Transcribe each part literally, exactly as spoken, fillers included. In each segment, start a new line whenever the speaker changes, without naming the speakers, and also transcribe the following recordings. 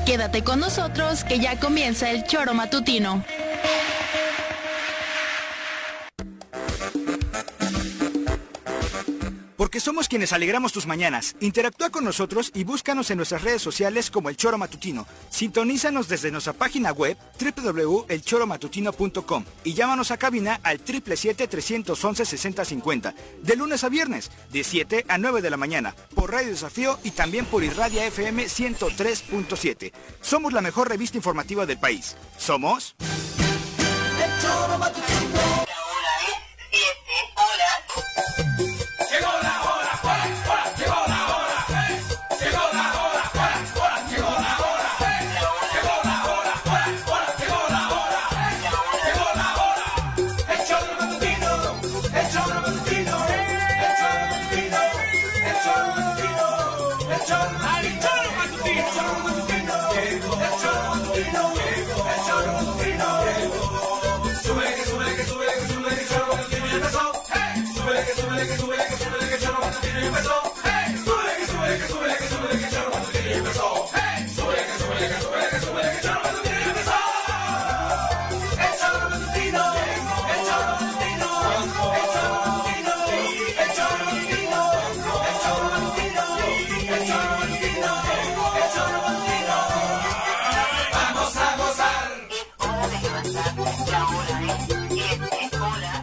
Quédate con nosotros que ya comienza el Choro Matutino.
Porque somos quienes alegramos tus mañanas. Interactúa con nosotros y búscanos en nuestras redes sociales como El Choro Matutino. Sintonízanos desde nuestra página web doble u doble u doble u punto el choro matutino punto com y llámanos a cabina al siete siete siete, tres uno uno, seis cero cinco cero de lunes a viernes, de siete a nueve de la mañana, por Radio Desafío y también por Irradia F M ciento tres punto siete. Somos la mejor revista informativa del país. Somos... El Choro Matutino.
La hora es siete horas.
Llegó la hora, hora, hora, llegó la hora, eh. Llegó la hora, hora, hora, llegó la hora, eh. Llegó la hora, hora, hora, llegó la hora, eh. Llegó la hora. El Choro Matutino, el Choro Matutino, el Choro Matutino, el Choro Matutino, el Choro Matutino, el Choro Matutino, el Choro Matutino, el Choro Matutino. Sube que sube que sube que sube que el Choro Matutino ya empezó. Sube que sube que sube que sube que el Choro Matutino ya empezó. Sube que sube que sube que sube que el Choro Matutino ya empezó. Sube que sube que sube que sube que el Choro Matutino ya empezó. El Choro Matutino, el Choro Matutino, el Choro Matutino, el Choro Matutino, el Choro Matutino, el Choro Matutino, el Choro Matutino. Vamos a gozar.
Es hora de levantarte. La hora es siete horas.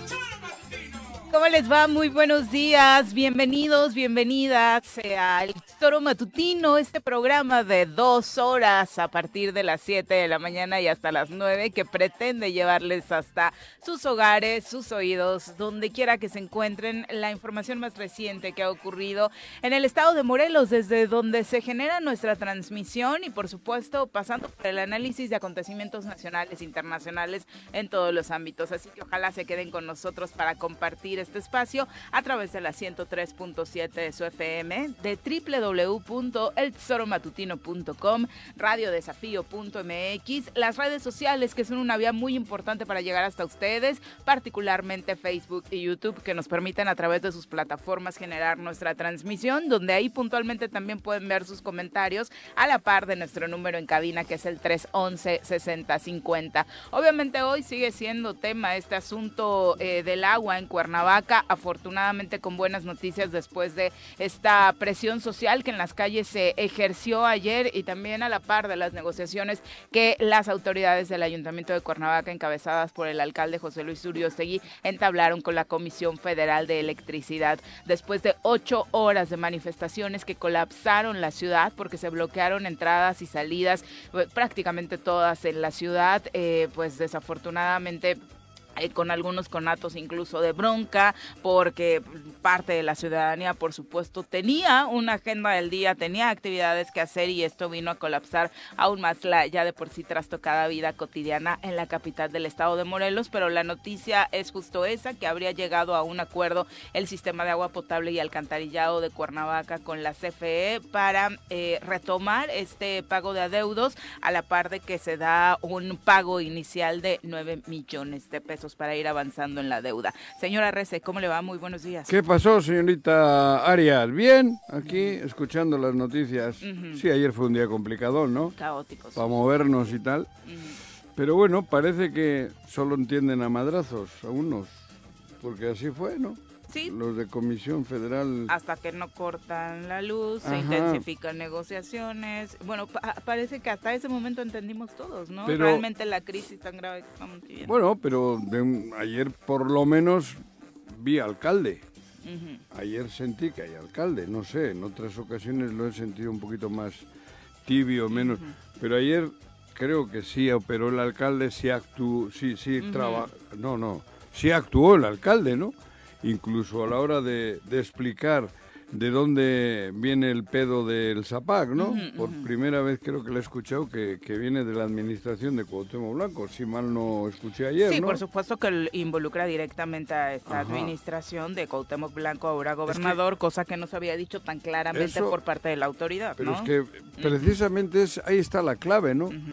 ¿Cómo les va? Muy buenos días, bienvenidos, bienvenidas al Choro Matutino, este programa de dos horas a partir de las siete de la mañana y hasta las nueve, que pretende llevarles hasta sus hogares, sus oídos, donde quiera que se encuentren, la información más reciente que ha ocurrido en el estado de Morelos, desde donde se genera nuestra transmisión y por supuesto pasando por el análisis de acontecimientos nacionales e internacionales en todos los ámbitos. Así que ojalá se queden con nosotros para compartir este espacio a través de la ciento tres punto siete de su F M, de doble u doble u doble u punto el tesoro matutino punto com, radio desafío punto m x, las redes sociales que son una vía muy importante para llegar hasta ustedes, particularmente Facebook y YouTube, que nos permiten a través de sus plataformas generar nuestra transmisión, donde ahí puntualmente también pueden ver sus comentarios a la par de nuestro número en cabina, que es el tres once, sesenta cincuenta. Obviamente hoy sigue siendo tema este asunto eh, del agua en Cuernavaca, afortunadamente con buenas noticias después de esta presión social que en las calles se ejerció ayer y también a la par de las negociaciones que las autoridades del Ayuntamiento de Cuernavaca, encabezadas por el alcalde José Luis Uriostegui, entablaron con la Comisión Federal de Electricidad. Después de ocho horas de manifestaciones que colapsaron la ciudad porque se bloquearon entradas y salidas, prácticamente todas en la ciudad, eh, pues desafortunadamente Eh, con algunos conatos incluso de bronca, porque parte de la ciudadanía, por supuesto, tenía una agenda del día, tenía actividades que hacer y esto vino a colapsar aún más la ya de por sí trastocada vida cotidiana en la capital del estado de Morelos, pero la noticia es justo esa, que habría llegado a un acuerdo el sistema de agua potable y alcantarillado de Cuernavaca con la C F E para eh, retomar este pago de adeudos, a la par de que se da un pago inicial de nueve millones de pesos para ir avanzando en la deuda. Señora Rece, ¿cómo le va? Muy buenos días.
¿Qué pasó, señorita Arias? ¿Bien? Aquí, uh-huh. escuchando las noticias. Uh-huh. Sí, ayer fue un día complicado, ¿no?
Caótico.
Para movernos y tal. Uh-huh. Pero bueno, parece que solo entienden a madrazos a unos, porque así fue, ¿no?
Sí.
Los de Comisión Federal.
Hasta que no cortan la luz,
Ajá.
se intensifican negociaciones. Bueno, pa- parece que hasta ese momento entendimos todos, ¿no?
Pero,
realmente la crisis tan grave que estamos viviendo.
Bueno, pero de un, ayer por lo menos vi alcalde. Uh-huh. Ayer sentí que hay alcalde, no sé, en otras ocasiones lo he sentido un poquito más tibio, menos. Uh-huh. Pero ayer creo que sí operó el alcalde, sí actuó, sí, sí uh-huh. trabajó. No, no, sí actuó el alcalde, ¿no? Incluso a la hora de, de explicar de dónde viene el pedo del Zapac, ¿no? Uh-huh, Por uh-huh. primera vez creo que le he escuchado que, que viene de la administración de Cuauhtémoc Blanco, si mal no escuché ayer,
sí,
¿no?
por supuesto que involucra directamente a esta Ajá. administración de Cuauhtémoc Blanco, ahora gobernador, es que, cosa que no se había dicho tan claramente eso, por parte de la autoridad,
pero
¿no?
es que precisamente es, ahí está la clave, ¿no? Uh-huh.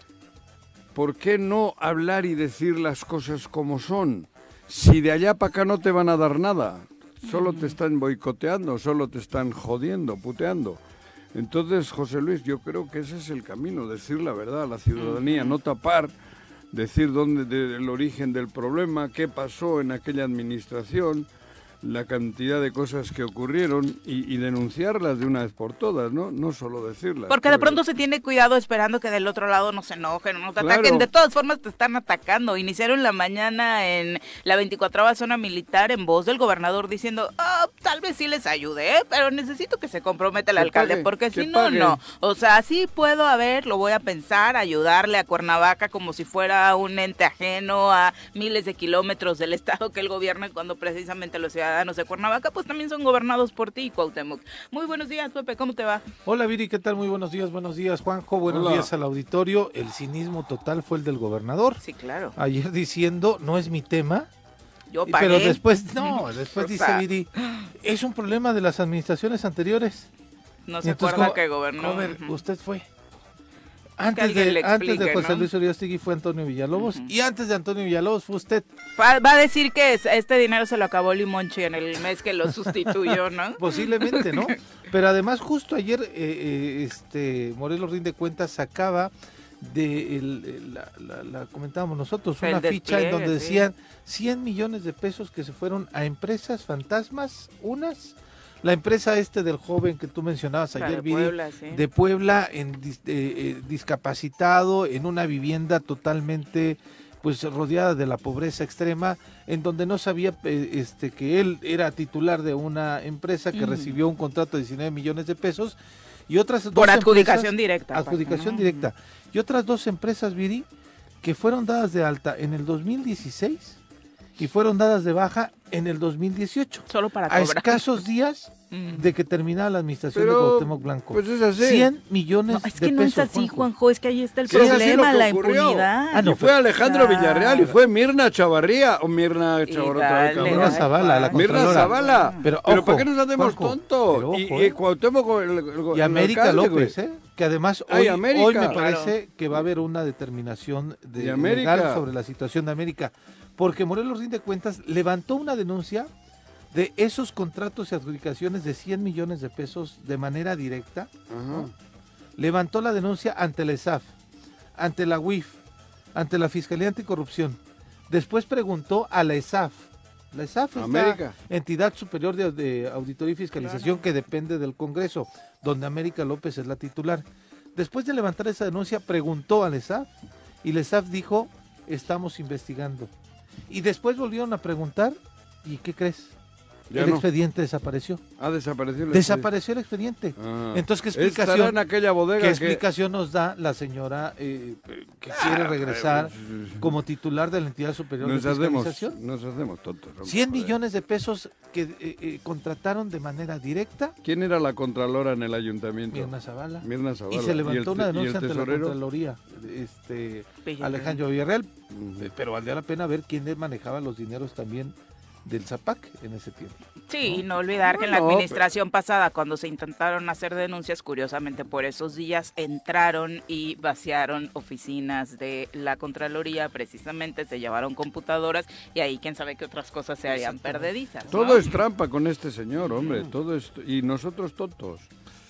¿Por qué no hablar y decir las cosas como son? Si de allá para acá no te van a dar nada, solo te están boicoteando, solo te están jodiendo, puteando. Entonces, José Luis, yo creo que ese es el camino, decir la verdad a la ciudadanía, no tapar, decir dónde de, el origen del problema, qué pasó en aquella administración, la cantidad de cosas que ocurrieron y, y denunciarlas de una vez por todas, ¿no? No solo decirlas.
Porque de pronto se tiene cuidado esperando que del otro lado no se enojen, no te
Claro.
ataquen. De todas formas te están atacando. Iniciaron la mañana en la veinticuatrava zona militar en voz del gobernador diciendo, oh, tal vez sí les ayude, ¿eh? Pero necesito que se comprometa el
Que
alcalde,
pague,
porque
que
si no,
pague.
no. O sea, sí puedo, a ver, lo voy a pensar, ayudarle a Cuernavaca como si fuera un ente ajeno a miles de kilómetros del estado que él gobierna, cuando precisamente los ciudadanos de Cuernavaca pues también son gobernados por ti, Cuauhtémoc. Muy buenos días, Pepe, ¿cómo te va?
Hola Viri, ¿qué tal? Muy buenos días, buenos días Juanjo, buenos
Hola.
días al auditorio. El cinismo total fue el del gobernador.
Sí, claro.
Ayer diciendo, no es mi tema,
Yo
y-
pagué.
pero después, no, después
O
dice
sea,
Viri, es un problema de las administraciones anteriores.
No
Y
se
entonces,
acuerda
como,
que gobernó.
"Joven,
Ujú.
usted fue. Antes
alguien
de,
le
antes de
explique,
José
¿no?
Luis Uriostegui fue Antonio Villalobos,
Ujú.
y antes de Antonio Villalobos fue usted.
Va, va a decir que es- este dinero se lo acabó Limonchi en el mes que lo sustituyó, ¿no?
Posiblemente, ¿no? Pero además justo ayer eh, eh, este Morelos Rinde Cuentas sacaba de el- el- la, la- la comentábamos nosotros,
El
una ficha en
despliegue,
donde
sí.
decían cien millones de pesos que se fueron a empresas fantasmas, unas, la empresa este del joven que tú mencionabas
La
ayer,
de
Viri,
Puebla, sí.
de Puebla, en dis- eh, eh, discapacitado, en una vivienda totalmente pues rodeada de la pobreza extrema, en donde no sabía eh, este que él era titular de una empresa que
Ujú.
recibió un contrato de diecinueve millones de pesos y otras dos
Por adjudicación
empresas-
directa.
adjudicación
Ujú.
directa, y otras dos empresas, Viri, que fueron dadas de alta en el dos mil dieciséis y fueron dadas de baja en el dos mil dieciocho,
Solo para
a
cobrar.
escasos días
Mm.
de que terminara la administración de
Pero,
Cuauhtémoc Blanco.
pues es así.
cien millones
No, es
de
que no es
pesos,
así,
Juanjo.
Juanjo, es que ahí está el
Sí, es así
problema,
lo que
la
ocurrió.
impunidad.
Ah, no,
y fue Alejandro
Claro.
Villarreal y fue Mirna Chavarría, o Mirna
Y
Chavarría otra vez,
dale,
cabrón.
Mirna
ay,
Zavala, la
Juan.
Mirna
Contralora.
Zavala.
Pero,
Pero,
ojo,
¿para qué nos hacemos
Juanjo,
tontos?
pero
Y,
ojo,
y
¿eh?
Cuauhtémoc, el, el-
Y
el
América
alcalde,
López,
güey.
¿eh? Que además
Ay,
hoy,
América.
hoy me
Claro.
parece que va a haber una determinación de,
De América.
legal sobre la situación de América, porque Morelos Rinde Cuentas levantó una denuncia de esos contratos y adjudicaciones de cien millones de pesos de manera directa.
Ajá.
Levantó la denuncia ante la E S A F, ante la U I F, ante la Fiscalía Anticorrupción. Después preguntó a la E S A F. La E S A F es
América.
la entidad superior de, de auditoría y fiscalización que depende del Congreso, donde América López es la titular. Después de levantar esa denuncia, preguntó a la E S A F y la E S A F dijo, estamos investigando. Y después volvieron a preguntar, ¿y qué crees?
Ya
el
no.
expediente desapareció.
Ha desaparecido el
Desapareció el expediente.
Ah.
Entonces, ¿qué
Estará
explicación?
en aquella bodega
¿Qué
que-
explicación nos da la señora eh, que quiere regresar como titular de la entidad superior
Nos
de
hacemos,
fiscalización?
nos hacemos tontos. hombre,
cien
joder.
millones de pesos que eh, eh, contrataron de manera directa
¿Quién era la contralora en el ayuntamiento?
Mirna Zavala.
Mirna Zavala.
Y se levantó
el
una
te- y el
denuncia ante la
tesorero?
Contraloría, este,
Villarreal.
Alejandro Villarreal,
Ujú.
eh, pero valdría la pena ver quién le manejaba los dineros también del Zapac en ese tiempo.
Sí, y no olvidar que en la
No,
administración pasada, cuando se intentaron hacer denuncias, curiosamente por esos días entraron y vaciaron oficinas de la Contraloría, precisamente se llevaron computadoras y ahí quién sabe qué otras cosas se harían perdedizas, ¿no?
Todo es trampa con este señor, hombre. Todo es y nosotros tontos,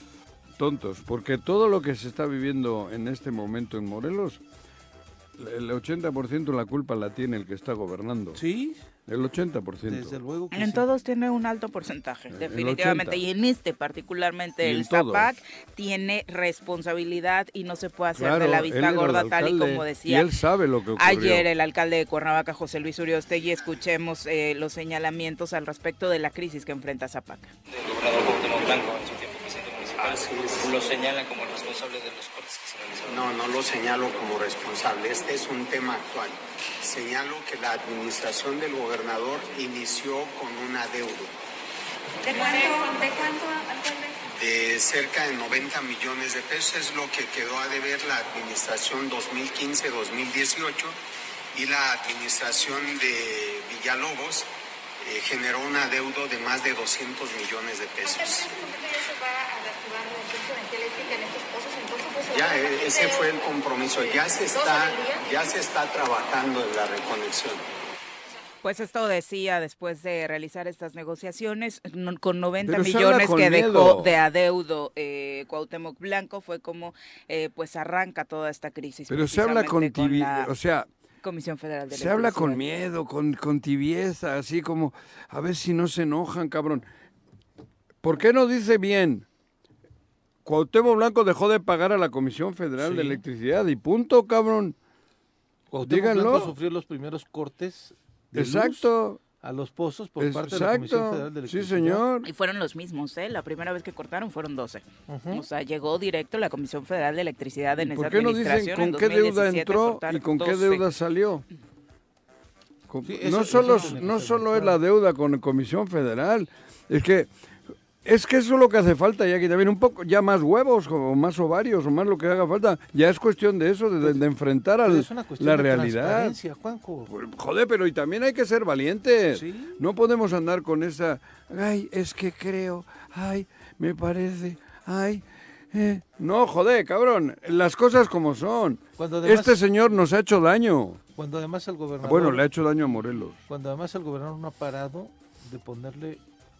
tontos, porque todo lo que se está viviendo en este momento en Morelos, el ochenta por ciento la culpa la tiene el que está gobernando.
Sí,
El ochenta por ciento.
desde luego que
En
sí.
todos tiene un alto porcentaje, definitivamente,
ochenta.
y en este particularmente
Y en
el
todos.
Zapac tiene responsabilidad y no se puede hacer
Claro,
de la
él
vista
era el
gorda, tal y
alcalde,
como
y
decía
él sabe lo que ocurrió.
ayer el alcalde de Cuernavaca, José Luis Uriostegui. Escuchemos eh, los señalamientos al respecto de la crisis que enfrenta Zapac.
del gobernador Cuauhtémoc Blanco en su tiempo presidente municipal. Lo señalan como el responsable de los cortes que se realizaron.
No, no lo señalo como responsable. Este es un tema actual. Señalo que la administración del gobernador inició con un adeudo
¿De cuánto, de cuánto, alcalde?
de cerca de noventa millones de pesos. Es lo que quedó a deber la administración dos mil quince dos mil dieciocho y la administración de Villalobos eh, generó un adeudo de más de doscientos millones de pesos.
¿Ya se va a reactivar la industria de energía eléctrica en estos pozos? Entonces, pues, se va
Ya,
a
eh, ese fue el compromiso. Ya se
¿Dos
está,
al día?
ya se está trabajando en la reconexión.
Pues esto decía después de realizar estas negociaciones, no- con noventa
Pero se habla
millones
con
que
miedo.
dejó de adeudo eh, Cuauhtémoc Blanco, fue como eh, pues arranca toda esta crisis.
Pero se habla con
precisamente con
tibieza,
la
o sea,
Comisión Federal de
se habla con
Electricidad.
miedo, con, con tibieza, así como, a ver si no se enojan, cabrón. ¿Por qué no dice bien? Cuauhtémoc Blanco dejó de pagar a la Comisión Federal
Sí.
de Electricidad y punto, cabrón.
Cuauhtémoc
Díganlo.
Blanco sufrió los primeros cortes de luz
Exacto.
a los pozos por parte de la Comisión
Exacto.
Federal de
Sí,
Electricidad.
señor.
Y fueron los mismos, ¿eh? La primera vez que cortaron fueron doce.
Ujú.
O sea, llegó directo la Comisión Federal de Electricidad en esa
¿Por qué no dicen
administración.
con
en
qué deuda
dos mil diecisiete
entró y
cortaron
con qué
doce.
deuda salió? Con-
Sí, eso-
no
eso
solo,
tiene que
no
ser
solo
muy
es
claro.
la deuda con la Comisión Federal, es que es que eso es lo que hace falta ya aquí también, un poco, ya más huevos o más ovarios o más lo que haga falta, ya es cuestión de eso, de, de- de enfrentar
Pero
al,
es una cuestión
la
de
realidad.
transparencia, Juanjo.
Pues, joder, pero y también hay que ser valientes.
Sí.
No podemos andar con esa, ay, es que creo, ay, me parece, ay, eh. No, joder, cabrón, las cosas como son.
Cuando además,
Este señor nos ha hecho daño.
cuando además el gobernador,
Bueno, le ha hecho daño a Morelos.
cuando además el gobernador no ha parado de ponerle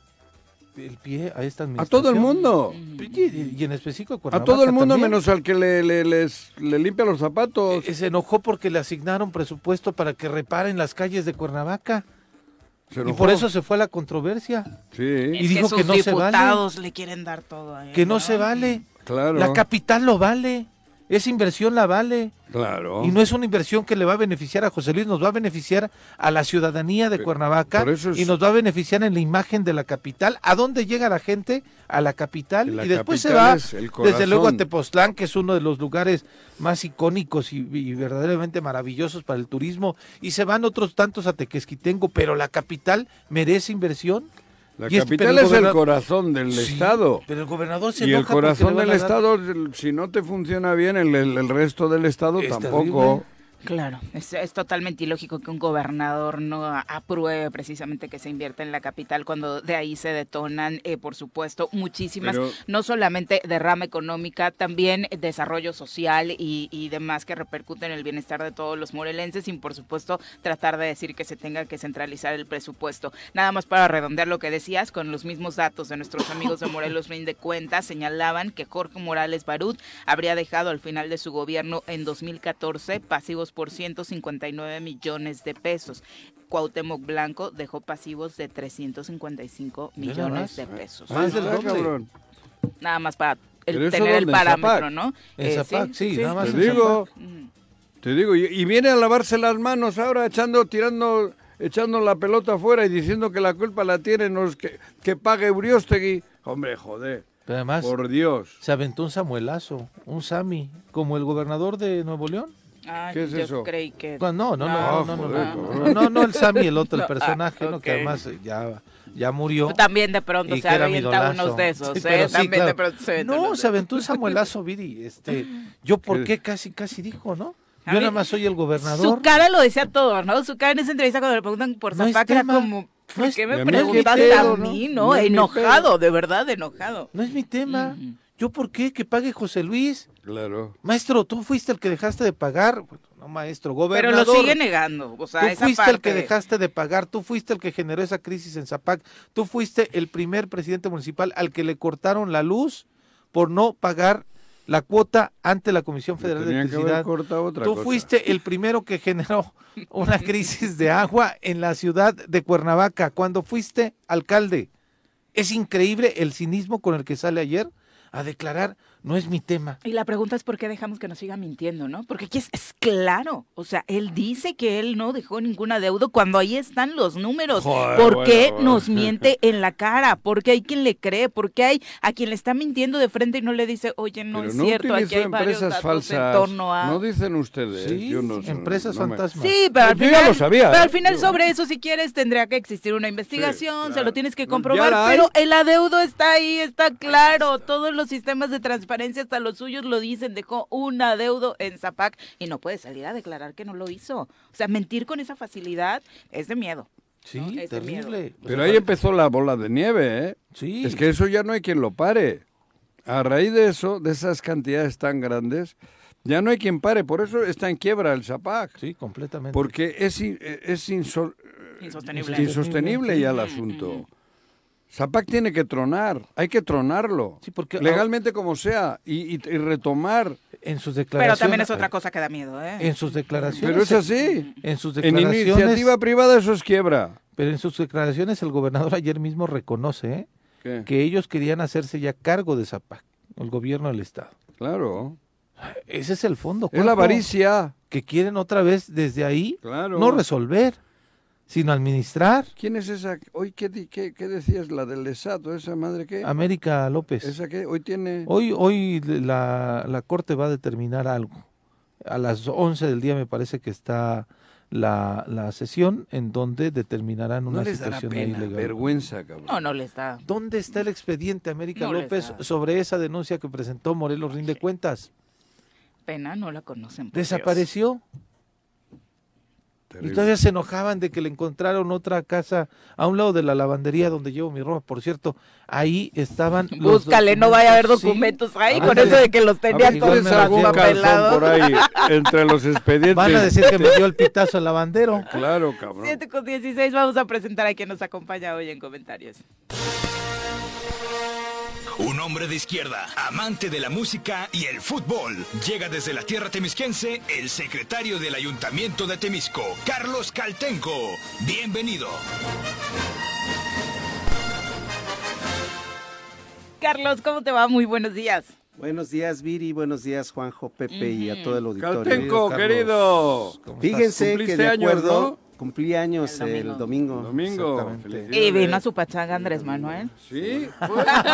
el pie a esta
A
administración.
todo el mundo.
Y, y en específico a
A
Cuernavaca
todo el mundo
también.
menos al que le, le, les- le limpia los zapatos.
Eh, Se enojó porque le asignaron presupuesto para que reparen las calles de Cuernavaca.
Se
Y
enojó.
por eso se fue a la controversia.
Sí,
Y
Es
dijo
que
que
sus
no se vale.
diputados le quieren dar todo a él,
Que no se vale.
claro.
La capital lo vale. Esa inversión la vale.
Claro.
Y no es una inversión que le va a beneficiar a José Luis, nos va a beneficiar a la ciudadanía de
Pe-
Cuernavaca
por eso es-
y nos va a beneficiar en la imagen de la capital. ¿A dónde llega la gente? A la capital.
Que la
Y después se
capital
va,
es el
desde luego, a
corazón.
Tepoztlán, que es uno de los lugares más icónicos y, y verdaderamente maravillosos para el turismo. Y se van otros tantos a Tequesquitengo, pero la capital merece inversión.
La
Y es-
capital
pero el
es el
gobernador-
corazón del
Sí,
Estado.
Pero el gobernador se
Y el
enoja porque
corazón
le van
del
a dar-
Estado, el- si no te funciona bien, el, el- el resto del Estado
Es
tampoco.
terrible.
Claro, es, es totalmente ilógico que un gobernador no a- apruebe precisamente que se invierta en la capital cuando de ahí se detonan, eh, por supuesto, muchísimas,
Pero-
no solamente derrama económica, también desarrollo social y, y demás que repercuten en el bienestar de todos los morelenses, sin por supuesto tratar de decir que se tenga que centralizar el presupuesto. Nada más para redondear lo que decías, con los mismos datos de nuestros amigos de Morelos Rinde Cuentas, señalaban que Jorge Morales Barut habría dejado al final de su gobierno en dos mil catorce pasivos por ciento cincuenta y nueve millones de pesos. Cuauhtémoc Blanco dejó pasivos de trescientos cincuenta y cinco
Mira
millones
más.
de pesos.
Más del
Ahí está,
doble.
cabrón.
Nada más para el-
Pero eso
tener el
¿dónde? ¿En
parámetro,
Zapac?
¿no?
En Zapac, sí, nada más
Te
en
digo,
Zapac.
Mm.
te digo, y, y viene a lavarse las manos ahora echando, tirando, echando la pelota afuera y diciendo que la culpa la tienen los que, que pague Uriostegui. Hombre, joder,
Pero además,
por Dios.
se aventó un Samuelazo, un Sami, como el gobernador de Nuevo León.
Ah,
¿Qué es
yo
eso?
creí que...
No, no, no,
Ah,
no, no, no,
joder,
no,
cabrón.
no, no, no, el Sami, el otro, el
No,
personaje,
ah,
¿no? Que
ok.
además eh, ya, ya murió.
También de pronto
y
se
que era mi
avienta
idolazo.
unos de esos,
Sí,
¿eh?
pero sí,
También de
claro.
pronto se avienta
No,
unos
se
de
aventó un Samuelazo, Viri, este, yo por qué casi, casi dijo, ¿no?
A
Yo
mí-
nada más soy el
Su
gobernador.
cara lo decía todo, ¿no? Su cara en esa entrevista cuando le preguntan por
No es
Zapac era
tema.
como,
No
¿por
es-
qué
no
me
es mi
preguntas
pedo,
a
¿no?
mí,
No
no?
es mi
Enojado, de verdad, enojado.
No es mi tema.
Ujú.
¿Yo por qué? Que pague José Luis.
Claro.
Maestro, tú fuiste el que dejaste de pagar. Bueno, no, maestro,
Pero
gobernador.
lo sigue negando, o sea,
Tú
esa
fuiste
parte...
el que dejaste de pagar, tú fuiste el que generó esa crisis en Zapac, tú fuiste el primer presidente municipal al que le cortaron la luz por no pagar la cuota ante la Comisión Federal de
Tenían que haber
Electricidad.
cortado otra
Tú
cosa.
fuiste el primero que generó una crisis de agua en la ciudad de Cuernavaca cuando fuiste alcalde. Es increíble el cinismo con el que sale ayer a declarar, no es mi tema.
Y la pregunta es por qué dejamos que nos siga mintiendo, ¿no? Porque aquí es, es claro, o sea, él dice que él no dejó ningún adeudo cuando ahí están los números.
Joder,
¿Por qué
bueno, bueno.
nos miente en la cara? ¿Por qué hay quien le cree? ¿Por qué hay a quien le está mintiendo de frente y no le dice, oye, no
Pero
es
no
cierto, aquí
utilizo
hay varios
empresas
datos
falsas.
en torno a...
No dicen ustedes.
Sí,
yo no sé,
empresas
no me-
fantasmas.
Sí, pero al
Yo ya
final,
lo sabía,
pero al
¿eh?
final
Yo-
sobre eso, si quieres, tendría que existir una investigación,
Sí,
se
claro.
lo tienes que
Ya
comprobar,
la hay.
pero el adeudo está ahí, está claro, todos los sistemas de transparencia, hasta los suyos lo dicen, dejó un adeudo en Zapac y no puede salir a declarar que no lo hizo. O sea, mentir con esa facilidad es de miedo.
Sí,
No, es de
terrible. O
Pero
sea,
ahí empezó la bola de nieve, ¿eh?
Sí.
Es que eso ya no hay quien lo pare. A raíz de eso, de esas cantidades tan grandes, Ya no hay quien pare, por eso está en quiebra el Zapac.
Sí, completamente.
Porque es, in- es insol-
Insostenible.
insostenible ya el asunto. Zapac tiene que tronar, hay que tronarlo,
Sí, porque
legalmente como sea, y, y- y retomar.
en sus
Pero
declaraciones...
también es otra cosa que da miedo, ¿eh?
En sus declaraciones...
Pero es así.
En sus
En
declaraciones...
iniciativa privada eso es quiebra.
Pero en sus declaraciones el gobernador ayer mismo reconoce ¿eh?
¿Qué?
que ellos querían hacerse ya cargo de Zapac, el gobierno del estado.
Claro.
Ese es el fondo.
Es la
cuerpo,
avaricia.
que quieren otra vez desde ahí
Claro.
no resolver, sino administrar.
¿Quién es esa? Hoy, ¿qué, di- qué, qué decías? ¿La del Lesato? ¿Esa madre qué?
América López.
¿Esa qué? Hoy tiene...
Hoy, hoy la, la Corte va a determinar algo. A las once del día me parece que está la, la sesión en donde determinarán una
no les dará
situación ahí
pena,
legal.
vergüenza, cabrón.
No, no les da.
¿Dónde está el expediente, América
No les
López,
da.
sobre esa denuncia que presentó Morelos Rinde Cuentas?
Pena, no la conocen. por
Desapareció. Y
Terrible.
todavía se enojaban de que le encontraron otra casa a un lado de la lavandería donde llevo mi ropa. Por cierto, ahí estaban
Dios.
los
Búscale, no vaya a haber
documentos, sí.
documentos ahí,
A
con
ver,
eso de que los
A
tenían
ver,
todos
¿tienes algún calzón
papelados.
por ahí entre los expedientes?
Van a decir que me dio el pitazo el lavandero.
Claro, cabrón.
siete con dieciséis, vamos a presentar a quien nos acompaña hoy en comentarios.
Un hombre de izquierda, amante de la música y el fútbol. Llega desde la tierra temisquense el secretario del Ayuntamiento de Temisco, Carlos Caltenco. Bienvenido.
Carlos, ¿cómo te va? Muy buenos días.
Buenos días, Viri, buenos días, Juanjo, Pepe y a todo el auditorio.
Caltenco,
Carlos.
querido.
¿Cómo
Fíjense que
Cumpliste
de
años,
acuerdo,
¿no?
cumplí años
El
el domingo.
Domingo.
Exactamente.
Felicidades.
Y vino a su pachanga Andrés Manuel.
Sí, fue.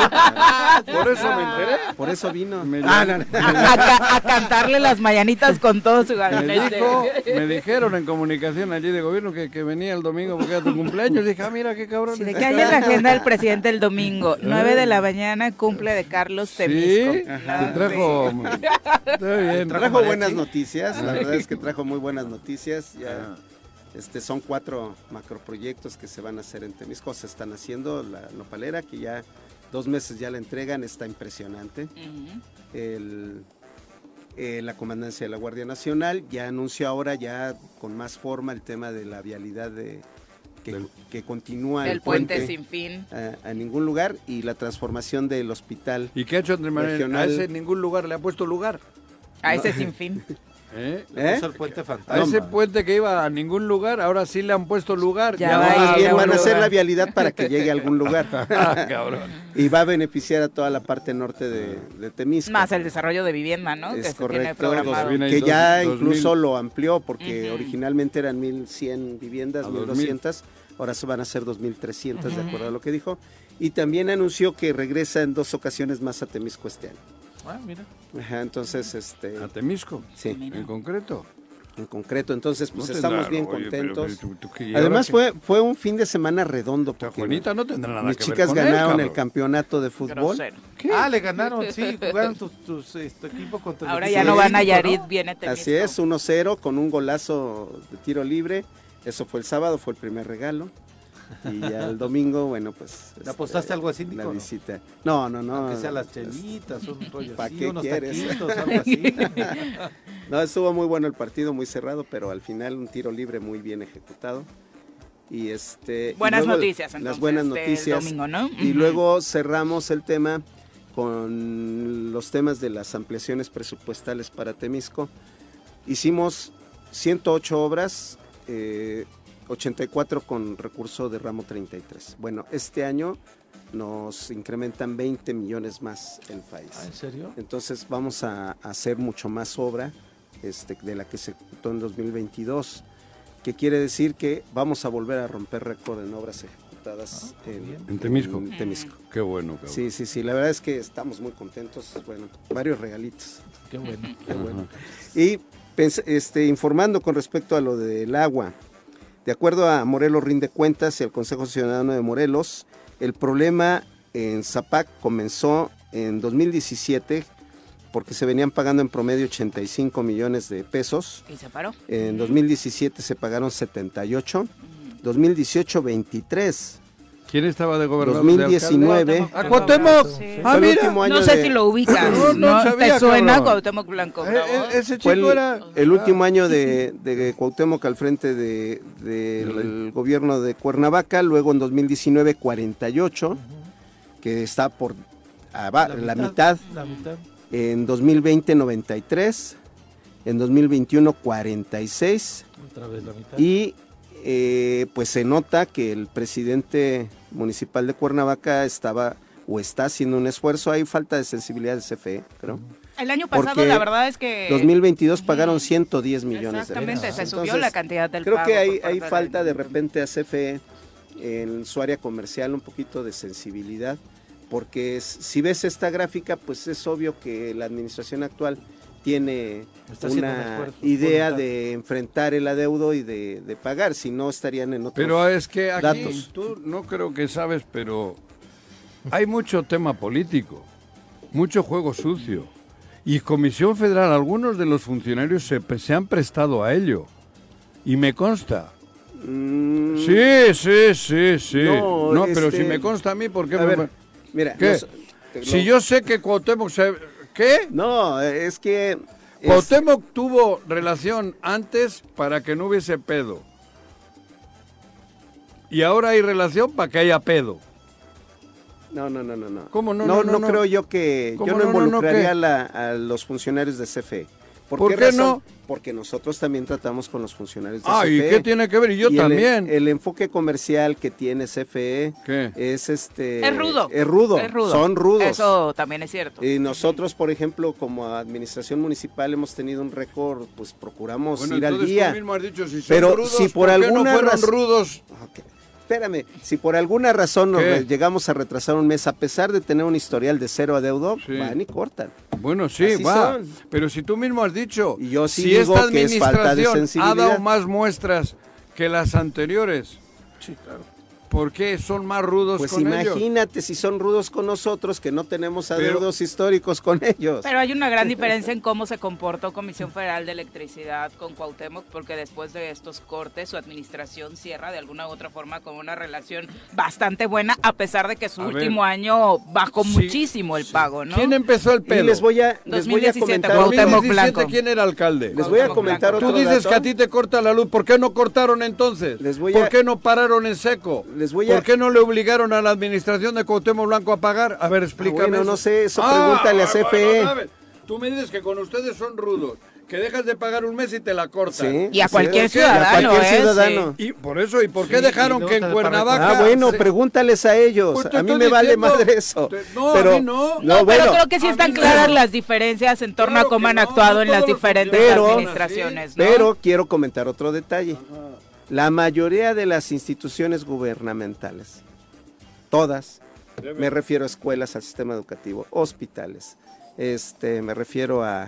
Por eso me enteré.
Por eso vino.
Me,
Ah, no, no.
A, ca- a cantarle las mañanitas con todo su
me
gabinete.
dijo, me dijeron en comunicación allí de gobierno que, que venía el domingo porque era tu cumpleaños. Dije, ah, mira qué cabrón.
Sí, de que hay en la agenda del presidente el domingo, nueve de la mañana, cumple de Carlos Temisco.
Sí, te trajo. Está bien.
Trajo buenas noticias, la verdad es que trajo muy buenas noticias. Ya, este, son cuatro macroproyectos que se van a hacer en Temisco, se están haciendo, la nopalera, que ya dos meses ya la entregan, está impresionante.
Ujú.
El, eh, la Comandancia de la Guardia Nacional ya anunció ahora ya con más forma el tema de la vialidad de que,
Del-
que continúa
El
el
puente
puente
sin fin.
a, a ningún lugar y la transformación del hospital.
¿Y qué ha hecho Andrés Manuel?
Regional.
A ese en ningún lugar le ha puesto lugar.
A ese sin fin.
¿Eh?
¿Eh?
el puente
A
fantasma.
ese puente que iba a ningún lugar, ahora sí le han puesto lugar.
Ya
No,
va a ir
más
a
bien
un
van a hacer
lugar.
la vialidad para que llegue a algún lugar
Ah, cabrón.
y va a beneficiar a toda la parte norte de, de Temisco.
Más el desarrollo de vivienda, ¿no? que
Es
se tiene
correcto,
programado.
dos mil
que
dos-
ya
dos mil.
incluso lo amplió porque
Ujú.
originalmente eran mil cien viviendas,
A
mil
dos mil.
doscientas, ahora se van a hacer dos mil trescientas de acuerdo a lo que dijo. Y también anunció que regresa en dos ocasiones más a Temisco este año.
Ah, mira.
Ajá, entonces, este,
A Temisco,
sí,
en concreto.
en concreto, entonces pues
No
estamos
tendrá,
bien
oye, pero-
contentos.
pero tú- tú- ¿y
Además
ahora
fue, fue un fin de semana redondo.
qué?
porque
Juanita no tendrá nada
mis
que ver
chicas
con él,
ganaron el
cabrón.
campeonato de fútbol.
Grosero.
Ah, le ganaron, sí, jugaron tus, tus eh, tu equipo contra el
Ahora
equipo
ya no
de
van a
México,
Nayarit,
¿no?
viene Temisco.
Así es, uno cero con un golazo de tiro libre. Eso fue el sábado, fue el primer regalo. Y ya el domingo, bueno, pues...
¿Le apostaste algo así, Nico,
La
no?
visita. No, no, no.
Aunque sea las
pues,
chelitas, un rollo
¿pa'
así,
qué
unos
quieres?
taquitos, algo así.
No, estuvo muy bueno el partido, muy cerrado, pero al final un tiro libre muy bien ejecutado. Y este... y
Buenas
luego
noticias, entonces,
Las buenas
del
noticias.
domingo, ¿no?
Y
Ujú.
luego cerramos el tema con los temas de las ampliaciones presupuestales para Temisco. Hicimos ciento ocho obras, eh, ochenta y cuatro con recurso de ramo treinta y tres. Bueno, este año nos incrementan veinte millones más el país.
Ah, ¿en serio?
Entonces vamos a, a hacer mucho más obra este, de la que se ejecutó en dos mil veintidós, que quiere decir que vamos a volver a romper récord en obras ejecutadas
Ah,
en,
bien.
En Temisco.
en Temisco.
Qué bueno, cabrón.
Sí, sí, sí, la verdad es que estamos muy contentos, bueno, varios regalitos.
Qué bueno.
Qué bueno. Y pens- este, informando con respecto a lo del agua, de acuerdo a Morelos Rinde Cuentas y al Consejo Ciudadano de Morelos, el problema en Zapac comenzó en dos mil diecisiete porque se venían pagando en promedio ochenta y cinco millones de pesos.
Y se paró.
En dos mil diecisiete se pagaron setenta y ocho, dos mil dieciocho veintitrés,
¿Quién estaba de gobernador?
dos mil diecinueve.
¿A Cuauhtémoc?
Sí.
Ah,
Fue el
mira.
último año
No sé
de-
si lo ubicas.
No, no
¿No?
sabía,
¿Te suena
cabrón.
Cuauhtémoc Blanco?
Eh,
Bravo?
eh, ese
Fue
chico
el,
era...
el último año de, de Cuauhtémoc al frente de, del gobierno de Cuernavaca, luego en dos mil diecinueve cuarenta y ocho, que está por aba- la, mitad,
La mitad.
en dos mil veinte noventa y tres, en dos mil veintiuno cuarenta y seis,
Otra vez la mitad.
y eh, pues se nota que el presidente municipal de Cuernavaca estaba o está haciendo un esfuerzo. Hay falta de sensibilidad de C F E, creo.
El año pasado
Porque
la verdad es que...
dos mil veintidós pagaron ciento diez millones de pesos.
Exactamente, se subió
Entonces,
la cantidad del
creo
pago
que hay,
por parte
hay
del
falta de
ayuntamiento.
repente a C F E en su área comercial un poquito de sensibilidad, porque es- si ves esta gráfica, pues es obvio que la administración actual tiene
Está haciendo un
una
esfuerzo,
idea
voluntad.
de enfrentar el adeudo y de, de pagar, si no estarían en otros
Pero es que aquí,
datos.
tú no creo que sabes, pero hay mucho tema político, mucho juego sucio. Y Comisión Federal, algunos de los funcionarios se, se han prestado a ello. Y me consta.
Mm,
Sí, sí, sí, sí.
No,
No, pero
este,
si me consta a mí, ¿por qué
a
me-
ver, mira,
¿Qué?
nos- te-
Si
lo-
yo sé que Cuauhtémoc se... ¿Qué?
No, es que... es-
Cuauhtémoc tuvo relación antes para que no hubiese pedo. Y ahora hay relación para que haya pedo.
No, no, no, no, no.
¿Cómo no,
No,
no,
no,
no,
creo
no?
yo que...
¿Cómo
Yo no,
no, no, no,
involucraría
qué?
a, la- a los funcionarios de C F E. ¿Por,
¿Por
qué,
qué
razón?
no?
Porque nosotros también tratamos con los funcionarios de
Ah,
C
¿y
F E.
qué tiene que ver? Y yo
el-
también.
El, enfoque comercial que tiene C F E
¿Qué?
es este...
Es rudo.
Es rudo.
Es rudo.
Son rudos.
Eso también es cierto.
Y nosotros, por ejemplo, como administración municipal hemos tenido un récord, pues procuramos
Bueno,
ir al
entonces
día.
tú mismo has dicho, si son
Pero
rudos,
si por
¿por qué
alguna
no fueron
razón-
rudos?
Ok, espérame, si por alguna razón nos
¿Qué?
re- llegamos a retrasar un mes, a pesar de tener un historial de cero adeudo,
Sí.
van y cortan.
Bueno, sí,
Así
va.
son.
Pero si tú mismo has dicho,
Y yo sí
si
digo
esta
que es falta de
administración ha
sensibilidad.
dado más muestras que las anteriores,
Sí, claro.
¿por qué son más rudos
Pues
con ellos?
imagínate si son rudos con nosotros, que no tenemos
Pero-
adeudos históricos con ellos.
Pero hay una gran diferencia en cómo se comportó Comisión Federal de Electricidad con Cuauhtémoc, porque después de estos cortes su administración cierra de alguna u otra forma con una relación bastante buena, a pesar de que su
A ver,
último año bajó
sí,
muchísimo el pago, ¿no?
¿Quién empezó el
Y
pedo?
les voy a, les voy a
dos mil diecisiete,
comentar,
Cuauhtémoc
dos mil diecisiete,
Blanco.
¿quién era alcalde?
les voy a
Cuauhtémoc
comentar
Blanco.
otro
Tú dices
dato.
que a ti te corta la luz, ¿por qué no cortaron entonces?
Les voy
¿Por
a-
qué no pararon en seco?
Les voy a-
¿Por qué no le obligaron a la administración de Cuauhtémoc Blanco a pagar? A ver, explícame.
Ah, bueno,
eso.
no sé, eso
Ah,
pregúntale a C F E.
bueno, ¿sabes? Tú me dices que con ustedes son rudos, que dejas de pagar un mes y te la cortan.
Sí,
Y a
sí,
cualquier
sí, a
ciudadano,
cualquier
¿eh?
ciudadano.
Y por eso, ¿y por qué
Sí,
dejaron
y luego
que en
te- para
Cuernavaca...
Ah, bueno,
se-
pregúntales a ellos.
Pues te
a mí
estoy
me vale
diciendo-
madre eso.
te- no, a
pero,
mí no.
No, pero
bueno,
creo que sí
a
están
mí no.
claras las diferencias en torno
Claro
a cómo
que
han
no,
actuado
no
en las
todos los
diferentes
funcionarios son
administraciones, ¿no?
pero quiero comentar otro detalle. La mayoría de las instituciones gubernamentales, todas, me refiero a escuelas, al sistema educativo, hospitales, este, me refiero a,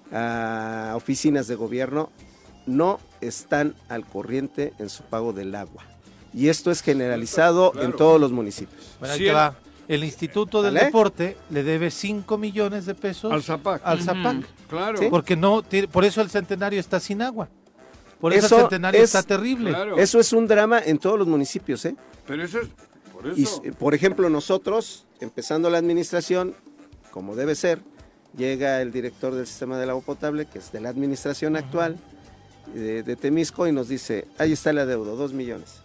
a oficinas de gobierno, no están al corriente en su pago del agua. Y esto es generalizado
Claro.
en todos los municipios.
Bueno, ahí
Sí,
te
el-
va. El Instituto del
¿Vale?
Deporte le debe cinco millones de pesos
Al Zapac.
al Zapac,
Claro.
Sí.
porque no tiene- por eso el Centenario está sin agua. Por eso,
Eso
el Centenario
es-
está terrible.
Claro.
Eso es un drama en todos los municipios, ¿eh?
Pero eso es... Por
Y,
eso...
s- por ejemplo, nosotros, empezando la administración, como debe ser, llega el director del sistema del agua potable, que es de la administración actual, de, de Temisco, y nos dice, ahí está el adeudo, dos millones.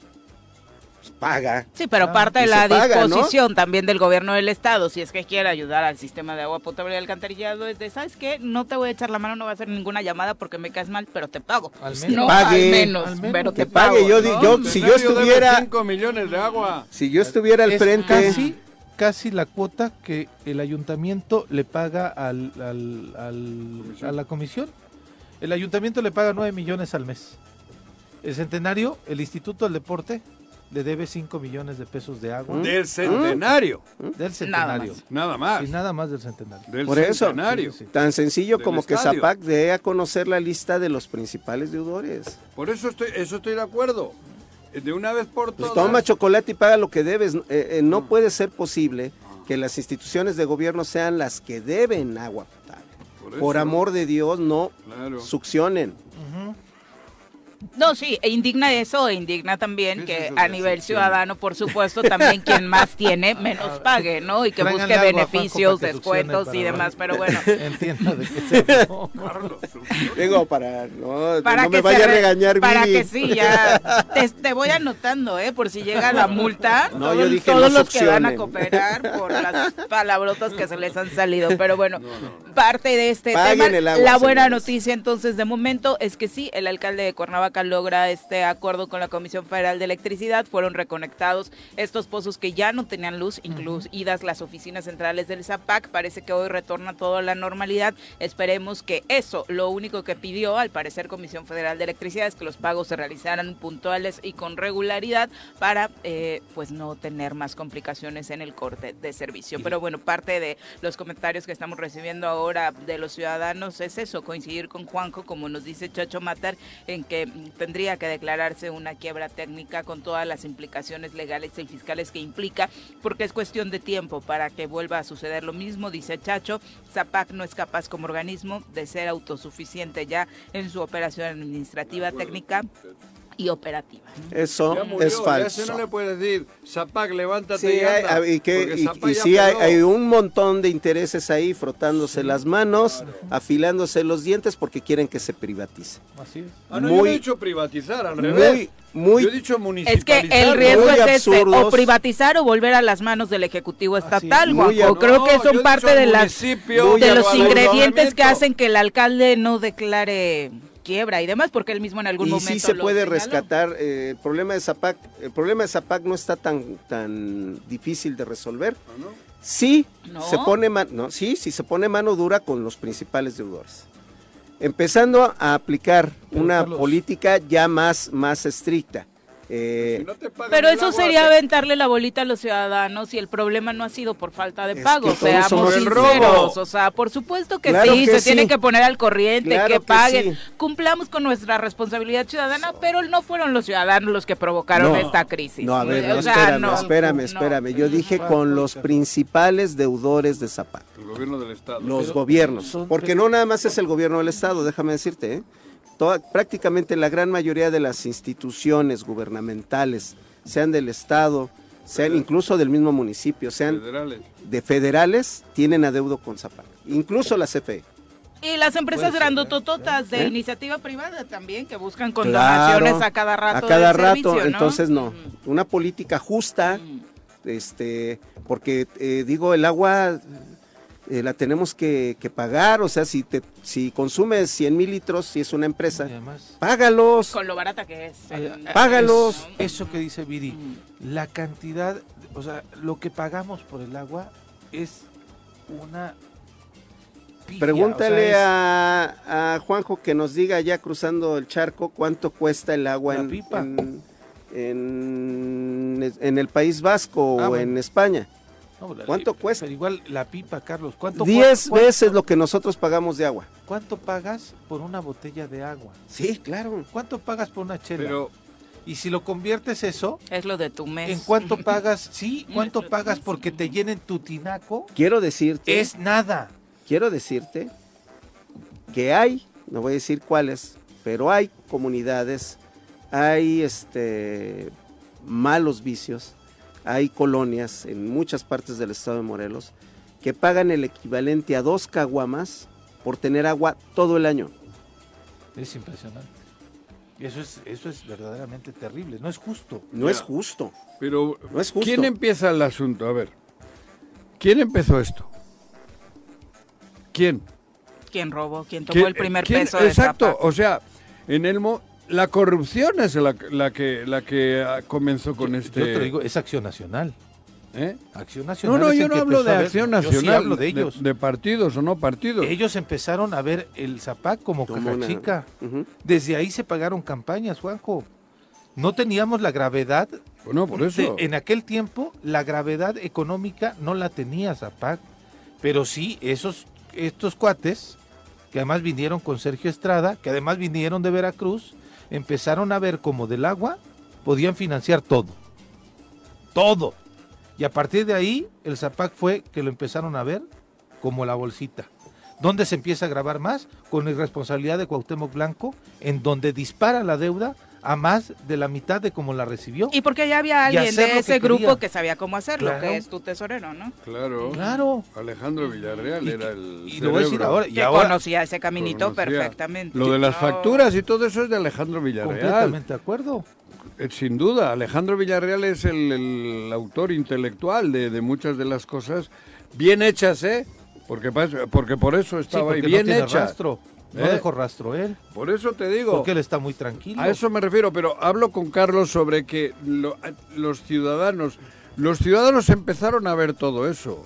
Pues paga.
Sí, pero
Ah,
parte
y
de
se
la
paga, ¿no?
disposición también del gobierno del estado, si es que quiere ayudar al sistema de agua potable y alcantarillado, es de, ¿sabes qué? No te voy a echar la mano, no voy a hacer ninguna llamada porque me caes mal, pero te pago.
Al menos.
No,
Pague.
al menos,
Al menos.
pero
Que
te
pague,
pago,
yo di-
¿no?
yo-
El
si yo
Centenario debe
estuviera-
cinco millones de agua.
Si yo estuviera al
Es
frente,
casi, casi la cuota que el ayuntamiento le paga al, al- al- a la comisión. El ayuntamiento le paga nueve millones al mes. El Centenario, el Instituto del Deporte, le debe cinco millones de pesos de agua
Del Centenario.
del Centenario.
Nada más.
Y nada más del Centenario.
Del
por eso,
Centenario.
Sí, sí, sí.
tan sencillo
Del
como que
estadio.
Zapac dé a conocer la lista de los principales deudores.
Por eso estoy, eso estoy de acuerdo. De una vez por
Pues
todas.
toma chocolate y paga lo que debes. Eh, eh, no puede ser posible que las instituciones de gobierno sean las que deben agua potable.
Por eso.
Por amor de Dios, no
Claro.
succionen.
Ujú.
No, sí, e indigna eso, e indigna también
¿Qué
que
es eso
a
de
nivel
así?
ciudadano, por supuesto, también quien más tiene, menos pague, ¿no? Y que
Tráiganle
busque
algo a Juanjo
beneficios,
para que
descuentos
succione
y
para
demás,
ver.
pero bueno.
Entiendo de qué se habló.
Digo, para no,
Para
no
que
me vaya
se
a
re-
regañar
Para
Viri.
que sí, ya te, te voy anotando, ¿eh? Por si llega la multa,
No,
todos,
yo dije
todos
no
los que van a
succionen.
cooperar por las palabrotas que se les han salido, pero bueno, parte de este
Paguen
tema,
el agua,
la buena
señores.
noticia entonces de momento es que sí, el alcalde de Cuernavaca logra este acuerdo con la Comisión Federal de Electricidad, fueron reconectados estos pozos que ya no tenían luz, incluidas las oficinas centrales del ZAPAC, parece que hoy retorna todo a la normalidad, esperemos que eso, lo único que pidió al parecer Comisión Federal de Electricidad es que los pagos se realizaran puntuales y con regularidad para eh, pues no tener más complicaciones en el corte de servicio, pero bueno, parte de los comentarios que estamos recibiendo ahora de los ciudadanos es eso, coincidir con Juanjo, como nos dice Chacho Matar, en que mm, tendría que declararse una quiebra técnica con todas las implicaciones legales y fiscales que implica, porque es cuestión de tiempo para que vuelva a suceder lo mismo, dice Chacho. ZAPAC no es capaz como organismo de ser autosuficiente ya en su operación administrativa, técnica y operativa.
Eso
Ya murió,
es
ya
falso.
se no le puede decir, Zapac, levántate
Sí,
y
hay,
anda.
hay- y que-
porque
y-
Zapac
y
ya
sí hay,
peló.
hay un montón de intereses ahí frotándose las manos, afilándose los dientes porque quieren que se privatice.
Así es.
Ah, no, yo
muy-
no he dicho privatizar, al
muy-
revés.
muy-
yo he dicho
Es
municipalizar.
que el riesgo
muy
es ese, o
absurdos.
privatizar o volver a las manos del Ejecutivo Estatal,
Muy
Juanjo.
ab-
Creo
No,
que
yo he
son
dicho
parte
al
de las
municipio,
de
muy
los
absurdo.
ingredientes que
Ayuntamiento.
hacen que el alcalde no declare quiebra y demás, porque él mismo en algún
Y
momento
sí se
lo
puede
señaló.
rescatar. eh, el problema de Zapac, el problema de Zapac no está tan tan difícil de resolver. Sí
¿No?
se pone man- no, sí, sí se pone mano dura con los principales deudores. Empezando a aplicar
Pero,
una
Carlos,
política ya más más estricta. Eh,
Si no te pagan
Pero
el
eso
agua,
sería
te-
aventarle la bolita a los ciudadanos y el problema no ha sido por falta de
Es
pago,
que todos
seamos
somos-
el
sinceros,
robo.
o sea, por supuesto que
Claro
sí,
que
se
sí.
tiene que poner al corriente,
Claro
que
que
paguen,
sí.
cumplamos con nuestra responsabilidad ciudadana, pero no fueron los ciudadanos los que provocaron
No.
esta crisis.
No, a ver, no,
O sea,
espérame,
no,
espérame,
no.
espérame. Yo dije con los principales deudores de Zapac.
El gobierno del Estado.
Los
Pero
gobiernos,
son-
porque no nada más es el gobierno del Estado, déjame decirte, ¿eh? Toda- prácticamente la gran mayoría de las instituciones gubernamentales, sean del Estado, sean incluso del mismo municipio, sean
Federales.
de federales, tienen adeudo con Zapac, incluso la C F E.
Y las empresas
Puede ser,
grandotototas de
¿Eh?
iniciativa privada también, que buscan con
Claro,
donaciones a cada rato
a cada
del
rato,
servicio, ¿no?
entonces no,
Ujú.
una política justa,
Mm.
este, porque eh, digo, el agua eh, la tenemos que, que pagar, o sea, si te si consumes cien mil litros, si es una empresa,
Y además,
págalos.
Con lo barata que es.
eh,
el-
Págalos.
es- eso que dice Viri, la cantidad, o sea, lo que pagamos por el agua es una pifia,
Pregúntale
o sea,
a, a Juanjo que nos diga ya cruzando el charco cuánto cuesta el agua
La
en,
pipa.
en, en- en el País Vasco
Ah,
o
bueno.
en España.
es- no, la-
¿Cuánto
pero
cuesta?
igual la pipa, Carlos, ¿cuánto
Diez
cuánto-
veces lo que nosotros pagamos de agua.
¿Cuánto pagas por una botella de agua?
Sí, claro.
¿Cuánto pagas por una chela?
Pero
Y si lo conviertes eso,
Es lo de tu mes.
¿en cuánto pagas? Sí, ¿cuánto pagas porque te llenen tu tinaco?
Quiero decirte,
Es nada.
quiero decirte que hay, no voy a decir cuáles, pero hay comunidades, hay este malos vicios, hay colonias en muchas partes del estado de Morelos que pagan el equivalente a dos caguamas por tener agua todo el año.
Es impresionante. Eso es, eso es verdaderamente terrible. No es justo.
No
Ya.
es justo.
Pero,
No es justo.
¿quién empieza el asunto? A ver, ¿quién empezó esto? ¿Quién?
¿Quién robó? ¿Quién tomó
¿Quién-
el primer
quién-
peso de
Exacto,
Zapac?
o sea, en el mo- la corrupción es la, la que la que ah, comenzó con
Yo-
este.
Yo te digo, es Acción Nacional.
¿eh?
Acción
No,
Nacional.
no,
es
yo
el
no
que
hablo
empezó
de
a ver-
Acción
yo sí
Nacional,
hablo de ellos.
de partidos o no partidos.
Ellos empezaron a ver el Zapac como,
Como
caja
una-
chica.
Ujú.
Desde ahí se pagaron campañas, Juanjo. No teníamos la gravedad.
Bueno, por eso.
de- en aquel tiempo, la gravedad económica no la tenía Zapac. Pero sí, esos, estos cuates, que además vinieron con Sergio Estrada, que además vinieron de Veracruz, empezaron a ver cómo del agua podían financiar todo. Todo. Y a partir de ahí, el Zapac fue que lo empezaron a ver como la bolsita. ¿Dónde se empieza a grabar más? Con la irresponsabilidad de Cuauhtémoc Blanco, en donde dispara la deuda a más de la mitad de como la recibió.
Y porque ya había alguien de ese grupo
quería.
que sabía cómo hacerlo,
Claro.
que es tu tesorero, ¿no?
Claro.
Claro.
Alejandro Villarreal
Y-
era el
y lo voy a decir
cerebro.
ahora, y
Que
ahora
conocía ese caminito
Conocía.
perfectamente.
Lo de las
No.
facturas y todo eso es de Alejandro Villarreal.
completamente de acuerdo.
Eh, Sin duda, Alejandro Villarreal es el, el autor intelectual de, de muchas de las cosas bien hechas, ¿eh? Porque, pas- porque por eso
Sí,
estaba
porque
ahí, bien
no tiene
hechas.
rastro. No
¿Eh?
dejó rastro él,
Por eso te digo.
porque él está muy tranquilo.
A eso me refiero, pero hablo con Carlos sobre que lo- los ciudadanos, los ciudadanos empezaron a ver todo eso.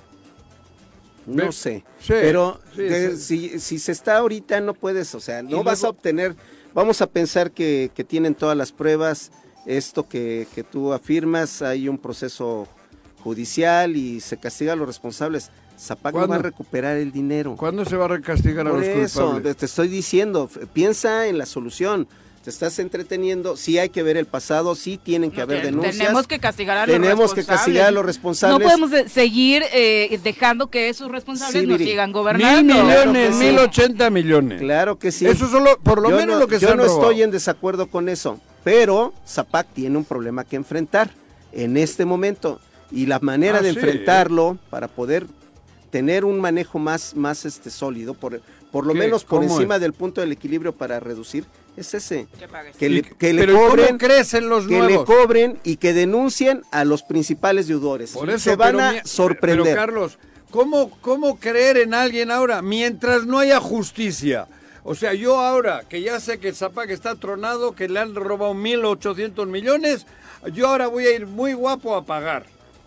No
Ve-
sé,
Sí,
pero
sí,
de-
sí.
Si, si se está ahorita no puedes, o sea, no
luego-
vas a obtener, vamos a pensar que, que tienen todas las pruebas, esto que, que tú afirmas, hay un proceso judicial y se castiga a los responsables. Zapac no
¿Cuándo?
va a recuperar el dinero.
¿Cuándo se va a recastigar a
Por
los
eso,
culpables?
te estoy diciendo, f- piensa en la solución. Te estás entreteniendo, sí hay que ver el pasado, sí tienen que haber denuncias.
Tenemos que castigar a los
Tenemos
responsables.
que castigar a los responsables.
No podemos de- seguir eh, dejando que esos responsables
Sí,
nos
Viri.
sigan
Mil
gobernando.
millones,
que sí.
mil ochenta millones.
Claro que sí.
Eso solo, por lo
Yo
menos
no-
lo que se
Yo
han
no
robado.
estoy en desacuerdo con eso, pero Zapac tiene un problema que enfrentar en este momento y la manera
Ah,
de
sí.
enfrentarlo para poder tener un manejo más, más este sólido, por, por lo
¿Qué?
menos por
¿Cómo
encima
es?
del punto del equilibrio para reducir, es ese.
Que pagues.
Que
Y-
le, que le
pero ¿y cómo
cobren,
crecen los
que
nuevos?
le cobren y que denuncien a los principales deudores.
Por eso,
Se van
pero
a
mi-
sorprender.
Pero Carlos, ¿cómo, ¿cómo creer en alguien ahora mientras no haya justicia? O sea, yo ahora que ya sé que Zapac está tronado, que le han robado mil ochocientos millones, yo ahora voy a ir muy guapo a pagar.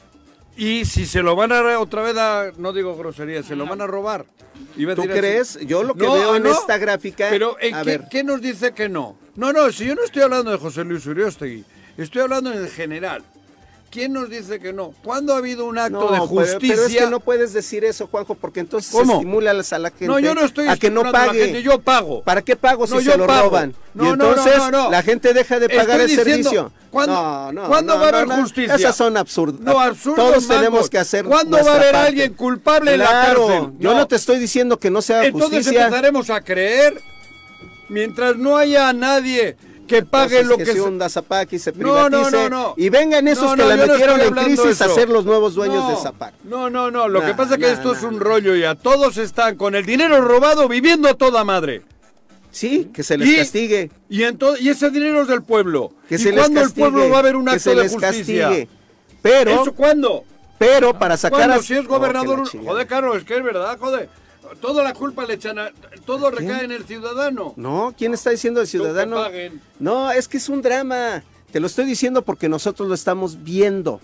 Y si se lo van a otra vez a, no digo grosería, se lo van a robar. Iba a
¿Tú
decir así.
crees? Yo lo que
No,
veo en
no,
esta gráfica,
Pero ¿en
a
qué,
ver,
qué nos dice que no? No, no, si yo no estoy hablando de José Luis Uriostegui, estoy hablando en general. ¿Quién nos dice que no? ¿Cuándo ha habido un acto
no,
de
pero-
justicia?
Pero, es que no puedes decir eso, Juanjo, porque entonces
¿Cómo?
estimula a la, a la gente
No, yo no estoy
a que no
estimulando a la
pague.
gente, yo pago.
¿Para qué pago si
No,
se
yo
lo
pago.
roban?
No,
y
no, no,
entonces
no, no.
la gente deja de pagar
Estoy
el
diciendo,
servicio.
¿cuándo-
no, no,
¿cuándo
no,
va a haber
no, no.
justicia?
Esas son absurdas.
No, absurdos,
Todos tenemos
mangos.
que hacer
¿Cuándo va a
nuestra
haber
parte.
alguien culpable
Claro,
en la cárcel?
yo no te estoy diciendo que no se haga
Entonces
justicia.
empezaremos a creer, mientras no haya nadie que pague
Entonces,
lo
que
que
se
se...
hunda Zapac y se
No,
privatice.
no, no, no.
Y vengan esos
No,
que
no,
la
yo no
metieron
estoy
en
hablando
crisis
de
a
eso.
ser los nuevos dueños
No,
de Zapac.
No, no, no, lo
Nah,
que pasa es que
nah,
esto es
nah,
un
nah.
rollo y a todos están con el dinero robado viviendo a toda madre.
Sí, que se les
Y-
castigue.
Y, ento- y ese dinero es del pueblo.
Que
¿Y
se les
cuándo el
castigue,
pueblo va a haber un
que
acto
se
de
les
justicia?
castigue. Pero,
¿Eso cuándo?
pero para sacar
Cuando
a...
si es
Oh,
gobernador,
que la chingada.
joder, Carlos, es que es verdad, joder. Toda la culpa le echan a, todo recae en el ciudadano.
No, ¿quién está diciendo el ciudadano?
Que paguen.
No, es que es un drama. Te lo estoy diciendo porque nosotros lo estamos viendo.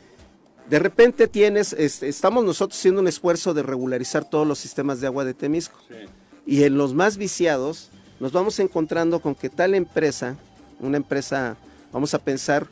De repente tienes, este, estamos nosotros haciendo un esfuerzo de regularizar todos los sistemas de agua de Temisco.
Sí.
Y en los más viciados nos vamos encontrando con que tal empresa, una empresa, vamos a pensar,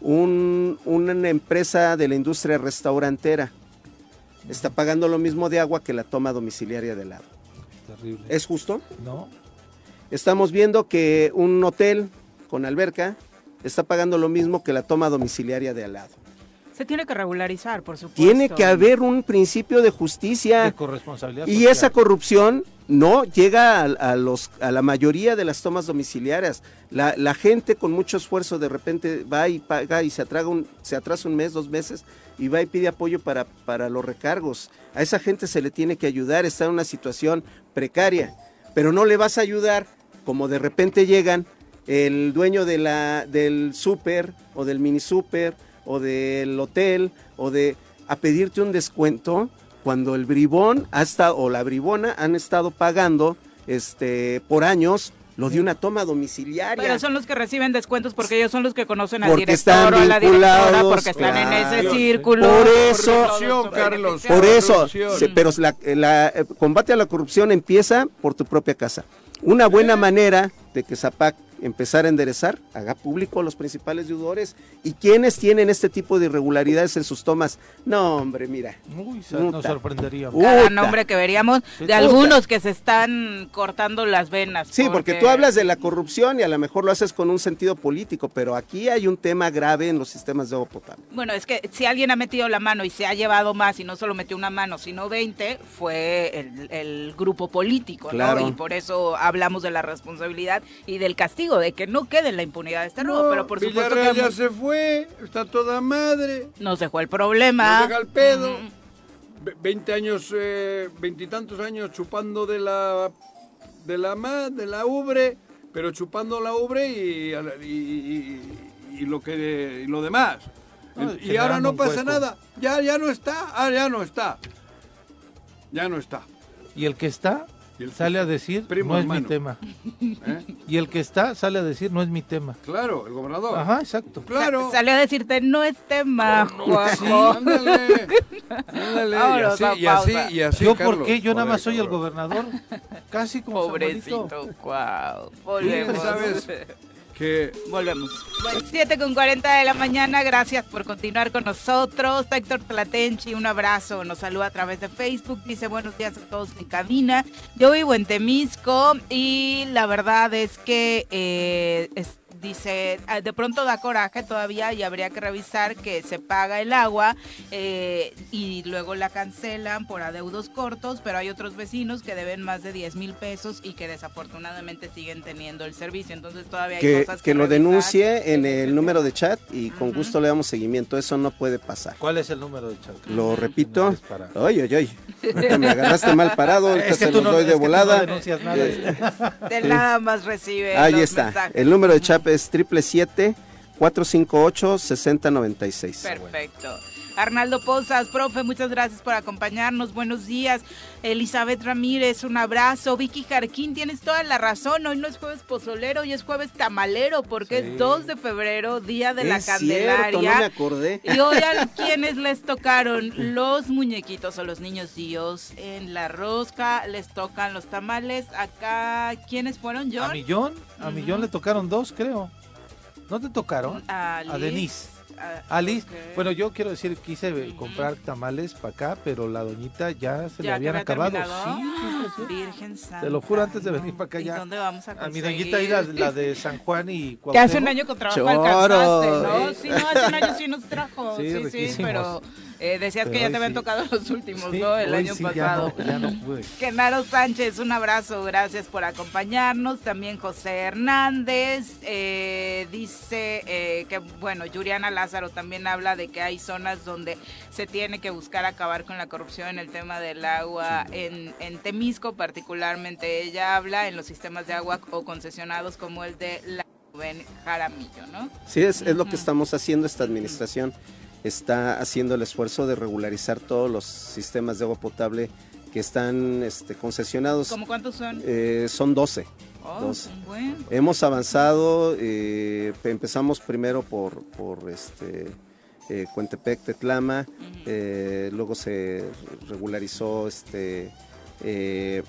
un- una empresa de la industria restaurantera, está pagando lo mismo de agua que la toma domiciliaria de lado.
Terrible.
¿Es justo?
No.
Estamos viendo que un hotel con alberca está pagando lo mismo que la toma domiciliaria de al lado.
Se tiene que regularizar, por supuesto.
Tiene que haber un principio de justicia.
De corresponsabilidad
Y
social.
esa corrupción no llega a, a los, a la mayoría de las tomas domiciliarias. La, la gente con mucho esfuerzo de repente va y paga y se, atraga un, se atrasa un mes, dos meses y va y pide apoyo para, para los recargos. A esa gente se le tiene que ayudar, está en una situación precaria, pero no le vas a ayudar como de repente llegan el dueño de la, del súper o del mini súper o del hotel o de a pedirte un descuento cuando el bribón hasta o la bribona han estado pagando este por años lo de una toma domiciliaria.
Pero son los que reciben descuentos porque ellos son los que conocen al
Porque
director
están
o a la directora,
vinculados,
porque están en ese
claro.
círculo.
Por eso,
Corrupción, Carlos.
por eso,
corrupción.
se- pero la, la, eh, combate a la corrupción empieza por tu propia casa. Una buena manera de que Zapac empezar a enderezar, haga público los principales deudores y quienes tienen este tipo de irregularidades en sus tomas. No, hombre, mira.
Uy, nos sorprendería.
Cada nombre que veríamos de Uta. algunos que se están cortando las venas.
Sí, porque... porque tú hablas de la corrupción y a lo mejor lo haces con un sentido político, pero aquí hay un tema grave en los sistemas de agua potable.
Bueno, es que si alguien ha metido la mano y se ha llevado más y no solo metió una mano, sino veinte, fue el, el grupo político,
claro.
¿no? Y por eso hablamos de la responsabilidad y del castigo, de que no quede en la impunidad de este robo,
no,
pero por supuesto
Villarreal
que...
ya se fue, está toda madre.
Nos dejó el problema.
Nos deja el pedo. Uh-huh. veinte años, eh, veintitantos años chupando de la de la ma, de la ubre, pero chupando la ubre y, y, y, y lo que y lo demás. No, y ahora no pasa nada. Ya ya no está. Ah, ya no está. Ya no está.
Y el que está el sale a decir, no es hermano. mi tema. ¿Eh? Y el que está sale a decir, no es mi tema.
Claro, el gobernador.
Ajá, exacto.
Claro.
Sa sale a decirte, no es tema,
oh, no, sí, ándale. Ándale. Y así, y así, y así,
¿Yo
Carlos,
por qué? Yo
joder,
nada más soy
cabrón.
el gobernador. Casi como
Pobrecito. Wow. Volvemos.
¿Sabes? Que...
Volvemos. Bueno, siete con cuarenta de la mañana, gracias por continuar con nosotros. Héctor Tlatenchi, un abrazo, nos saluda a través de Facebook, dice buenos días a todos en cabina. Yo vivo en Temisco y la verdad es que eh, es, dice, de pronto da coraje todavía y habría que revisar que se paga el agua eh, y luego la cancelan por adeudos cortos, pero hay otros vecinos que deben más de diez mil pesos y que desafortunadamente siguen teniendo el servicio, entonces todavía hay
que,
cosas que
que lo
revisar.
denuncie en el número de chat y con uh-huh. gusto le damos seguimiento, eso no puede pasar.
¿Cuál es el número de chat?
Lo uh-huh. repito, para... oye, oye, oye, me agarraste mal parado, ahorita se los no, doy de volada.
No nada.
De nada más recibe
Ahí
los
está,
mensajes.
El número de chat es triple siete, cuatro cinco ocho, seis cero nueve seis.
Perfecto. Arnaldo Pozas, profe, muchas gracias por acompañarnos, buenos días. Elizabeth Ramírez, un abrazo. Vicky Jarquín, tienes toda la razón, hoy no es jueves pozolero, hoy es jueves tamalero, porque sí. es dos de febrero, día de
es
la Candelaria.
Cierto, no me acordé.
Y hoy a quienes les tocaron los muñequitos o los niños Dios en la rosca, les tocan los tamales. Acá, ¿quiénes fueron, John?
A Millón, a uh-huh. Millón le tocaron dos, creo. ¿No te tocaron?
A,
a Denise.
Uh,
Alice,
okay.
Bueno, yo quiero decir, quise uh-huh. comprar tamales para acá, pero la doñita ya se
¿Ya
le habían acabado.
Terminado?
Sí, sí, sí.
Virgen Santa.
Te lo juro antes de venir para acá
¿Y
ya.
dónde vamos a conseguir?
A mi doñita ir a la de San Juan y Cuauhtémoc.
Que hace un año con trabajo
Choro.
alcanzaste, ¿no? Sí, no, hace un año sí nos trajo.
Sí,
sí, sí, pero eh, decías
pero
que ya te habían
sí.
tocado los últimos,
sí,
¿no? El año
sí,
pasado.
Ya no, ya no pude.
Genaro Sánchez, un abrazo, gracias por acompañarnos. También José Hernández eh, dice eh, que, bueno, Yuriana Lázaro también habla de que hay zonas donde se tiene que buscar acabar con la corrupción en el tema del agua, sí. en, en Temisco particularmente. Ella habla en los sistemas de agua o concesionados como el de la Rubén Jaramillo, ¿no?
Sí, es, es lo que estamos haciendo, esta administración está haciendo el esfuerzo de regularizar todos los sistemas de agua potable que están este, concesionados.
¿Cómo cuántos son?
Eh, son doce.
Oh,
doce.
Bueno.
Hemos avanzado, eh, empezamos primero por, por este, eh, Cuentepec, Tetlama, uh-huh. eh, luego se regularizó este, eh,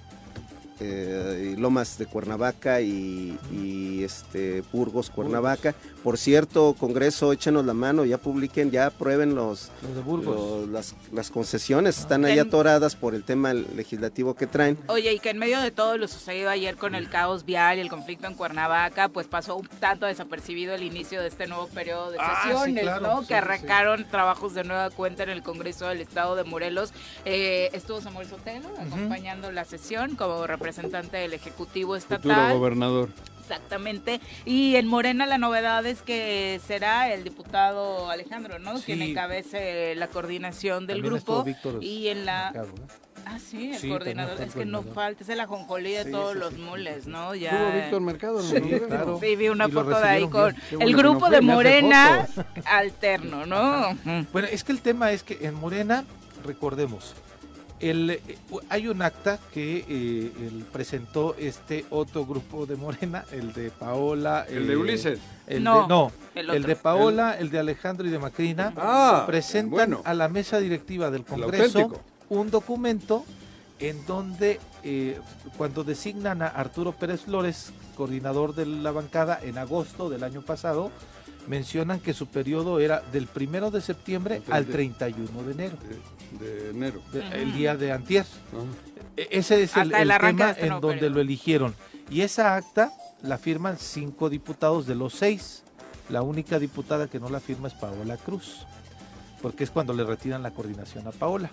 eh, Lomas de Cuernavaca y, y este, Burgos, Cuernavaca. Por cierto, Congreso, échenos la mano, ya publiquen, ya aprueben los,
los de Burgos.
Los, las, las concesiones, ah, están ahí atoradas por el tema legislativo que traen.
Oye, y que en medio de todo lo sucedido ayer con el caos vial y el conflicto en Cuernavaca, pues pasó un tanto desapercibido el inicio de este nuevo periodo de sesiones, ah, sí, claro, ¿no? Sí, que arrancaron sí. trabajos de nueva cuenta en el Congreso del Estado de Morelos. Eh, estuvo Samuel Sotelo uh-huh. acompañando la sesión como representante del Ejecutivo Estatal.
Futuro gobernador.
Exactamente. Y en Morena la novedad es que será el diputado Alejandro, ¿no?
Sí.
Quien encabece la coordinación del
También
grupo.
Víctor
y en la...
Mercado, ¿eh?
Ah, sí, el
sí,
coordinador. Es que no falta, es el ajonjolí de sí, todos los sí. moles, ¿no? Ya...
¿Tuvo Víctor Mercado?
Sí,
¿no?
claro.
Sí, vi una
y
foto de ahí con
bueno
el grupo
no
de
fue,
Morena alterno, ¿no?
Bueno, es que el tema es que en Morena, recordemos, El, eh, hay un acta que eh, el presentó este otro grupo de Morena, el de Paola,
el
eh,
de Ulises,
el
no,
de, no
el,
el de Paola, el... el de Alejandro y de Macrina,
ah,
presentan
bueno.
a la mesa directiva del Congreso un documento en donde eh, cuando designan a Arturo Pérez Flores, coordinador de la bancada, en agosto del año pasado, mencionan que su periodo era del primero de septiembre al treinta y uno de enero.
De, de enero.
De,
Ujú.
El día de antier.
Ah.
E- Ese es el,
Hasta el
el
arranque
tema
de este
en
nuevo
donde
periodo.
lo eligieron. Y esa acta la firman cinco diputados de los seis. La única diputada que no la firma es Paola Cruz, porque es cuando le retiran la coordinación a Paola.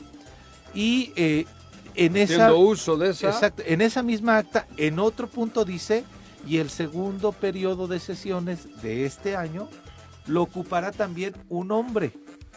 Y eh, en esa,
Haciendo uso de esa.
exacto, en esa misma acta, en otro punto dice, y el segundo periodo de sesiones de este año lo ocupará también un hombre,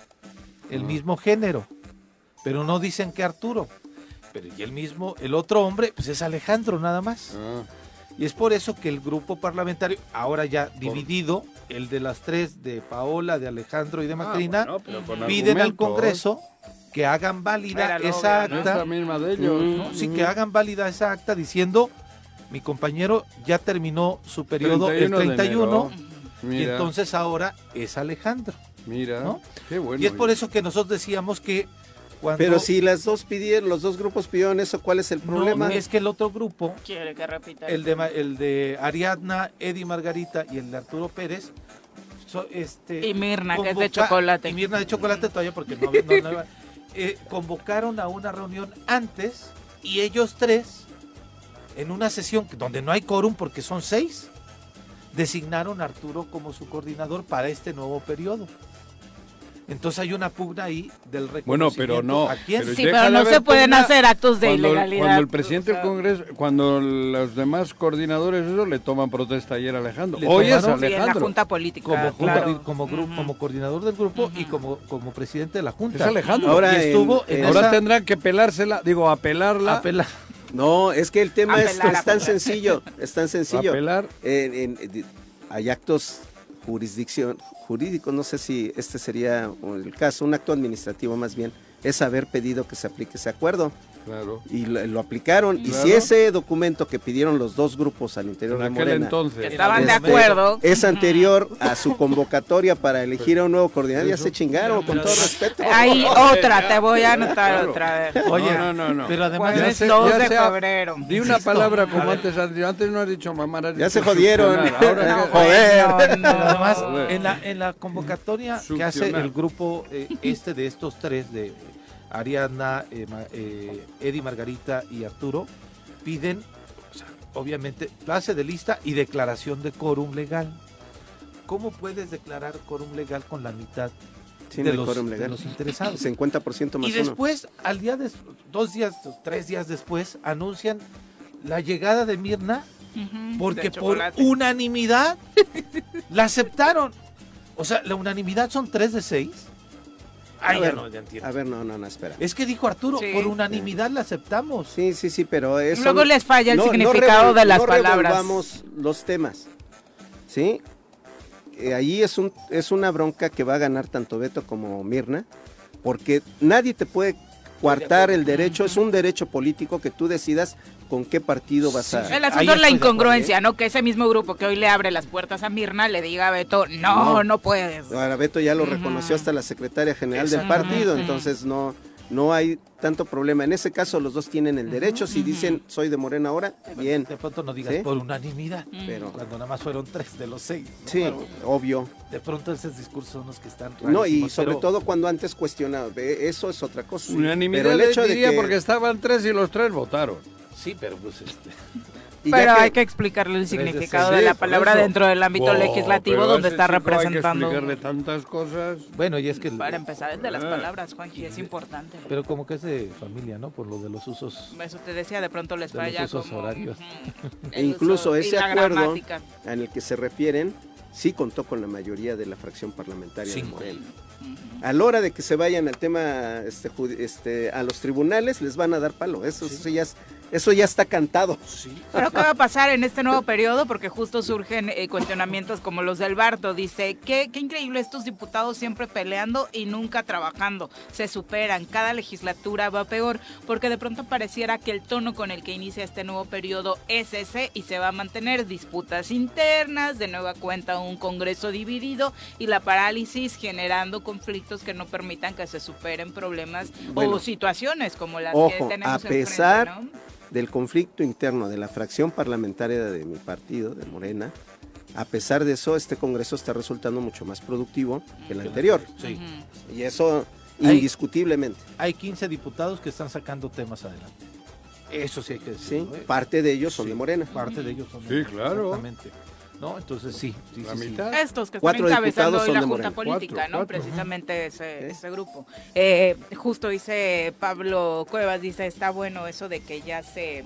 el
Ah.
mismo género, pero no dicen que Arturo, pero y el mismo, el otro hombre, pues es Alejandro nada más.
Ah.
Y es por eso que el grupo parlamentario, ahora ya dividido, el de las tres, de Paola, de Alejandro y de Macrina,
bueno, pero con
piden al
argumentos.
Congreso que hagan válida
Era lo
esa
obvio, ¿no?
acta.
Esa misma de ellos.
¿no? Sí, que hagan válida esa acta diciendo, mi compañero ya terminó su periodo
treinta y uno de
el treinta y uno,
enero.
y
Mira,
entonces ahora es Alejandro.
mira,
¿no?
qué bueno.
Y es por eso que nosotros decíamos que cuando...
Pero si las dos pidieron, los dos grupos pidieron eso, ¿cuál es el
no,
problema?
es que el otro grupo,
Quiere que repita.
el de, Ma- el de Ariadna, Eddie Margarita y el de Arturo Pérez, so- este,
Y Mirna, que es de
convoca-
chocolate.
Y Mirna de chocolate todavía porque no, había- no, no iba- eh, convocaron a una reunión antes y ellos tres, en una sesión que- donde no hay quórum porque son seis, designaron a Arturo como su coordinador para este nuevo periodo. Entonces hay una pugna ahí del reconocimiento.
Bueno, pero no,
¿A quién?
pero
Sí,
déjala
pero no
ver
se pueden
pugna
hacer actos de
cuando,
ilegalidad.
Cuando el presidente
O sea,
del Congreso, cuando los demás coordinadores eso le toman protesta ayer a Alejandro.
Le
Hoy es
tomaron-
sí, en la
Alejandro.
junta política,
como,
claro.
como, como, gru-
Ujú.
como coordinador del grupo y
Ujú.
como, como presidente de la Junta.
Es Alejandro.
Ahora
y estuvo
en-
en,
en-
Ahora
esa
tendrán que pelársela, digo, apelarla.
apela-
No, es que el tema es,
Apelar,
es tan
apelar.
sencillo, es tan sencillo.
Apelar.
En- en- en- hay actos jurisdicción, jurídicos, no sé si este sería el caso, un acto administrativo más bien, es haber pedido que se aplique ese acuerdo.
Claro.
Y lo, lo aplicaron. Y
Claro.
si ese documento que pidieron los dos grupos al interior
En
de
aquel
Morena
entonces.
Que estaban de
Este,
acuerdo.
es anterior a su convocatoria para elegir a un nuevo coordinador, ya
Eso.
se chingaron, con todo respeto.
Hay otra, te voy a anotar
Claro.
otra vez.
Oye,
no, no, no.
pero además
Pues
Ya
es
sé-
dos
ya
de
sea-
febrero.
Di una
Insisto.
palabra
A
como
ver.
antes has dicho. Antes no has dicho mamá. has
Ya
dicho
se jodieron.
succionar. Ahora
No,
que-
Joder.
bueno, no.
Pero además,
Joder.
en la, en la convocatoria que hace
Succionar.
el grupo eh, este de estos tres, de Ariadna, eh, Ma- eh, Eddie, Margarita y Arturo, piden, o sea, obviamente, clase de lista y declaración de quórum legal. ¿Cómo puedes declarar quórum legal con la mitad
Sí,
de,
no hay
los,
quórum
de
legal.
los interesados?
cincuenta por ciento más
Y
uno.
después, al día de, dos días, tres días después, anuncian la llegada de Mirna
Ujú,
porque
de
por
chocolate.
unanimidad la aceptaron. O sea, la unanimidad son tres de seis.
A
Ay, ya
ver,
no, ya entiendo.
a ver, no, no, no, espera.
Es que dijo Arturo,
Sí.
por unanimidad la aceptamos.
Sí, sí, sí, pero eso...
Luego les falla el
no- no
significado
revol-
de las
no
palabras.
revolvamos los temas, ¿sí? Eh, ahí es, un, es una bronca que va a ganar tanto Beto como Mirna, porque nadie te puede coartar el derecho, es un derecho político que tú decidas con qué partido vas a...
El
Ahí
asunto es la
estoy de
incongruencia, ¿no? Que ese mismo grupo que hoy le abre las puertas a Mirna le diga a Beto, no, no,
No.
puedes.
Ahora Beto ya lo
Ujú.
reconoció hasta la secretaria general del
Exacto.
partido,
Ujú.
entonces no, no hay tanto problema. En ese caso los dos tienen el derecho, si dicen soy de Morena ahora, bien,
De pronto no digas
¿Sí?
por unanimidad,
pero
cuando nada más fueron tres de los seis. ¿no?
sí,
Pero
obvio.
de pronto esos discursos son los que están
No, y
rarísimos,
sobre
pero-
todo cuando antes cuestionaba, ve, eso es otra cosa.
Unanimidad
Pero el hecho de
diría
que...
porque estaban tres y los tres votaron.
Sí, pero pues este...
y ya
Pero
que-
hay que explicarle el
Tres de
significado
seis.
de la
Sí, por
palabra
eso.
dentro del ámbito
Wow,
legislativo
pero a
donde
ese
está
chico
representando.
Hay que explicarle tantas cosas.
Bueno, y es que...
Para empezar, el de las
Ah.
palabras, Juanji, es importante.
Pero como que es de familia, ¿no? Por lo de los usos...
Eso te decía, de pronto les
De los
falla
usos
como...
horarios.
ujú,
E
el
incluso
uso y
ese
la
acuerdo
gramática.
en el que se refieren, sí contó con la mayoría de la fracción parlamentaria
Cinco.
de Morena.
Ujú.
A la hora de que se vayan al tema, este, judi- este, a los tribunales, les van a dar palo. Eso,
Sí.
eso ya es Eso ya está cantado.
¿Pero qué va a pasar en este nuevo periodo? Porque justo surgen eh, cuestionamientos como los del Barto. Dice, qué, qué increíble estos diputados siempre peleando y nunca trabajando. Se superan, cada legislatura va peor, porque de pronto pareciera que el tono con el que inicia este nuevo periodo es ese y se va a mantener disputas internas, de nueva cuenta un Congreso dividido y la parálisis generando conflictos que no permitan que se superen problemas
Bueno,
o situaciones como las
ojo,
que tenemos
a pesar
enfrente, ¿no?
del conflicto interno de la fracción parlamentaria de mi partido, de Morena, a pesar de eso, este Congreso está resultando mucho más productivo que el anterior.
Sí.
Y eso
Hay-
indiscutiblemente.
Hay quince diputados que están sacando temas adelante. Eso sí hay que
Sí,
decirlo. ¿eh?
parte de ellos son
Sí,
de Morena.
Parte de ellos son de
Sí,
Morena,
claro.
Exactamente. ¿No? Entonces sí. sí,
La
sí, sí.
mitad.
Estos que están
Cuatro
encabezando
diputados
hoy
son
la
de
Junta
Morena.
Política,
Cuatro,
¿no?
cuatro.
Precisamente ese,
¿Eh?
ese grupo. Eh, justo dice Pablo Cuevas, dice, está bueno eso de que ya se...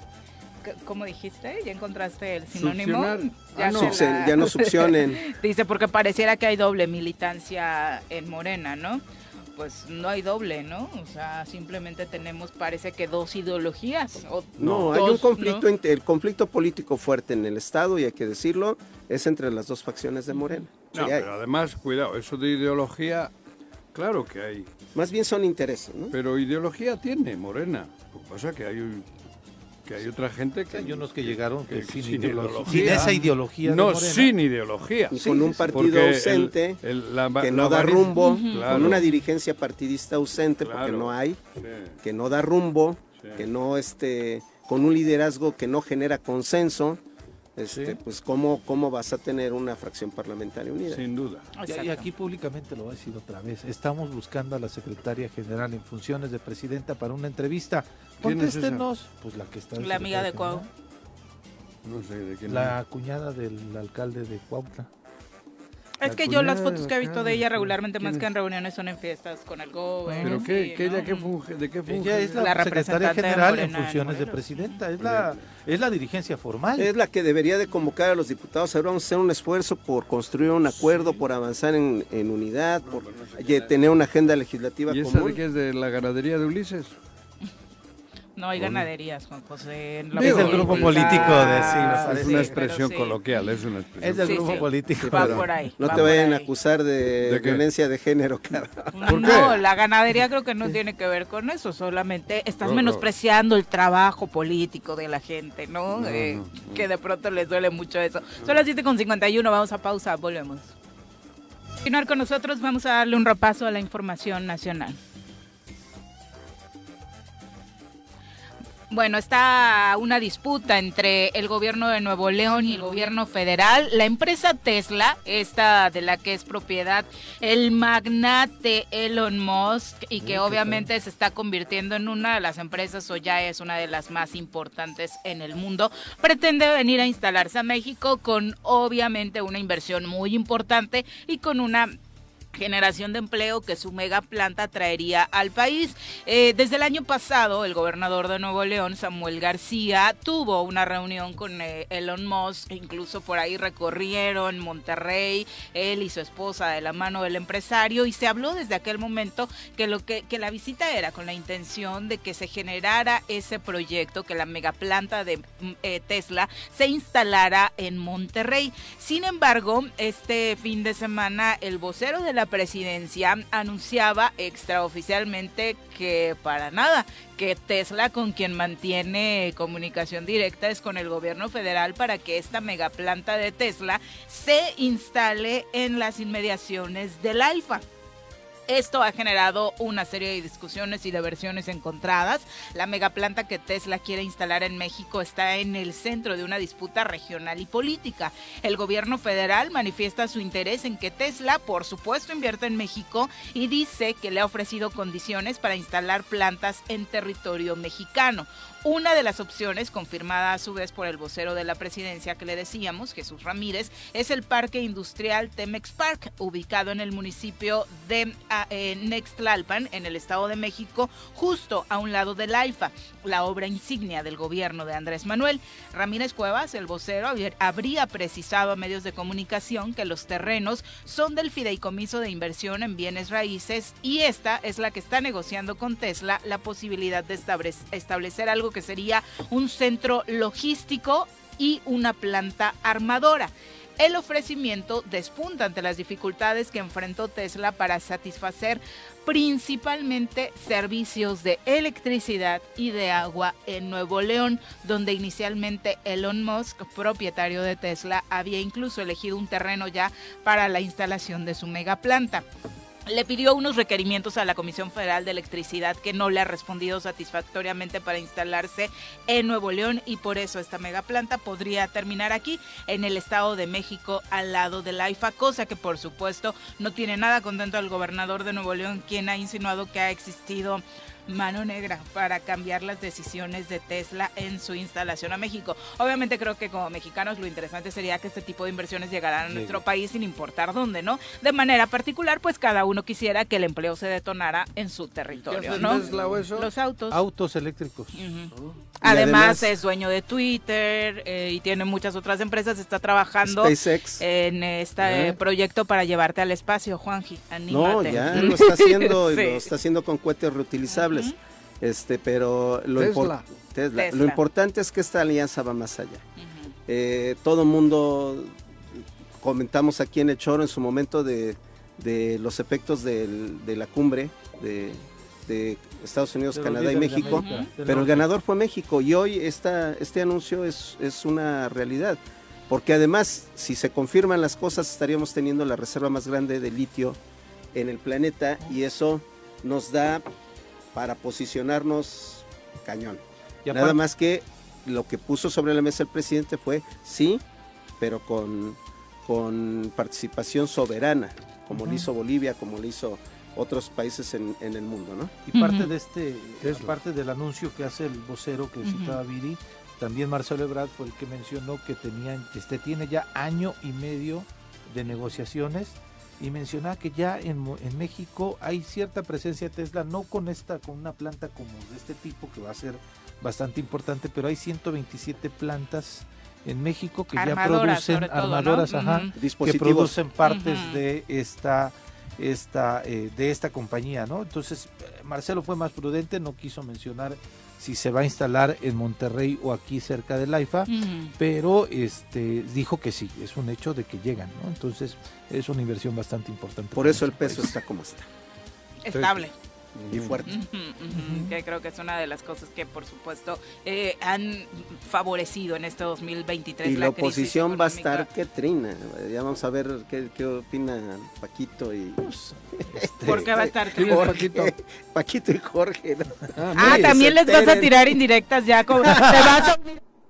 c- ¿Cómo dijiste? ¿Ya encontraste el sinónimo?
Succionar.
Ya,
Ah, no.
se
Sucen- ya no succionen.
Dice, porque pareciera que hay doble militancia en Morena, ¿no? Pues no hay doble, ¿no? O sea, simplemente tenemos, parece que dos ideologías. O
No, hay
dos,
un conflicto,
¿no?
inter- el conflicto político fuerte en el Estado, y hay que decirlo, es entre las dos facciones de Morena.
No,
Sí hay.
pero además, cuidado, eso de ideología, claro que hay.
Más bien son intereses, ¿no?
Pero ideología tiene Morena. Lo que pasa es que hay, un- que hay otra gente que...
Hay unos que llegaron que
que
sin,
sin
ideología,
ideología.
sin esa ideología de
No,
Morena.
sin ideología.
Y con un partido
Porque el-
ausente,
el- la-
que
la
no da
variz-
rumbo,
Claro.
con una dirigencia partidista ausente, porque
Claro.
no hay,
Sí.
que no da rumbo,
Sí.
que no, este, con un liderazgo que no genera consenso, este,
Sí.
pues ¿cómo, cómo vas a tener una fracción parlamentaria unida.
Sin duda.
Y- Y
Exacto.
aquí públicamente lo voy a decir otra vez. Estamos buscando a la secretaria general en funciones de presidenta para una entrevista.
¿Quién es esa?
Contéstenos. Pues la que está.
La amiga de
secretaria
Cuau.
No sé de quién
general. La cuñada del alcalde de Cuautla.
Es
La
que yo las
cuñada
fotos
de
que he visto
acá,
de ella regularmente
¿quién
más que
es?
en reuniones son en fiestas con el gobierno.
¿Pero qué, que ella qué funge, de qué funge?
Ella es la,
La
secretaria
representante de
general
Morena
en
en
funciones de
Morelos.
presidenta. Es la, es la dirigencia formal.
Es la que debería de convocar a los diputados. Ahora vamos a hacer un esfuerzo por construir un acuerdo, por avanzar en, en unidad, por eh, tener una agenda legislativa
¿Y esa
común.
de qué es de la ganadería de Ulises?
No hay ganaderías, Juan José. en la
Es del grupo político de- sí, me
Es
parece.
una
Sí,
expresión
pero sí.
coloquial, es una expresión.
Es del
Sí,
grupo
sí.
político.
Va
pero
por ahí.
No
va
te
por
vayan a
ahí.
acusar de,
¿De qué?
violencia de género, cara.
¿Por
No,
qué?
la ganadería creo que no tiene que ver con eso, solamente estás
No, no.
menospreciando el trabajo político de la gente, ¿no?
No,
Eh,
no, no.
Que de pronto les duele mucho eso. Son las siete con cincuenta y uno, vamos a pausa, volvemos. Continuar con nosotros, vamos a darle un repaso a la información nacional. Bueno, está una disputa entre el gobierno de Nuevo León y el gobierno federal. La empresa Tesla, esta de la que es propiedad el magnate Elon Musk y que obviamente se está convirtiendo en una de las empresas o ya es una de las más importantes en el mundo, pretende venir a instalarse a México con obviamente una inversión muy importante y con una generación de empleo que su mega planta traería al país. Eh, desde el año pasado, el gobernador de Nuevo León, Samuel García, tuvo una reunión con eh, Elon Musk, incluso por ahí recorrieron Monterrey, él y su esposa de la mano del empresario, y se habló desde aquel momento que, lo que, que la visita era con la intención de que se generara ese proyecto, que la mega planta de eh, Tesla se instalara en Monterrey. Sin embargo, este fin de semana, el vocero de la presidencia anunciaba extraoficialmente que para nada, que Tesla con quien mantiene comunicación directa es con el gobierno federal para que esta megaplanta de Tesla se instale en las inmediaciones del AIFA. Esto ha generado una serie de discusiones y de versiones encontradas. La megaplanta que Tesla quiere instalar en México está en el centro de una disputa regional y política. El gobierno federal manifiesta su interés en que Tesla, por supuesto, invierta en México y dice que le ha ofrecido condiciones para instalar plantas en territorio mexicano. Una de las opciones, confirmada a su vez por el vocero de la presidencia que le decíamos, Jesús Ramírez, es el Parque Industrial Temex Park, ubicado en el municipio de a, en Nextlalpan, en el Estado de México, justo a un lado del AIFA, la obra insignia del gobierno de Andrés Manuel. Ramírez Cuevas, el vocero, habría precisado a medios de comunicación que los terrenos son del Fideicomiso de Inversión en Bienes Raíces y esta es la que está negociando con Tesla la posibilidad de establecer algo que sería un centro logístico y una planta armadora. El ofrecimiento despunta ante las dificultades que enfrentó Tesla para satisfacer principalmente servicios de electricidad y de agua en Nuevo León, donde inicialmente Elon Musk, propietario de Tesla, había incluso elegido un terreno ya para la instalación de su megaplanta. Le pidió unos requerimientos a la Comisión Federal de Electricidad que no le ha respondido satisfactoriamente para instalarse en Nuevo León y por eso esta megaplanta podría terminar aquí en el Estado de México al lado del AIFA, cosa que por supuesto no tiene nada contento al gobernador de Nuevo León, quien ha insinuado que ha existido mano negra para cambiar las decisiones de Tesla en su instalación a México. Obviamente creo que como mexicanos lo interesante sería que este tipo de inversiones llegaran a sí. nuestro país sin importar dónde, ¿no? De manera particular, pues cada uno quisiera que el empleo se detonara en su territorio, ¿no?
Tesla o eso?
Los autos.
Autos eléctricos.
Uh-huh. Uh-huh. Además, además es dueño de Twitter eh, y tiene muchas otras empresas. Está trabajando
SpaceX.
en este eh, proyecto para llevarte al espacio, Juanji. Anímate.
No, ya lo está haciendo, sí. lo está haciendo con cohetes reutilizables. Uh-huh. Este, pero lo,
Tesla.
Impor- Tesla.
Tesla.
Lo importante es que esta alianza va más allá. Uh-huh. Eh, todo mundo comentamos aquí en el Choro en su momento de, de los efectos del, de la cumbre de, de Estados Unidos, de Canadá y México, uh-huh. pero el ganador fue México y hoy esta, este anuncio es, es una realidad, porque además si se confirman las cosas estaríamos teniendo la reserva más grande de litio en el planeta y eso nos da para posicionarnos cañón. Nada más que lo que puso sobre la mesa el presidente fue sí, pero con, con participación soberana, como uh-huh. lo hizo Bolivia, como lo hizo otros países en, en el mundo, ¿no?
Y parte uh-huh. de este, es parte del anuncio que hace el vocero que uh-huh. citaba Viri, también Marcelo Ebrard fue el que mencionó que tenían, este tiene ya año y medio de negociaciones. Y mencionaba que ya en, en México hay cierta presencia de Tesla, no con esta, con una planta como de este tipo que va a ser bastante importante, pero hay ciento veintisiete plantas en México que armadoras, ya producen armadoras, todo, ¿no? Ajá, uh-huh. que producen partes uh-huh. de esta, esta, eh, de esta compañía, ¿no? Entonces Marcelo fue más prudente, no quiso mencionar si se va a instalar en Monterrey o aquí cerca del AIFA, uh-huh. pero este dijo que sí, es un hecho de que llegan, ¿no? Entonces es una inversión bastante importante.
Por eso el peso país. Está como está.
Estable.
Y fuerte.
Uh-huh, uh-huh, uh-huh. Que creo que es una de las cosas que por supuesto eh, han favorecido en este dos mil veintitrés.
Y
la,
la oposición va a
económica.
estar que trina, ya vamos a ver qué, qué opina Paquito y...
Este, ¿Por qué va a estar trina?
Paquito? Paquito y Jorge, ¿no?
Ah, ah también les vas a tirar indirectas ya, como te vas a...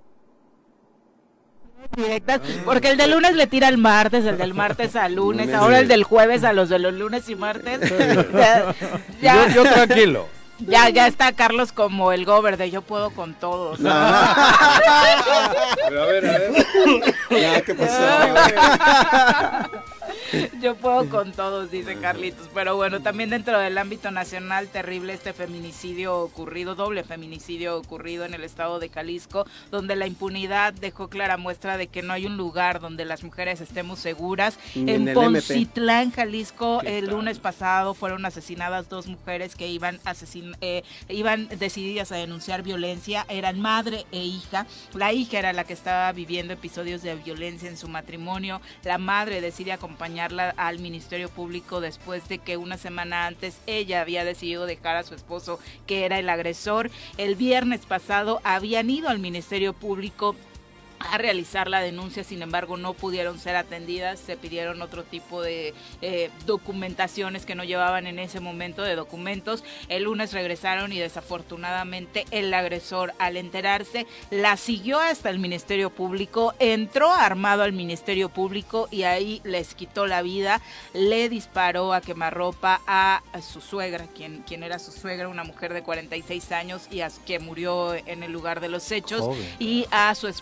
directas, porque el de lunes le tira al martes, el del martes al lunes, no ahora el del jueves a los de los lunes y martes. ya, ya,
yo, yo tranquilo.
Ya, ya está Carlos como el gober de yo puedo con todos.
No. Pero a ver, a ver. Ya, ¿qué pasó?
Yo puedo con todos, dice Carlitos. Pero bueno, también dentro del ámbito nacional, terrible este feminicidio ocurrido, doble feminicidio ocurrido en el estado de Jalisco, donde la impunidad dejó clara muestra de que no hay un lugar donde las mujeres estemos seguras. En, en Poncitlán, Jalisco, el lunes pasado fueron asesinadas dos mujeres que iban, asesin eh, iban decididas a denunciar violencia. Eran madre e hija. La hija era la que estaba viviendo episodios de violencia en su matrimonio. La madre decide acompañar al Ministerio Público después de que una semana antes ella había decidido dejar a su esposo, que era el agresor. El viernes pasado habían ido al Ministerio Público a realizar la denuncia, sin embargo no pudieron ser atendidas, se pidieron otro tipo de eh, documentaciones que no llevaban en ese momento de documentos. El lunes regresaron y desafortunadamente el agresor, al enterarse, la siguió hasta el Ministerio Público, entró armado al Ministerio Público y ahí les quitó la vida, le disparó a quemarropa a, a su suegra, quien, quien era su suegra, una mujer de cuarenta y seis años y a, que murió en el lugar de los hechos, Joder. Y a su esposa de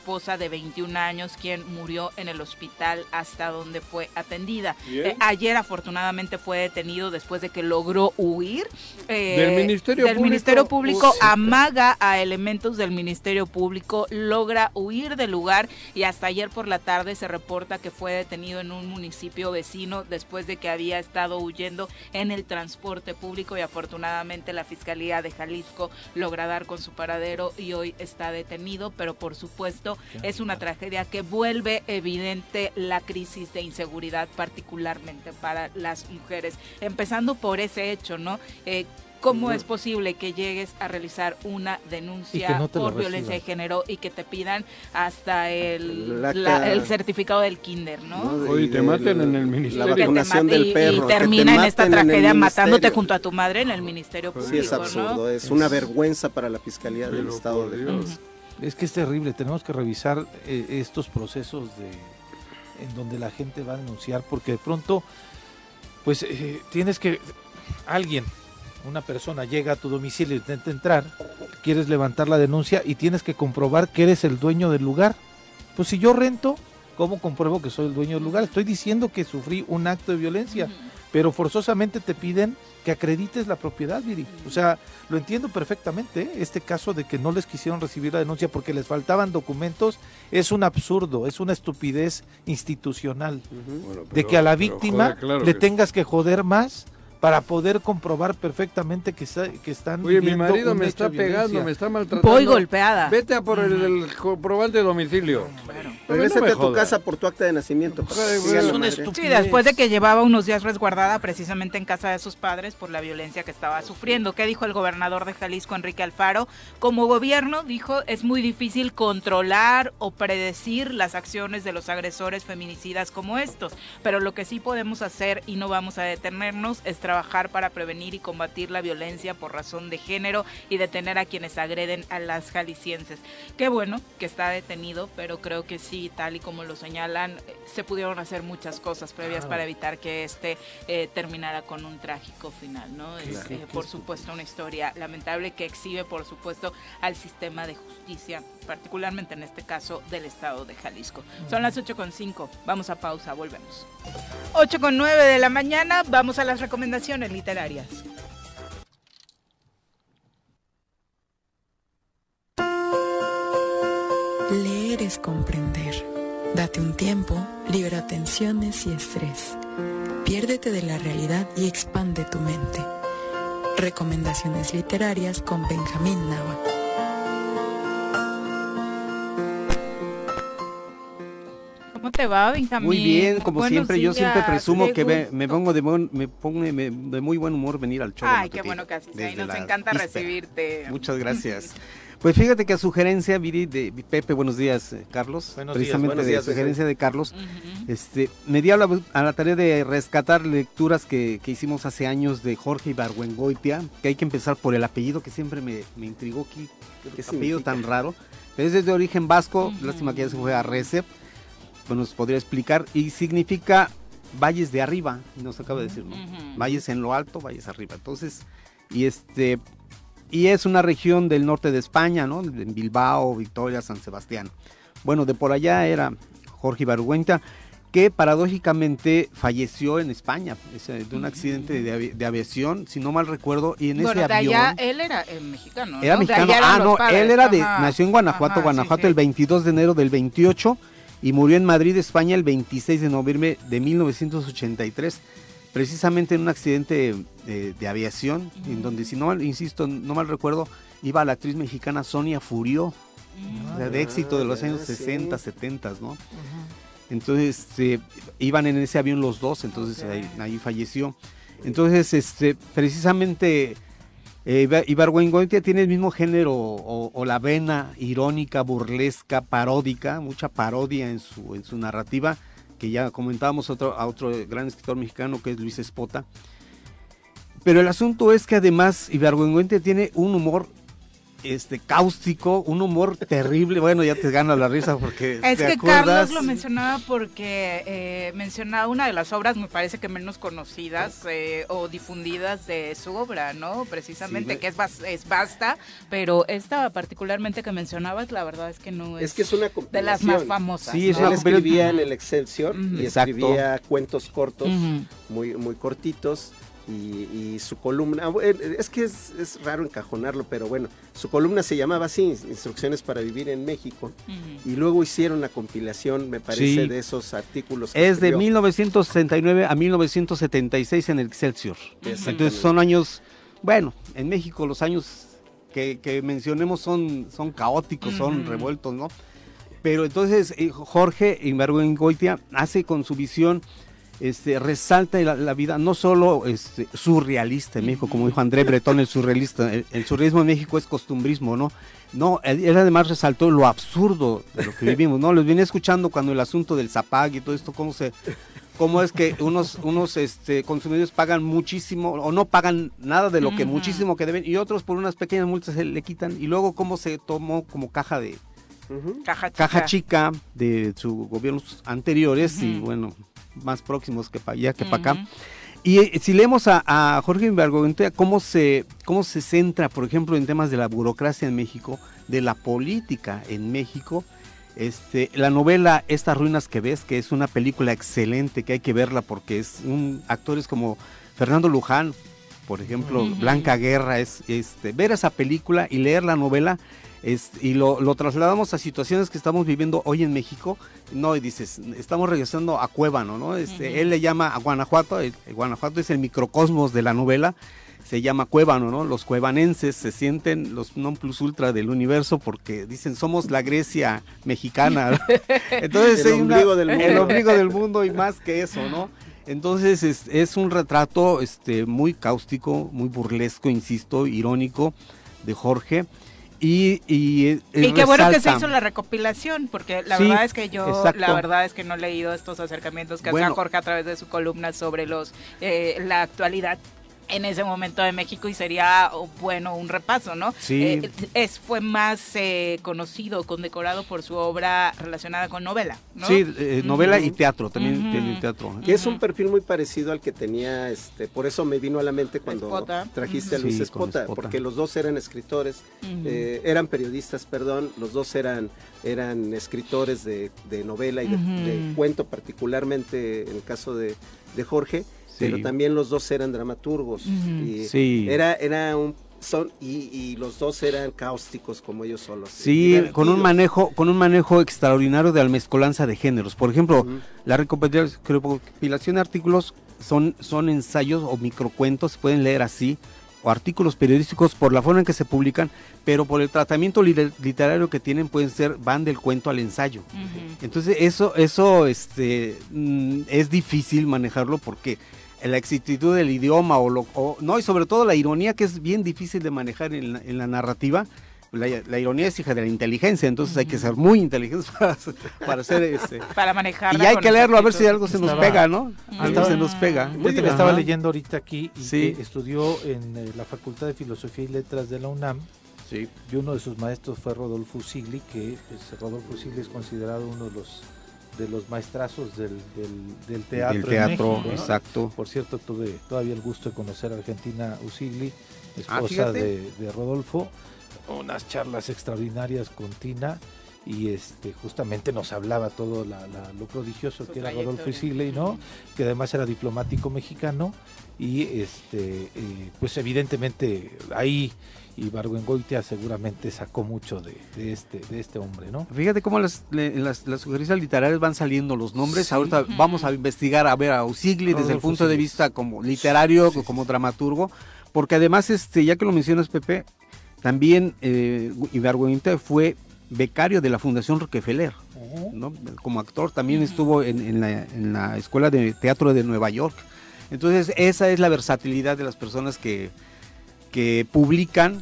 veintiún años, quien murió en el hospital hasta donde fue atendida. Eh, ayer afortunadamente fue detenido después de que logró huir eh,
del Ministerio
del
Público.
Ministerio Público,
Uy,
amaga a elementos del Ministerio Público, logra huir del lugar y hasta ayer por la tarde se reporta que fue detenido en un municipio vecino después de que había estado huyendo en el transporte público y afortunadamente la Fiscalía de Jalisco logra dar con su paradero y hoy está detenido, pero por supuesto es una tragedia que vuelve evidente la crisis de inseguridad, particularmente para las mujeres, empezando por ese hecho, ¿no? Eh, ¿Cómo es posible que llegues a realizar una denuncia
no
por violencia de género y que te pidan hasta el, la, la, el certificado del kinder, ¿no?
no Oye, te maten en el ministerio.
La vacunación
mate,
del perro.
Y, y termina en esta tragedia matándote
ministerio.
junto a tu madre en el Ministerio Público.
Sí, es absurdo, ¿no? Es una vergüenza para la Fiscalía Pero del Estado de Jalisco.
Es que es terrible, tenemos que revisar eh, estos procesos de en donde la gente va a denunciar, porque de pronto, pues eh, tienes que, alguien, una persona llega a tu domicilio e intenta entrar, quieres levantar la denuncia y tienes que comprobar que eres el dueño del lugar. Pues si yo rento, ¿cómo compruebo que soy el dueño del lugar? Estoy diciendo que sufrí un acto de violencia, uh-huh. pero forzosamente te piden que acredites la propiedad, Viri. O sea, lo entiendo perfectamente, ¿eh? Este caso de que no les quisieron recibir la denuncia porque les faltaban documentos es un absurdo, es una estupidez institucional. Uh-huh. Bueno, pero, de que a la víctima joder, claro le que... tengas que joder más para poder comprobar perfectamente que, está, que están
Oye, mi marido me está pegando, me está maltratando.
Voy golpeada.
Vete a por el, el comprobante de domicilio. Bueno,
regrésate no a tu casa por tu acta de nacimiento.
Ay, bueno, es sí, después de que llevaba unos días resguardada precisamente en casa de sus padres por la violencia que estaba sufriendo. ¿Qué dijo el gobernador de Jalisco, Enrique Alfaro? Como gobierno, dijo, es muy difícil controlar o predecir las acciones de los agresores feminicidas como estos, pero lo que sí podemos hacer y no vamos a detenernos es trabajar para prevenir y combatir la violencia por razón de género y detener a quienes agreden a las jaliscienses. Qué bueno que está detenido, pero creo que sí, tal y como lo señalan, se pudieron hacer muchas cosas previas ah. para evitar que este eh, terminara con un trágico final, ¿no? Es, claro. eh, por supuesto, una historia lamentable que exhibe, por supuesto, al sistema de justicia, particularmente en este caso del estado de Jalisco. Son las ocho con cinco, vamos a pausa, volvemos. ocho con nueve de la mañana, vamos a las recomendaciones literarias.
Leer es comprender. Date un tiempo, libera tensiones y estrés. Piérdete de la realidad y expande tu mente. Recomendaciones literarias con Benjamín Nava.
¿Cómo te va, Benjamín?
Muy bien, como
Buenos
siempre,
días.
yo siempre presumo
Qué
que me,
gusto.
me pongo de buen, me pongo de, de muy buen humor venir al show.
Ay, qué bueno que así sea, y nos
la
encanta
víspera.
recibirte.
Muchas gracias. Pues fíjate que a sugerencia, Viri, de Pepe, buenos días, eh, Carlos.
Buenos
precisamente
días, buenos
de
días,
sugerencia
Pepe.
de Carlos,
Uh-huh.
este, me di a la, a la tarea de rescatar lecturas que, que hicimos hace años de Jorge Ibargüengoitia, que hay que empezar por el apellido que siempre me, me intrigó, que, que es apellido tan raro, pero es de origen vasco, uh-huh. Lástima que ya se fue a Recep, pues nos podría explicar, y significa valles de arriba, nos acaba de decir, ¿no? Uh-huh. Valles en lo alto, valles arriba, entonces, y este... Y es una región del norte de España, ¿no? En Bilbao, Vitoria, San Sebastián. Bueno, de por allá era Jorge Ibargüengoitia, que paradójicamente falleció en España, de un accidente de, avi de aviación, si no mal recuerdo, y en
bueno,
ese
de
avión...
allá él era eh, mexicano, ¿no?
Era mexicano, ah, no, él era de, nació en Guanajuato,
Ajá,
Guanajuato
sí, sí.
el veintidós de enero del veintiocho, y murió en Madrid, España, el veintiséis de noviembre de mil novecientos ochenta y tres, precisamente en un accidente de, de aviación, uh-huh. en donde, si no mal, insisto, no mal recuerdo, iba la actriz mexicana Sonia Furió, uh-huh. o sea, de éxito de los años sesenta, setenta, ¿no? Uh-huh. Entonces, eh, iban en ese avión los dos, entonces okay. ahí, ahí falleció. Entonces, este, precisamente, eh, Ibargüengoitia tiene el mismo género, o, o la vena irónica, burlesca, paródica, mucha parodia en su, en su narrativa, que ya comentábamos otro, a otro gran escritor mexicano que es Luis Espota. Pero el asunto es que además Ibargüengoitia tiene un humor este cáustico, un humor terrible. Bueno, ya te gana la risa porque
es
te
que
acuerdas.
Carlos lo mencionaba porque eh, mencionaba una de las obras, me parece que menos conocidas eh, o difundidas de su obra, ¿no? Precisamente,
Sí,
que es, bas- es vasta, pero esta particularmente que mencionabas, la verdad es que no es,
Es que es una
de las más famosas.
Sí, es
¿no?
Él
una
escribía en el Excelsior
Ujú.
y
Exacto.
escribía cuentos cortos,
Ujú.
muy, muy cortitos, y, y su columna, bueno, es que es, es raro encajonarlo, pero bueno, su columna se llamaba así, Instrucciones para Vivir en México,
Ujú.
y luego hicieron la compilación, me parece,
Sí.
de esos artículos. que
Es de
escribió.
mil novecientos sesenta y nueve a mil novecientos setenta y seis en el Excelsior.
Exactamente.
Entonces son años, bueno, en México los años que, que mencionemos son, son caóticos, son
Ujú.
revueltos, ¿no? Pero entonces eh, Jorge Ibargüengoitia hace con su visión, este, resalta la, la vida no solo este, surrealista en México, como dijo André Breton, el surrealista, el, el surrealismo en México es costumbrismo, ¿no? No, él, él además resaltó lo absurdo de lo que vivimos, ¿no? Los venía escuchando cuando el asunto del Zapag y todo esto, cómo se... cómo es que unos unos este consumidores pagan muchísimo o no pagan nada de lo que
Ujú.
muchísimo que deben y otros por unas pequeñas multas se le quitan y luego cómo se tomó como caja de
Ujú.
Caja chica.
caja chica de sus gobiernos anteriores y
Ujú.
bueno, más próximos que para allá que para acá.
Ujú.
Y eh, si leemos a, a Jorge Ibargüengoitia, cómo se, cómo se centra, por ejemplo, en temas de la burocracia en México, de la política en México, este, la novela Estas ruinas que ves, que es una película excelente, que hay que verla porque es un actores como Fernando Luján, por ejemplo,
Ujú.
Blanca Guerra, es este, ver esa película y leer la novela. Es, y lo, lo trasladamos a situaciones que estamos viviendo hoy en México, no, y dices, estamos regresando a Cuébano, ¿no? Este,
Ujú.
Él le llama a Guanajuato, el, el Guanajuato es el microcosmos de la novela, se llama Cuébano, ¿no? Los cuevanenses se sienten los non plus ultra del universo porque dicen, somos la Grecia mexicana. Entonces,
El
hay una-
ombligo del mundo.
el ombligo del mundo y más que eso, ¿no? Entonces, es, es un retrato este, muy cáustico, muy burlesco, insisto, irónico de Jorge. Y, y, eh,
Y qué bueno que se
resalta-
hizo la recopilación, porque la
Sí,
verdad es que yo,
exacto.
la verdad es que no he leído estos acercamientos que
Bueno.
hacía Jorge a través de su columna sobre los eh, la actualidad en ese momento de México y sería oh, bueno un repaso, ¿no?
Sí.
Eh, es fue más eh, conocido, condecorado por su obra relacionada con novela, ¿no?
Sí, eh, novela
Ujú.
y teatro, también
Ujú.
tiene teatro.
Que es un perfil muy parecido al que tenía, este, por eso me vino a la mente cuando
Espota.
trajiste a
Ujú.
Luis
Sí, con
Espota,
Espota.
porque los dos eran escritores,
Ujú.
eh, eran periodistas, perdón, los dos eran, eran escritores de, de novela y de,
Ujú.
de cuento, particularmente en el caso de, de Jorge,
Sí.
pero también los dos eran dramaturgos.
Ujú.
Y
Sí.
Era, era un... Son, y, y los dos eran cáusticos como ellos solos.
Sí,
divertidos.
con un manejo, con un manejo extraordinario de la mezcolanza de géneros. Por ejemplo,
Ujú.
la recopila- recopilación de artículos son, son ensayos o microcuentos, se pueden leer así, o artículos periodísticos por la forma en que se publican, pero por el tratamiento li- literario que tienen pueden ser, van del cuento al ensayo.
Ujú.
Entonces eso, eso este, mm, es difícil manejarlo porque la exactitud del idioma o, lo, o no, y sobre todo la ironía, que es bien difícil de manejar en la, en la narrativa. La, la ironía es hija de la inteligencia, entonces hay que ser muy inteligentes para, para hacer este.
Para manejarla
Y hay
con
que leerlo a ver
exactitud.
si algo se nos
Estaba-
pega, ¿no? Algo
Estaba-
se nos pega.
Fíjate que estaba
Ajá.
leyendo ahorita aquí y
Sí.
que estudió en eh, la Facultad de Filosofía y Letras de la UNAM.
Sí.
Y uno de sus maestros fue Rodolfo Usigli, que pues, Rodolfo Usigli es considerado uno de los de los maestrazos del, del, del teatro.
Del
en
teatro,
México, ¿no?
exacto.
Por cierto, tuve todavía el gusto de conocer a Argentina Usigli,
Ah,
esposa
fíjate.
de, de Rodolfo. Unas charlas extraordinarias con Tina y este justamente nos hablaba todo la, la- lo prodigioso
Su
que era Rodolfo
trayectoria.
Usigli, ¿no? Que además era diplomático mexicano y este eh, pues evidentemente ahí Ibargüengoitia seguramente sacó mucho de, de este de este hombre, ¿no?
Fíjate cómo las, le- las, las sugerencias literarias van saliendo los nombres.
Sí.
Ahorita
Ujú.
vamos a investigar a ver a Usigli desde el
Rodolfo
punto de
Usigli.
vista como literario,
Sí, sí,
como
sí.
dramaturgo, porque además, este, ya que lo mencionas, Pepe, también eh, Ibargüengoitia fue becario de la Fundación Rockefeller, ¿no? Como actor también estuvo en, en la, en la Escuela de Teatro de Nueva York. Entonces esa es la versatilidad de las personas que, que publican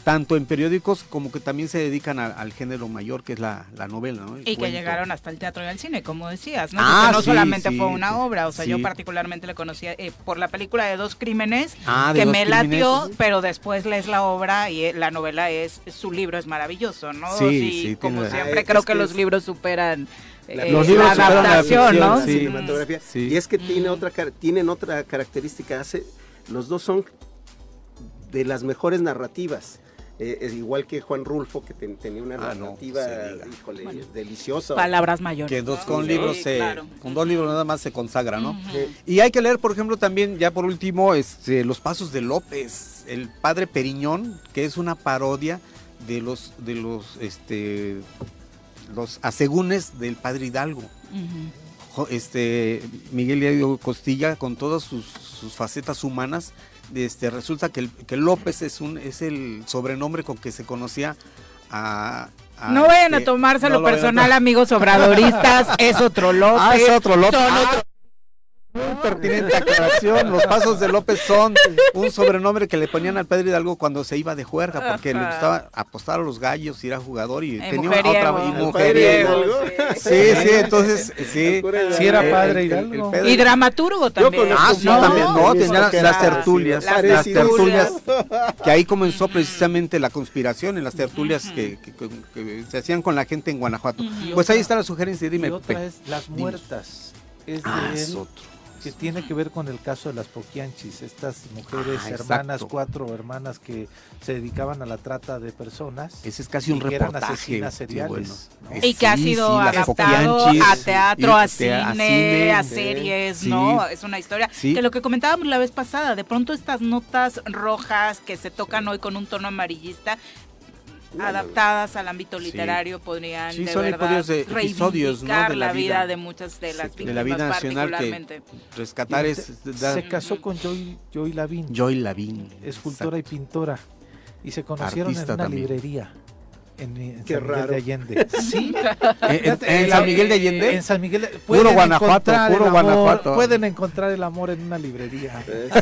tanto en periódicos como que también se dedican a, al género mayor, que es la, la novela, ¿no? El
y que
cuento.
llegaron hasta el teatro y al cine, como decías, ¿no?
Ah,
Porque no
sí,
solamente
sí,
fue una
sí,
obra, o sea,
sí.
yo particularmente le conocía eh, por la película de Dos Crímenes,
Ah, de
que
Dos
me latió,
Crímenes.
pero después lees la obra y eh, la novela es, su libro es maravilloso, ¿no?
Sí, sí,
como
tiene-
siempre,
Ah, es
creo
que
que los
es-
libros superan eh,
Los
la
libros superan la
adaptación,
ficción,
¿no?
La
sí.
cinematografía.
Sí.
Y es que tiene otra, car- tienen otra característica, hace, los dos son de las mejores narrativas. Eh, es igual que Juan Rulfo, que ten- tenía una
Ah, no,
narrativa,
se diga.
híjole,
Bueno,
deliciosa.
Palabras mayores.
Que dos
¿no?
con
Sí,
libros se,
claro.
con dos libros nada más se consagra, ¿no?
Ujú.
Y hay que leer, por ejemplo, también, ya por último, este, Los Pasos de López, el Padre Periñón, que es una parodia de los, de los, este, los asegúnes del Padre Hidalgo.
Ujú.
Jo- Este, Miguel Hidalgo Costilla, con todas sus, sus facetas humanas, este, resulta que, el, que López es un, es el sobrenombre con que se conocía a. a
No vayan
este,
a tomárselo
no lo vayan a
personal,
tomar.
amigos obradoristas, es otro López.
Ah, es otro López.
Son
Ah,
otro-
Muy pertinente aclaración. Los Pasos de López son un sobrenombre que le ponían al Padre Hidalgo cuando se iba de juerga, porque le
Ajá.
gustaba apostar a los gallos, ir a jugador y
Eh,
tenía
mujeriego.
otra y
El
mujeriego.
Hidalgo.
Sí, sí, entonces sí.
Sí era
Eh,
Padre
el- el- el
Hidalgo.
Pedro-
Y dramaturgo también.
Ah, sí,
¿no?
también, no,
Sí,
tenía
que
las
era-
tertulias,
las
las
tertulias.
tertulias, que ahí comenzó precisamente la conspiración en las tertulias que, que- que- que se hacían con la gente en Guanajuato.
Ujú.
Pues ahí está la sugerencia, dime.
Y otra
Pe-
es Las
dime.
Muertas. Es de
Ah,
él,
es otro.
que tiene que ver con el caso de las Poquianchis, estas mujeres
Ah,
hermanas,
exacto.
cuatro hermanas que se dedicaban a la trata de personas.
Ese es casi un
y que eran
reportaje.
asesinas
qué
seriales,
bueno.
¿no?
Y que ha
Sí,
sido
sí, las
adaptado
Poquianchis,
a teatro,
y
a
te-
cine, a
sí,
series,
sí.
¿no? Es una historia.
Sí.
Que lo que comentábamos la vez pasada, de pronto estas notas rojas que se tocan hoy con un tono amarillista, adaptadas al ámbito
Sí.
literario, podrían
Sí,
de
son
verdad
episodios de- episodios, ¿no?
reivindicar
de la
la vida
vida.
de muchas de las
de
víctimas
la vida nacional
particularmente.
que rescatar
Y
es
se,
da-
se casó con Joy, Joy Lavín,
Joy Lavín.
escultora y pintora, y se conocieron
Artista
en una
también.
librería en, en
Qué
San Miguel
raro.
de Allende. Sí,
¿En, en- en San Miguel de Allende?
en San Miguel de-
Puro
pueden
Guanajuato,
encontrar
puro
el amor-
Guanajuato.
Pueden encontrar el amor en una librería.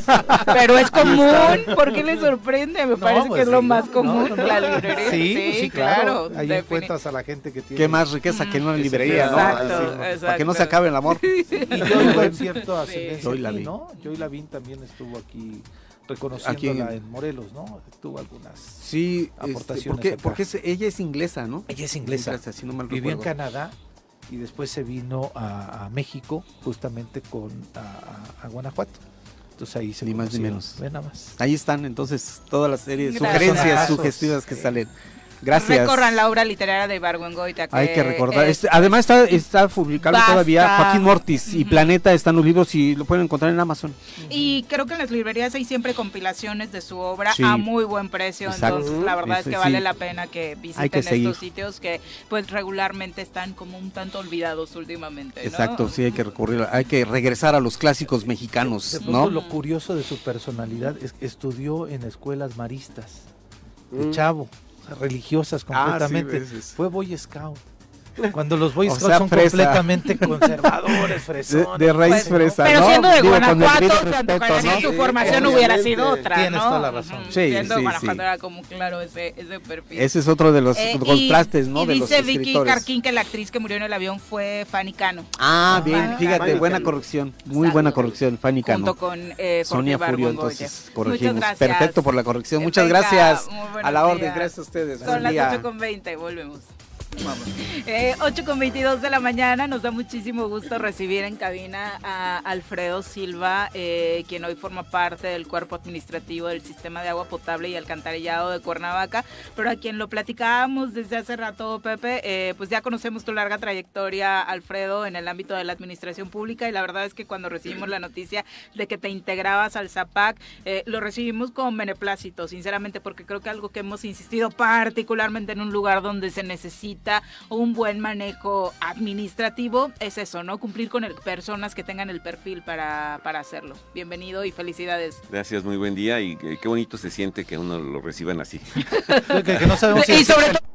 Pero es común, ¿por qué le sorprende? Me
No,
parece
pues
que es lo
sí,
más
no,
común,
no, no.
la librería.
Sí, sí, sí, claro. Ahí
defini-
encuentras a la gente que tiene.
Qué más riqueza que en una
Mm,
librería, ¿no?
exacto,
Así,
exacto.
para que no se acabe el amor.
Y Joy, por cierto, ascendencia
Joy
aquí,
Lavín.
¿no? Joy Lavín también estuvo aquí reconociéndola
Aquí en-
en Morelos, ¿no? Tuvo algunas
Sí, este,
aportaciones
porque,
acá.
porque es- ella es inglesa, ¿no?
Ella es inglesa.
si no mal
Vivió en
recuerdo.
Canadá y después se vino a, a México, justamente con a, a- a Guanajuato. Entonces ahí se
Ni más ni
conocieron.
menos.
Ve nada más.
Ahí están entonces todas las series,
Gracias.
sugerencias
Casos.
sugestivas que salen. Gracias.
Recorran la obra literaria de Ibargüengoitia.
Hay que recordar.
es-
Este, además está, está publicado
Basta.
todavía Joaquín Mortis y
Ujú.
Planeta están los libros y lo pueden encontrar en Amazon.
Y creo que en las librerías hay siempre compilaciones de su obra
Sí.
a muy buen precio,
Exacto.
entonces la verdad
Eso
es que
sí.
vale la pena que visiten
Hay que seguir.
estos sitios que pues regularmente están como un tanto olvidados últimamente, ¿no?
Exacto, sí hay que recurrir, hay que regresar a los clásicos mexicanos,
De pronto,
¿no?
lo curioso de su personalidad es que estudió en escuelas maristas, de
Mm.
chavo, o sea, religiosas
Ah, sí,
completamente.
ves.
Fue Boy Scout. Cuando los Boy
O
Scouts
sea,
son
fresa.
completamente conservadores,
De,
fresones.
de raíz
Pues,
fresa,
Pero
¿no?
siendo de
Digo, con el
Guanajuato,
debido
se
respeto,
antojaría
¿no?
su
Sí,
formación
obviamente.
hubiera sido otra,
Tienes
¿no?
toda la razón.
Ujú.
Sí,
Siendo
sí,
Guanajuato
sí.
era como claro ese, ese perfil.
Ese es otro de los
Eh, y-
contrastes, ¿no?
Y
de los
dice Vicky
escritores.
Carquín que la actriz que murió en el avión fue Fanny Cano.
Ah,
Ah,
bien, fíjate,
Fanny
buena
Cano.
corrección, muy
Exacto.
buena corrección, Fanny
Junto
Cano.
con eh, Jorge
Sonia Furio,
Ibargüengoitia.
entonces corregimos.
Muchas gracias.
Perfecto por la corrección, muchas
Venga,
gracias.
muy buenos
A la orden,
días.
gracias a ustedes.
Son
Buen
las
día.
ocho con veinte, volvemos. Vamos. Eh, ocho con veintidós de la mañana, nos da muchísimo gusto recibir en cabina a Alfredo Silva, eh, quien hoy forma parte del cuerpo administrativo del sistema de agua potable y alcantarillado de Cuernavaca, pero a quien lo platicábamos desde hace rato, Pepe, eh, pues ya conocemos tu larga trayectoria, Alfredo, en el ámbito de la administración pública, y la verdad es que cuando recibimos la noticia de que te integrabas al ZAPAC, eh, lo recibimos con beneplácito, sinceramente, porque creo que algo que hemos insistido particularmente en un lugar donde se necesita un buen manejo administrativo es eso, ¿no? Cumplir con el, personas que tengan el perfil para, para hacerlo. Bienvenido y felicidades.
Gracias, muy buen día y qué, qué bonito se siente que uno lo reciban así.
Que, que no sabemos si
Y sobre todo,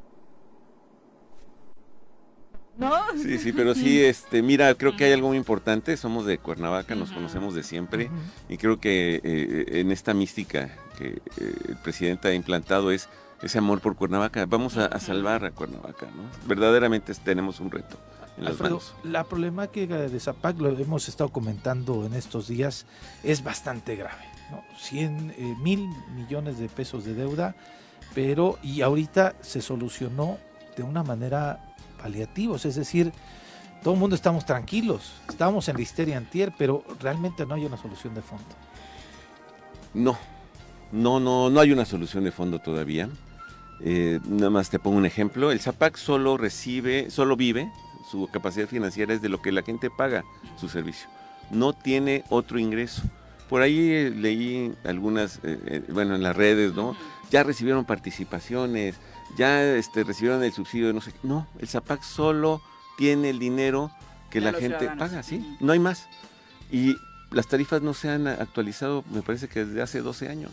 ¿no?
Sí, sí, pero sí, este, mira, creo que hay algo muy importante, somos de Cuernavaca, nos
Ujú.
conocemos de siempre y creo que eh, en esta mística que eh, el presidente ha implantado es ese amor por Cuernavaca. Vamos a, a salvar a Cuernavaca, ¿no? Verdaderamente tenemos un reto en las
Alfredo,
manos.
la problemática de Zapac, lo hemos estado comentando en estos días, es bastante grave, ¿no? cien, eh, mil millones de pesos de deuda, pero y ahorita se solucionó de una manera paliativa, es decir, todo el mundo estamos tranquilos, estamos en la histeria antier, pero realmente no hay una solución de fondo.
No, no, no, no hay una solución de fondo todavía. Eh, nada más te pongo un ejemplo. El Zapac solo recibe, solo vive, su capacidad financiera es de lo que la gente paga su servicio. No tiene otro ingreso. Por ahí eh, leí algunas, eh, eh, bueno, en las redes, ¿no? Ya recibieron participaciones, ya este, recibieron el subsidio de no sé qué. No, el Zapac solo tiene el dinero que
De
la
los
gente
ciudadanos.
paga, ¿sí? No hay más. Y las tarifas no se han actualizado, me parece que desde hace doce años.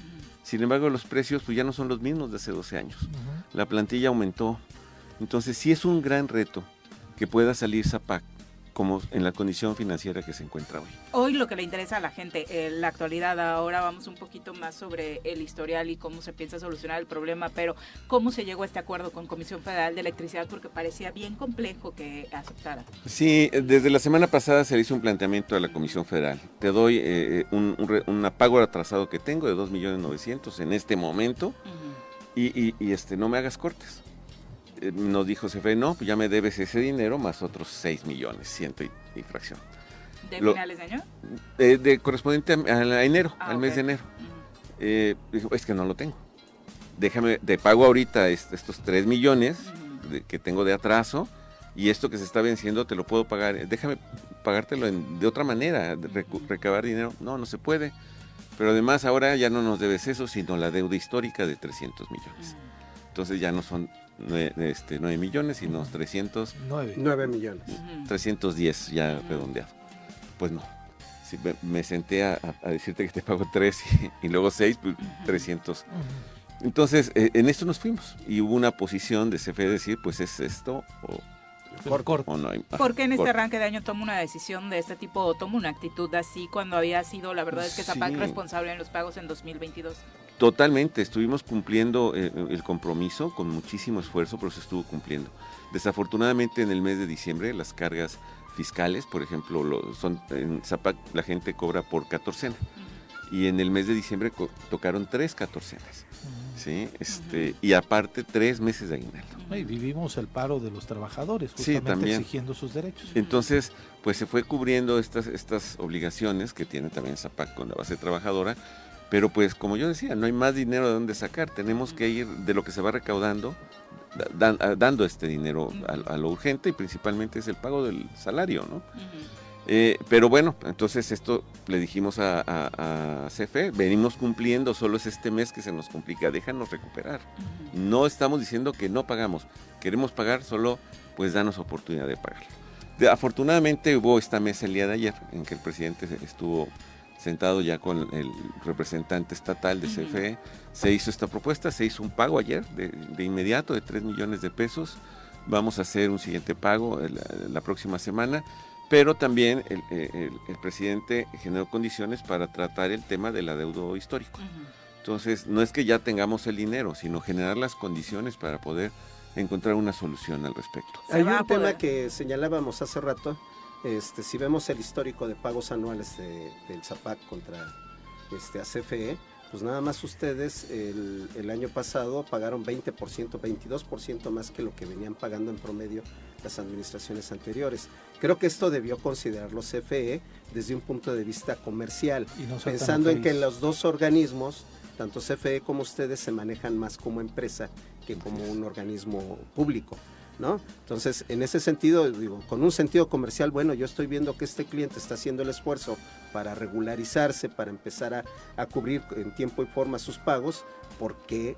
Sin embargo, los precios pues ya no son los mismos de hace doce años. La plantilla aumentó. Entonces, sí es un gran reto que pueda salir Zapac como en la condición financiera que se encuentra hoy.
Hoy lo que le interesa a la gente, eh, la actualidad, ahora vamos un poquito más sobre el historial y cómo se piensa solucionar el problema, pero cómo se llegó a este acuerdo con Comisión Federal de Electricidad, porque parecía bien complejo que aceptara.
Sí, desde la semana pasada se le hizo un planteamiento a la Comisión Federal. Te doy eh, un, un, re, un pago atrasado que tengo de dos millones novecientos en este momento uh-huh. y, y, y este, no me hagas cortes. Eh, nos dijo C F E, no, pues ya me debes ese dinero más otros seis millones, ciento y, y fracción.
¿De
Lo,
finales de año?
Eh, de correspondiente a, a enero,
ah,
al
okay.
mes de enero. Uh-huh. eh, dijo, es que no lo tengo. Déjame, te pago ahorita est- estos tres millones uh-huh. de, que tengo de atraso y esto que se está venciendo te lo puedo pagar. Déjame pagártelo en, de otra manera, de recu- recabar dinero. No, no se puede. Pero además ahora ya no nos debes eso, sino la deuda histórica de trescientos millones. Uh-huh. Entonces ya no son nueve, este, nueve millones, sino uh-huh. trescientos.
nueve millones.
Uh-huh. trescientos diez ya uh-huh. redondeado. Pues no. Si me, me senté a, a decirte que te pago tres y, y luego seis, pues uh-huh. trescientos. Uh-huh. Entonces, eh, en esto nos fuimos. Y hubo una posición de C F E de decir, pues es esto o...
Por corto.
O no hay, ah,
¿Por qué en este
corto.
arranque de año toma una decisión de este tipo o toma una actitud así cuando había sido, la verdad es que Zapac
Sí.
responsable en los pagos en dos mil veintidós?
Totalmente, estuvimos cumpliendo eh, el compromiso con muchísimo esfuerzo, pero se estuvo cumpliendo. Desafortunadamente en el mes de diciembre las cargas fiscales, por ejemplo, lo, son en Zapac la gente cobra por catorcena uh-huh. y en el mes de diciembre co- tocaron tres catorcenas. Sí, este, uh-huh. y aparte tres meses de aguinaldo.
Uh-huh. Y vivimos el paro de los trabajadores,
sí,
justamente
también.
exigiendo sus derechos.
Entonces, pues se fue cubriendo estas, estas obligaciones que tiene también Zapac con la base trabajadora, pero pues como yo decía, no hay más dinero de dónde sacar, tenemos que ir de lo que se va recaudando, da, da, dando este dinero a, a lo urgente y principalmente es el pago del salario, ¿no? Uh-huh. Eh, pero bueno, entonces esto le dijimos a, a, a C F E, venimos cumpliendo, solo es este mes que se nos complica, déjanos recuperar. Uh-huh. No estamos diciendo que no pagamos, queremos pagar, solo pues danos oportunidad de pagar. De, afortunadamente hubo esta mesa el día de ayer en que el presidente estuvo sentado ya con el representante estatal de uh-huh. C F E, se hizo esta propuesta, se hizo un pago ayer de, de inmediato de tres millones de pesos, vamos a hacer un siguiente pago la, la próxima semana. Pero también el, el, el presidente generó condiciones para tratar el tema del adeudo histórico. Uh-huh. Entonces, no es que ya tengamos el dinero, sino generar las condiciones para poder encontrar una solución al respecto.
Hay un tema que señalábamos hace rato, este, si vemos el histórico de pagos anuales de, del Zapac contra este, a C F E, pues nada más ustedes el, el año pasado pagaron veinte por ciento, veintidós por ciento más que lo que venían pagando en promedio las administraciones anteriores. Creo que esto debió considerarlo C F E desde un punto de vista comercial, y no pensando en que los dos organismos, tanto C F E como ustedes, se manejan más como empresa que como un organismo público, ¿no? Entonces, en ese sentido, digo, con un sentido comercial, bueno, yo estoy viendo que este cliente está haciendo el esfuerzo para regularizarse, para empezar a, a cubrir en tiempo y forma sus pagos, ¿por qué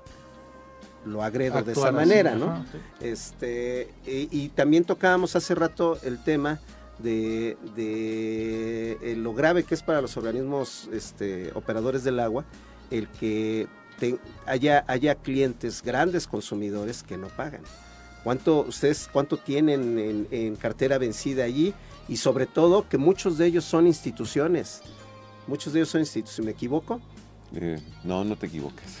lo agredo Actuar de esa manera, así, ¿no? Ajá, sí. Este, y, y también tocábamos hace rato el tema de, de, de lo grave que es para los organismos este, operadores del agua, el que te, haya, haya clientes, grandes consumidores que no pagan. ¿Cuánto ustedes cuánto tienen en, en cartera vencida allí? Y sobre todo que muchos de ellos son instituciones. Muchos de ellos son instituciones, ¿me equivoco?
Eh, no, no te equivoques.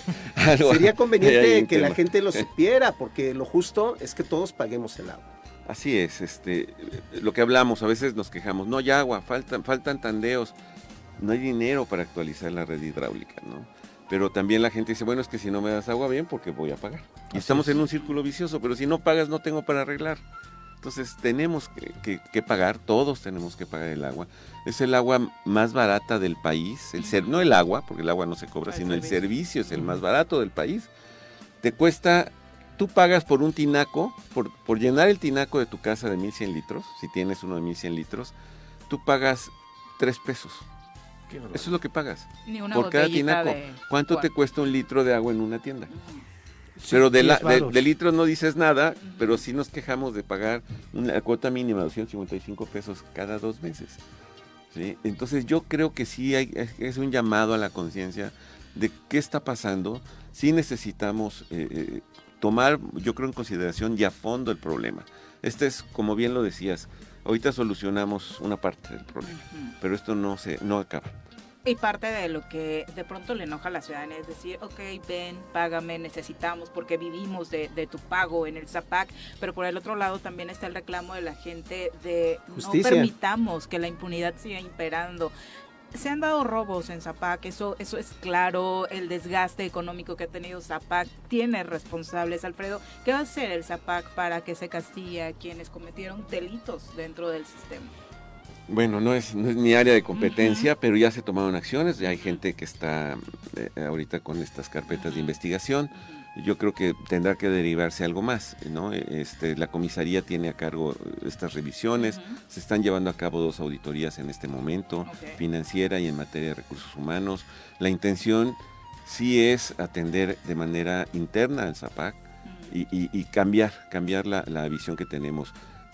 Sería conveniente que
tema.
la gente lo supiera, porque lo justo es que todos paguemos el agua.
Así es, este, lo que hablamos, a veces nos quejamos, no hay agua, faltan, faltan tandeos, no hay dinero para actualizar la red hidráulica, ¿no? Pero también la gente dice, bueno, es que si no me das agua bien, porque voy a pagar. Y
Así
estamos
es.
en un círculo vicioso, pero si no pagas, no tengo para arreglar. Entonces tenemos que, que, que pagar, todos tenemos que pagar el agua. Es el agua más barata del país, el ser, no el agua, porque el agua no se cobra, el sino servicio. el servicio es el más barato del país. Te cuesta, tú pagas por un tinaco, por, por llenar el tinaco de tu casa de mil cien litros, si tienes uno de mil cien litros, tú pagas tres pesos. Eso es lo que pagas.
Ni una
por cada
botellita
tinaco.
de
¿Cuánto
agua.
te cuesta un litro de agua en una tienda?
Sí,
pero de, la,
diez
de,
varos.
de litros no dices nada, pero sí nos quejamos de pagar una cuota mínima de doscientos cincuenta y cinco pesos cada dos meses. ¿Sí? Entonces yo creo que sí hay, es, es un llamado a la conciencia de qué está pasando. Sí necesitamos eh, eh, tomar, yo creo, en consideración y a fondo el problema. Este es, como bien lo decías, ahorita solucionamos una parte del problema, pero esto no se no acaba.
Y parte de lo que de pronto le enoja a la ciudadanía es decir, ok, ven, págame, necesitamos porque vivimos de, de tu pago en el Zapac, pero por el otro lado también está el reclamo de la gente de
Justicia.
no permitamos que la impunidad siga imperando. Se han dado robos en Zapac, eso, eso es claro, el desgaste económico que ha tenido Zapac tiene responsables. Alfredo, ¿qué va a hacer el Zapac para que se castigue a quienes cometieron delitos dentro del sistema?
Bueno, no es, no es mi área de competencia, uh-huh. pero ya se tomaron acciones, ya hay gente que está eh, ahorita con estas carpetas uh-huh. de investigación. Yo creo que tendrá que derivarse algo más, ¿no? Este, la comisaría tiene a cargo estas revisiones, uh-huh. se están llevando a cabo dos auditorías en este momento, okay. financiera y en materia de recursos humanos. La intención sí es atender de manera interna al Zapac uh-huh. y, y, y cambiar, cambiar la, la visión que tenemos.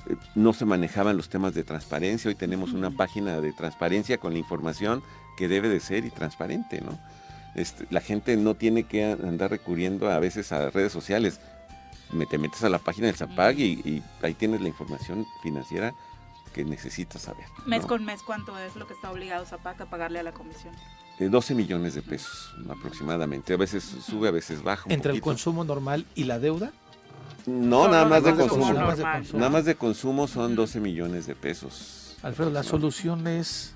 No se manejaban los temas de transparencia, hoy tenemos una página de transparencia con la información que debe de ser y transparente, ¿no? Este, la gente no tiene que andar recurriendo a veces a redes sociales, Me te metes a la página del Zapac y, y ahí tienes la información financiera que necesitas saber, ¿no?
Mes con mes, ¿cuánto es lo que está obligado Zapac a pagarle a la comisión?
Eh, doce millones de pesos aproximadamente, a veces sube, a veces baja un
¿Entre
poquito.
el consumo normal y la deuda?
No,
No,
nada
no,
más de
nada más de
consumo.
consumo. Nada más de consumo.
Nada más de consumo son doce millones de pesos.
Alfredo, ¿la solución es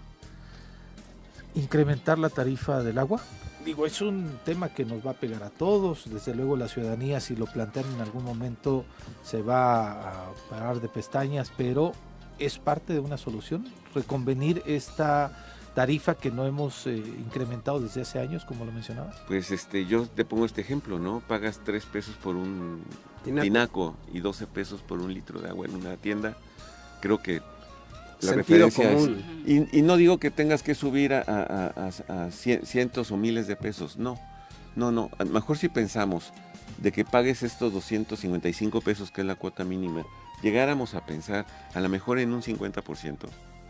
incrementar la tarifa del agua? Digo, es un tema que nos va a pegar a todos. Desde luego la ciudadanía, si lo plantean en algún momento, se va a parar de pestañas, pero es parte de una solución. Reconvenir esta tarifa que no hemos eh, incrementado desde hace años, como lo mencionabas.
Pues este, yo te pongo este ejemplo, ¿no? Pagas tres pesos por un
Tinaco.
tinaco y doce pesos por un litro de agua en una tienda. Creo que la
Sentido
referencia
común.
es... Y, y no digo que tengas que subir a, a, a, a cientos o miles de pesos, no. No, no. A lo mejor si pensamos de que pagues estos doscientos cincuenta y cinco pesos, que es la cuota mínima, llegáramos a pensar a lo mejor en un cincuenta por ciento,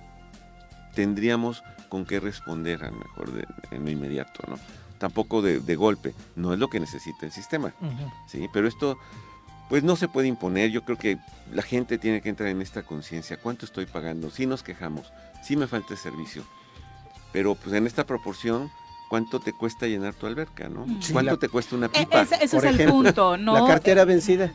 tendríamos con qué responder a lo mejor de, en lo inmediato, ¿no? Tampoco de, de golpe, no es lo que necesita el sistema,
Uh-huh.
¿sí? Pero esto, pues no se puede imponer. Yo creo que la gente tiene que entrar en esta conciencia. ¿Cuánto estoy pagando? Sí nos quejamos, sí me falta el servicio, pero pues en esta proporción, ¿cuánto te cuesta llenar tu alberca, no?
Sí,
¿Cuánto
la-
te cuesta una
E-
pipa?
ese- ese
Por
es el
ejemplo,
punto, ¿no?
La cartera vencida.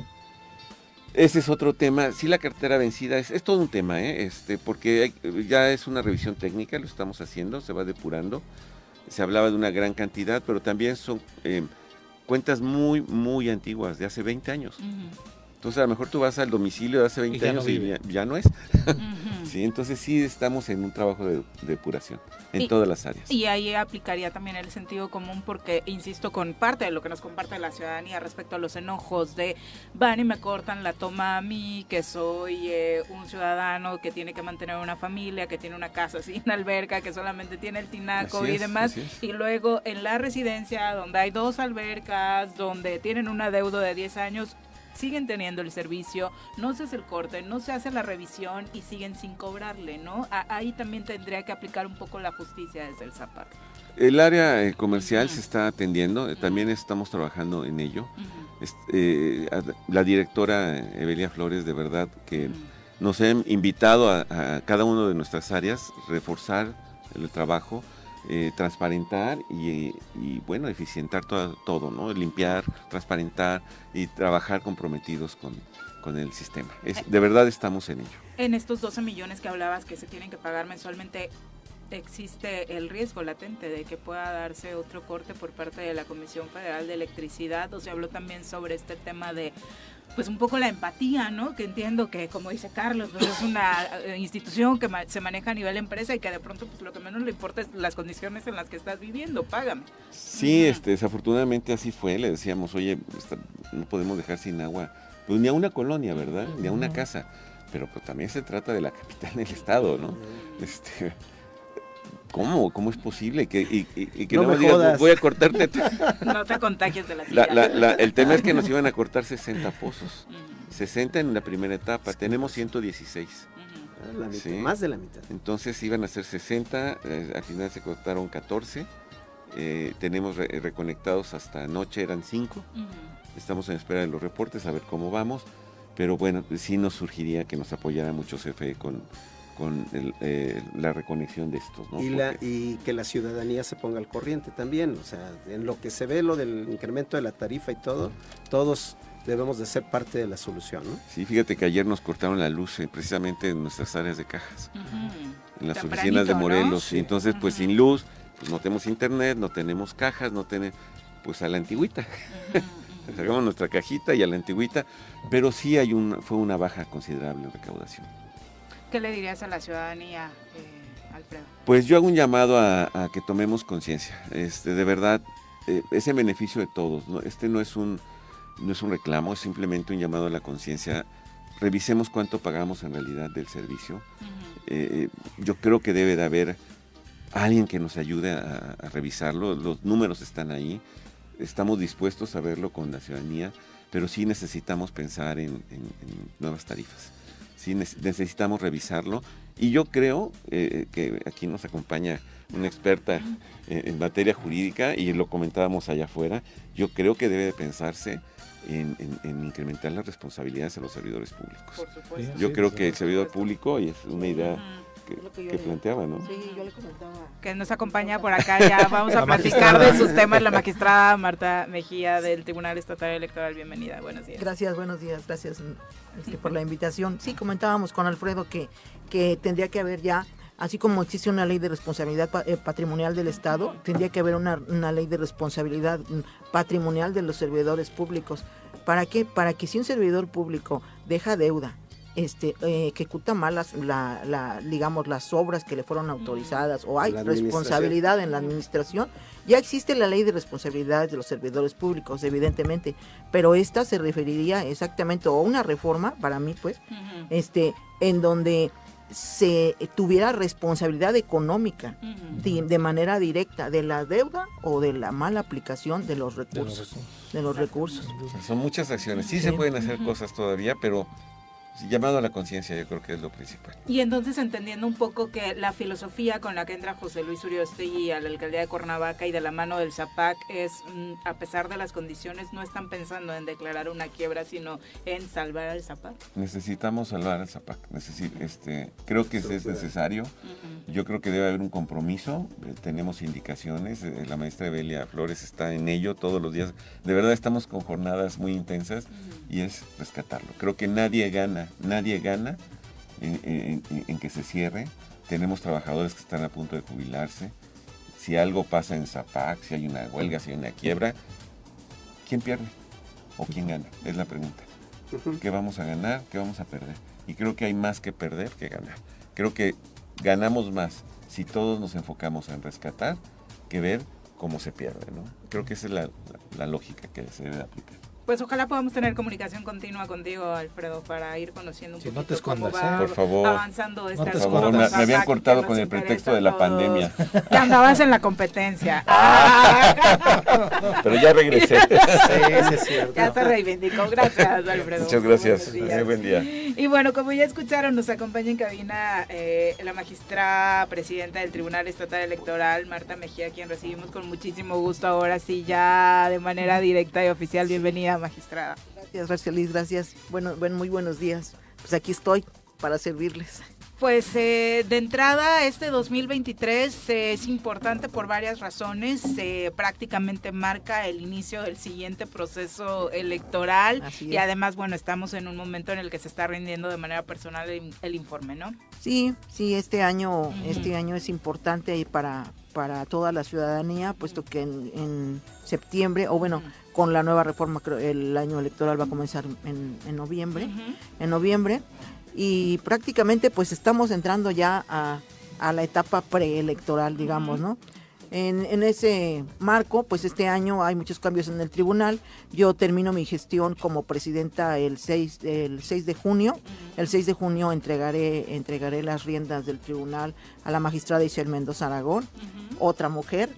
Ese es otro tema. Sí, la cartera vencida es, es todo un tema, ¿eh? Este, porque hay- ya es una revisión técnica, lo estamos haciendo, se va depurando. Se hablaba de una gran cantidad, pero también son eh, cuentas muy, muy antiguas, de hace veinte años. Entonces, a lo mejor tú vas al domicilio de hace veinte
Y ya
años
no
y
vive.
ya, ya no es. Sí, entonces sí estamos en un trabajo de, de depuración en
Y-
todas las áreas.
Y ahí aplicaría también el sentido común porque, insisto, con parte de lo que nos comparte la ciudadanía respecto a los enojos de van y me cortan la toma a mí, que soy eh, un ciudadano que tiene que mantener una familia, que tiene una casa sin alberca, que solamente tiene el tinaco
Así
y
es,
demás.
así es.
Y luego en la residencia, donde hay dos albercas, donde tienen un adeudo de diez años, siguen teniendo el servicio, no se hace el corte, no se hace la revisión y siguen sin cobrarle, ¿no? A- ahí también tendría que aplicar un poco la justicia desde el Zapac.
El área eh, comercial se está atendiendo, eh, también estamos trabajando en ello. Est- eh, a- la directora eh, Evelia Flores, de verdad que nos ha invitado a, a cada una de nuestras áreas reforzar el trabajo. eh, transparentar y, y, bueno, eficientar todo, todo, ¿no? Limpiar, transparentar y trabajar comprometidos con, con el sistema. Es, de verdad estamos en ello.
En estos doce millones que hablabas que se tienen que pagar mensualmente, ¿existe el riesgo latente de que pueda darse otro corte por parte de la Comisión Federal de Electricidad? O se habló también sobre este tema de, pues un poco la empatía, ¿no? Que entiendo que, como dice Carlos, pues es una institución que ma- se maneja a nivel empresa y que de pronto pues lo que menos le importa es las condiciones en las que estás viviendo, págame.
Sí, este, desafortunadamente así fue, le decíamos, oye, esta, no podemos dejar sin agua, pues ni a una colonia, ¿verdad? Ni a una casa, pero pues también se trata de la capital del estado, ¿no? Este... ¿Cómo? ¿Cómo es posible? Que, y, y, y que
no
no
me
me digas,
jodas.
voy a cortarte.
No te contagies de la
La,
silla.
la, la, el tema es que nos iban a cortar sesenta pozos. sesenta en la primera etapa, tenemos ciento dieciséis.
Ah, la mitad,
Sí.
más de la mitad.
Entonces iban a ser sesenta, eh, al final se cortaron catorce. Eh, tenemos re- reconectados hasta anoche, eran cinco. Estamos en espera de los reportes, a ver cómo vamos. Pero bueno, sí nos surgiría que nos apoyara mucho C F E con... con el, eh, la reconexión de estos, ¿no?
Y, la,
Porque-
y que la ciudadanía se ponga al corriente también, o sea, en lo que se ve lo del incremento de la tarifa y todo, todos debemos de ser parte de la solución, ¿no?
Sí, fíjate que ayer nos cortaron la luz eh, precisamente en nuestras áreas de cajas, en las
Tempranito,
oficinas de
¿no?
Morelos,
Sí.
y entonces pues sin luz, pues no tenemos internet, no tenemos cajas, no tenemos, pues a la antigüita, sacamos nuestra cajita y a la antigüita, pero sí hay un, fue una baja considerable en recaudación.
¿Qué le dirías a la ciudadanía, eh, Alfredo?
Pues yo hago un llamado a, a que tomemos conciencia. Este, de verdad, eh, es en beneficio de todos, ¿no? Este no es un, no es un reclamo, es simplemente un llamado a la conciencia. Revisemos cuánto pagamos en realidad del servicio. Eh, yo creo que debe de haber alguien que nos ayude a, a revisarlo. Los números están ahí. Estamos dispuestos a verlo con la ciudadanía, pero sí necesitamos pensar en, en, en nuevas tarifas. Sí necesitamos revisarlo y yo creo eh, que aquí nos acompaña una experta eh, en materia jurídica y lo comentábamos allá afuera, yo creo que debe de pensarse en, en, en incrementar las responsabilidades de los servidores públicos.
Por supuesto.
Yo
Sí,
creo
por
que el servidor público, y es una idea que,
Lo que yo
que
le-
planteaba, ¿no?
Sí, yo le comentaba.
Que nos acompaña por acá, ya vamos a
La
platicar
magistrada.
de sus temas, la magistrada Marta Mejía del Tribunal Estatal Electoral. Bienvenida, buenos días.
Gracias, buenos días, gracias este, por la invitación. Sí, comentábamos con Alfredo que, que tendría que haber ya, así como existe una ley de responsabilidad pa- eh, patrimonial del Estado, tendría que haber una, una ley de responsabilidad mm, patrimonial de los servidores públicos. ¿Para qué? Para que si un servidor público deja deuda, este eh, ejecuta mal las, la, la, digamos, las obras que le fueron autorizadas o hay
La administración.
responsabilidad en la administración, ya existe la ley de responsabilidades de los servidores públicos, evidentemente, pero esta se referiría exactamente a una reforma, para mí, pues, este, en donde se tuviera responsabilidad económica de, de manera directa de la deuda o de la mala aplicación de los recursos. De los recursos.
Son muchas acciones, sí,
Sí.
se pueden hacer cosas todavía, pero llamado a la conciencia yo creo que es lo principal.
Y entonces entendiendo un poco que la filosofía con la que entra José Luis Uriostegui a la alcaldía de Cuernavaca y de la mano del ZAPAC es, mm, a pesar de las condiciones, no están pensando en declarar una quiebra, sino en salvar al ZAPAC.
Necesitamos salvar al ZAPAC, necesi- este, creo que es, es necesario, yo creo que debe haber un compromiso, eh, tenemos indicaciones, eh, la maestra Belia Flores está en ello todos los días, de verdad estamos con jornadas muy intensas y es rescatarlo, creo que nadie gana, nadie gana en, en- en- en que se cierre, tenemos trabajadores que están a punto de jubilarse, si algo pasa en ZAPAC, si hay una huelga, si hay una quiebra, ¿quién pierde? ¿O quién gana? Es la pregunta. ¿Qué vamos a ganar? ¿Qué vamos a perder? Y creo que hay más que perder que ganar. Creo que ganamos más si todos nos enfocamos en rescatar que ver cómo se pierde, ¿no? Creo que esa es la, la- la lógica que se debe de aplicar.
Pues ojalá podamos tener comunicación continua contigo, Alfredo, para ir conociendo un
Sí, no
poquito
te
cómo
escondas,
va
¿eh?
Por favor.
avanzando
No
esta
te
Por
escondas.
favor, me, me habían
ZAPAC,
cortado
que
con
nos
el
interesa
pretexto
a
de la
todos.
pandemia,
Que andabas en la competencia.
pero ya regresé.
Sí, es cierto.
Ya se reivindicó. Gracias, Alfredo.
Muchas gracias.
Buenos días.
Muy buen día.
Y bueno, como ya escucharon, nos acompaña en cabina eh, la magistrada presidenta del Tribunal Estatal Electoral, Marta Mejía, quien recibimos con muchísimo gusto ahora sí, ya de manera directa y oficial. Bienvenida, magistrada.
Gracias, Gracias, Liz, gracias. Bueno, bueno, muy buenos días. Pues aquí estoy para servirles.
Pues eh, de entrada este dos mil veintitrés eh, es importante por varias razones, eh, prácticamente marca el inicio del siguiente proceso electoral y además, bueno, estamos en un momento en el que se está rindiendo de manera personal el, el informe, ¿no?
Sí, sí, este año,
Uh-huh.
este año es importante para, para toda la ciudadanía, puesto que en, en septiembre, o bueno, uh-huh. con la nueva reforma, creo, el año electoral va a comenzar en, en noviembre, uh-huh. en noviembre, y prácticamente pues estamos entrando ya a, a la etapa preelectoral, digamos, ¿no? En, en ese marco, pues este año hay muchos cambios en el tribunal. Yo termino mi gestión como presidenta el seis, el seis de junio. El seis de junio entregaré, entregaré las riendas del tribunal a la magistrada Isabel Mendoza Aragón, uh-huh. otra mujer,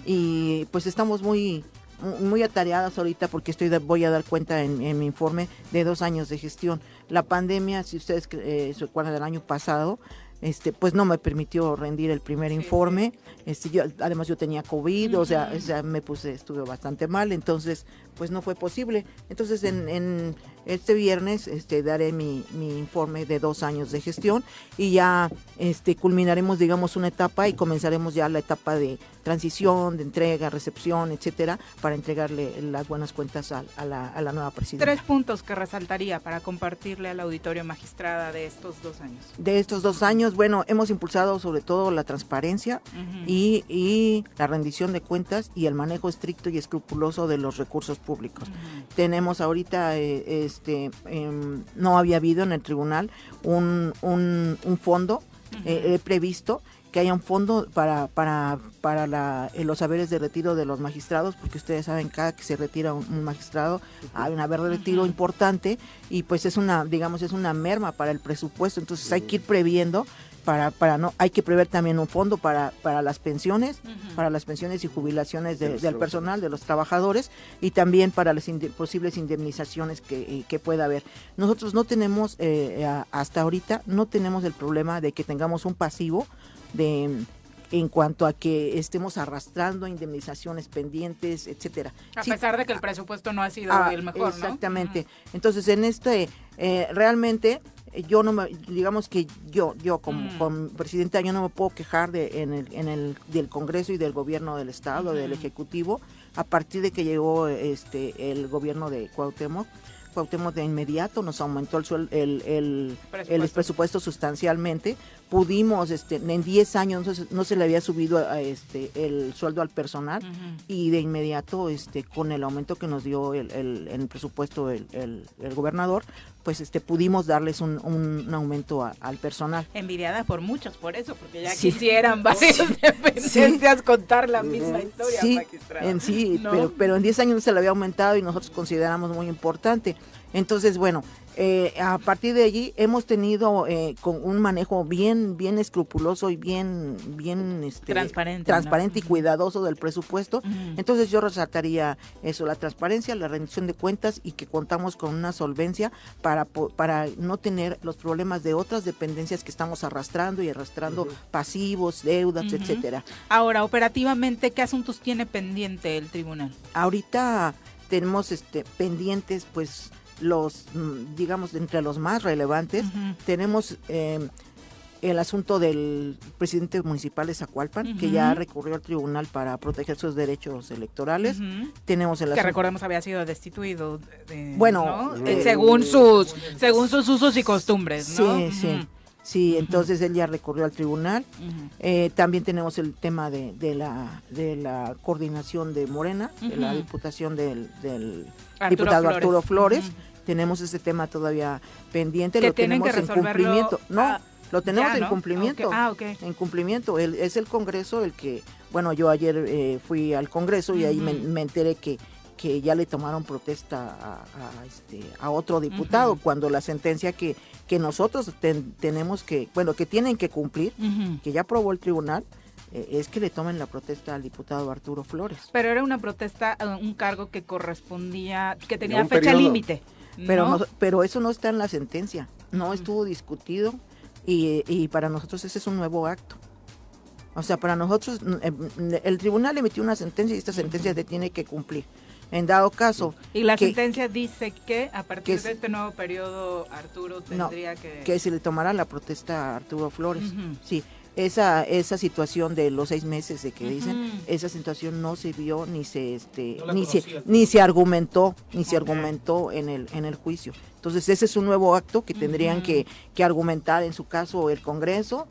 y pues estamos muy... muy atareadas ahorita porque estoy de, voy a dar cuenta en, en mi informe de dos años de gestión. La pandemia, si ustedes eh, se acuerdan del año pasado, este, pues no me permitió rendir el primer sí, informe. Sí. Este, yo, además yo tenía COVID, uh-huh. o, sea, o sea, me puse, estuve bastante mal, entonces pues no fue posible. Entonces en, en este viernes este, daré mi, mi informe de dos años de gestión y ya este, culminaremos, digamos, una etapa y comenzaremos ya la etapa de transición, de entrega, recepción, etcétera, para entregarle las buenas cuentas a, a, la, a la nueva presidenta.
Tres puntos que resaltaría para compartirle al auditorio, magistrada, de estos dos años.
De estos dos años, bueno, hemos impulsado sobre todo la transparencia uh-huh. y, y la rendición de cuentas y el manejo estricto y escrupuloso de los recursos públicos. Uh-huh. Tenemos ahorita, eh, este, eh, no había habido en el tribunal un, un, un fondo uh-huh. eh, previsto, que haya un fondo para para para la, eh, los haberes de retiro de los magistrados, porque ustedes saben, cada que se retira un, un magistrado hay un haber de retiro uh-huh. importante y pues es una, digamos, es una merma para el presupuesto, entonces uh-huh. hay que ir previendo para para no hay que prever también un fondo para para las pensiones, uh-huh. para las pensiones y jubilaciones de, del personal, de los trabajadores y también para las inde- posibles indemnizaciones que, eh, que pueda haber. Nosotros no tenemos eh, a, hasta ahorita no tenemos el problema de que tengamos un pasivo de en cuanto a que estemos arrastrando indemnizaciones pendientes, etcétera.
A
sí,
pesar de que el presupuesto no ha sido
ah,
el mejor,
exactamente.
¿no?
Entonces, en este, eh, realmente, yo no me, digamos que yo, yo como, mm. como presidenta, yo no me puedo quejar de, en el, en el, del Congreso y del Gobierno del Estado, mm. del Ejecutivo, a partir de que llegó este el gobierno de Cuauhtémoc. Cuauhtémoc de inmediato nos aumentó el, suel, el, el, presupuesto. el presupuesto sustancialmente. Pudimos, este, en diez años no se, no se le había subido a, este, el sueldo al personal uh-huh. y de inmediato, este, con el aumento que nos dio el, el, el presupuesto el, el, el gobernador, pues este, pudimos darles un, un, un aumento a, al personal.
Envidiada por muchos, por eso, porque ya sí. quisieran varias sí. dependencias sí. contar la misma historia,
sí,
magistrada.
En sí,
¿no?
pero, pero en diez años no se le había aumentado y nosotros consideramos muy importante. Entonces, bueno, eh, a partir de allí hemos tenido eh, con un manejo bien, bien escrupuloso y bien, bien este,
transparente,
transparente
¿no?
y cuidadoso del presupuesto. Uh-huh. Entonces yo resaltaría eso, la transparencia, la rendición de cuentas y que contamos con una solvencia para, para no tener los problemas de otras dependencias que estamos arrastrando y arrastrando uh-huh. pasivos, deudas, uh-huh. etcétera.
Ahora, operativamente, ¿qué asuntos tiene pendiente el tribunal?
Ahorita tenemos este pendientes, pues, los, digamos, entre los más relevantes, uh-huh. tenemos eh, el asunto del presidente municipal de Zacualpan, uh-huh. que ya recurrió al tribunal para proteger sus derechos electorales. Uh-huh. Tenemos el
que
asunto...
recordemos había sido destituido, de,
bueno,
¿no?
eh,
según sus según sus usos y costumbres, ¿no?
Sí,
uh-huh.
sí. Sí, entonces uh-huh. él ya recurrió al tribunal. Uh-huh. Eh, también tenemos el tema de, de la de la coordinación de Morena, uh-huh. de la diputación del, del
Arturo
diputado
Flores.
Arturo Flores. Uh-huh.
Tenemos
ese tema todavía pendiente,
que
lo tenemos
que
en cumplimiento. No,
ah,
lo tenemos
ya,
en
¿no?
cumplimiento.
Okay. Ah, okay.
En cumplimiento. El, es el Congreso el que, bueno, yo ayer eh, fui al Congreso y uh-huh. ahí me, me enteré que que ya le tomaron protesta a, a, este, a otro diputado, uh-huh. cuando la sentencia que, que nosotros ten, tenemos que, bueno, que tienen que cumplir, uh-huh. que ya aprobó el tribunal, eh, es que le tomen la protesta al diputado Arturo Flores.
Pero era una protesta, un cargo que correspondía, que tenía fecha límite. ¿no?
Pero, no, pero eso no está en la sentencia, no uh-huh. estuvo discutido y, y para nosotros ese es un nuevo acto. O sea, para nosotros, el tribunal emitió una sentencia y esta sentencia se tiene que cumplir. En dado caso...
Y la
que,
sentencia dice que a partir
que
de este nuevo periodo Arturo tendría
no,
que...
que se le tomará la protesta a Arturo Flores.
Uh-huh.
Sí, esa esa situación de los seis meses de que uh-huh. dicen, esa situación no se vio ni se este no ni se ni se argumentó ni se okay. argumentó en el en el juicio. Entonces ese es un nuevo acto que tendrían uh-huh. que, que argumentar en su caso el Congreso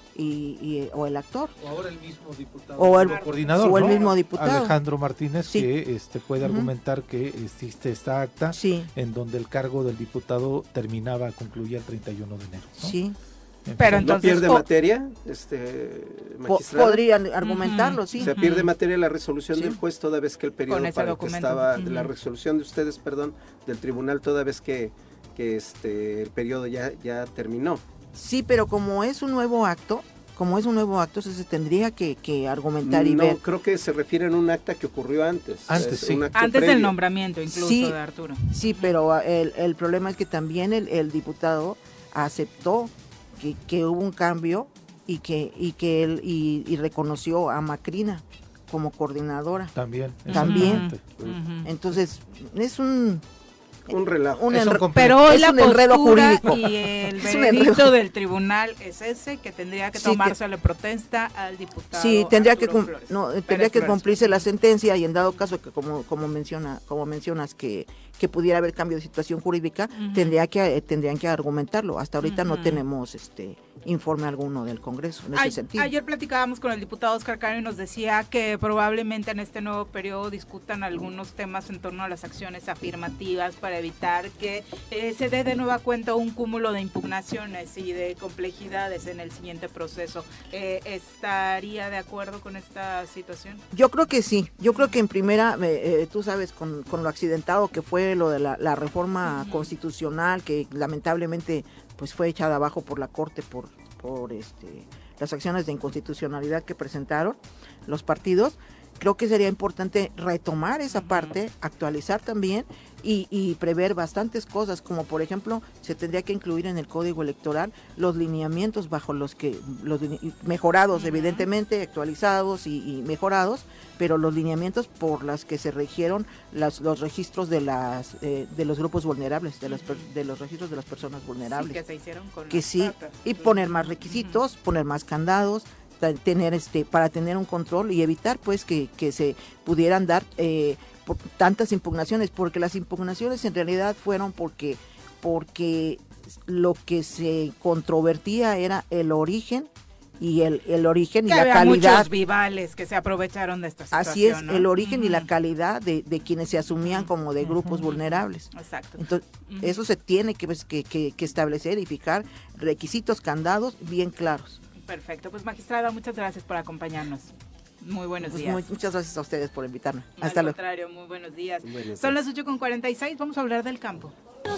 y, y o el actor.
O ahora el mismo diputado.
O el
coordinador,
o el
¿no?
mismo diputado.
Alejandro Martínez,
sí.
que este puede uh-huh. argumentar que existe esta acta
sí.
en donde el cargo del diputado terminaba, concluía el treinta y uno de enero, ¿no?
Sí.
Pero entonces,
¿no pierde materia, este magistrado?
Podrían argumentarlo, uh-huh. sí.
O sea, pierde materia la resolución
sí.
del juez toda vez que el periodo para el que estaba, uh-huh. la resolución de ustedes, perdón, del tribunal toda vez que, que este el periodo ya, ya terminó.
Sí, pero como es un nuevo acto, como es un nuevo acto, se tendría que, que argumentar y
no,
ver.
No, creo que se refiere a un acta que ocurrió antes.
Antes, sí.
Antes
previo.
del nombramiento incluso
sí,
de Arturo.
Sí, pero el, el problema es que también el, el diputado aceptó Que, que hubo un cambio y que y que él y, y reconoció a Macrina como coordinadora.
También.
También. Uh-huh. Entonces, es un
un relajo.
Un
es
un
pero hoy la
un enredo jurídico.
Y el veredicto del tribunal es ese, que tendría que sí, tomársele que, protesta al diputado.
Sí, tendría
Arturo
que Flores. no, tendría Pérez que cumplirse Flores. La sentencia y en dado caso que como como menciona, como mencionas que que pudiera haber cambio de situación jurídica, uh-huh. tendría que eh, tendrían que argumentarlo. Hasta ahorita uh-huh. no tenemos este informe alguno del Congreso en ese
Ay,
sentido.
Ayer platicábamos con el diputado Oscar Cano y nos decía que probablemente en este nuevo periodo discutan algunos temas en torno a las acciones afirmativas para evitar que eh, se dé de nueva cuenta un cúmulo de impugnaciones y de complejidades en el siguiente proceso. Eh, ¿Estaría de acuerdo con esta situación?
Yo creo que sí. Yo creo que en primera, eh, eh, tú sabes, con, con lo accidentado que fue lo de la, la reforma uh-huh. constitucional, que lamentablemente pues fue echada abajo por la Corte por, por este las acciones de inconstitucionalidad que presentaron los partidos. Creo que sería importante retomar esa parte, actualizar también y, y prever bastantes cosas, como por ejemplo, se tendría que incluir en el Código Electoral los lineamientos bajo los que, los mejorados uh-huh. evidentemente, actualizados y, y mejorados, pero los lineamientos por las que se regieron las, los registros de las eh, de los grupos vulnerables, de, las, de los registros de las personas vulnerables.
Sí, que se hicieron con
que sí, y poner más requisitos, uh-huh. poner más candados, tener este para tener un control y evitar pues que, que se pudieran dar eh, por tantas impugnaciones, porque las impugnaciones en realidad fueron porque porque lo que se controvertía era el origen y el, el origen
que
y la
había
calidad.
Muchos vivales que se aprovecharon de esta situación.
Así es,
¿no?
el origen
uh-huh.
y la calidad de, de quienes se asumían como de grupos uh-huh. vulnerables.
Exacto.
Entonces,
uh-huh.
eso se tiene que, pues, que, que, que establecer y fijar requisitos, candados bien claros.
Perfecto, pues magistrada, muchas gracias por acompañarnos. Muy buenos
pues
días.
Muy, muchas gracias a ustedes por invitarme. Hasta luego.
Al contrario, muy buenos días.
Buenos
Son
días.
las ocho con cuarenta y seis, vamos a hablar del campo.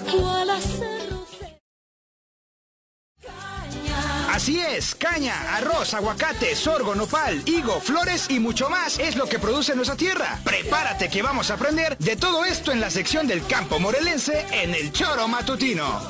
Así es, caña, arroz, aguacate, sorgo, nopal, higo, flores y mucho más es lo que produce nuestra tierra. Prepárate que vamos a aprender de todo esto en la sección del campo morelense en el Choro Matutino.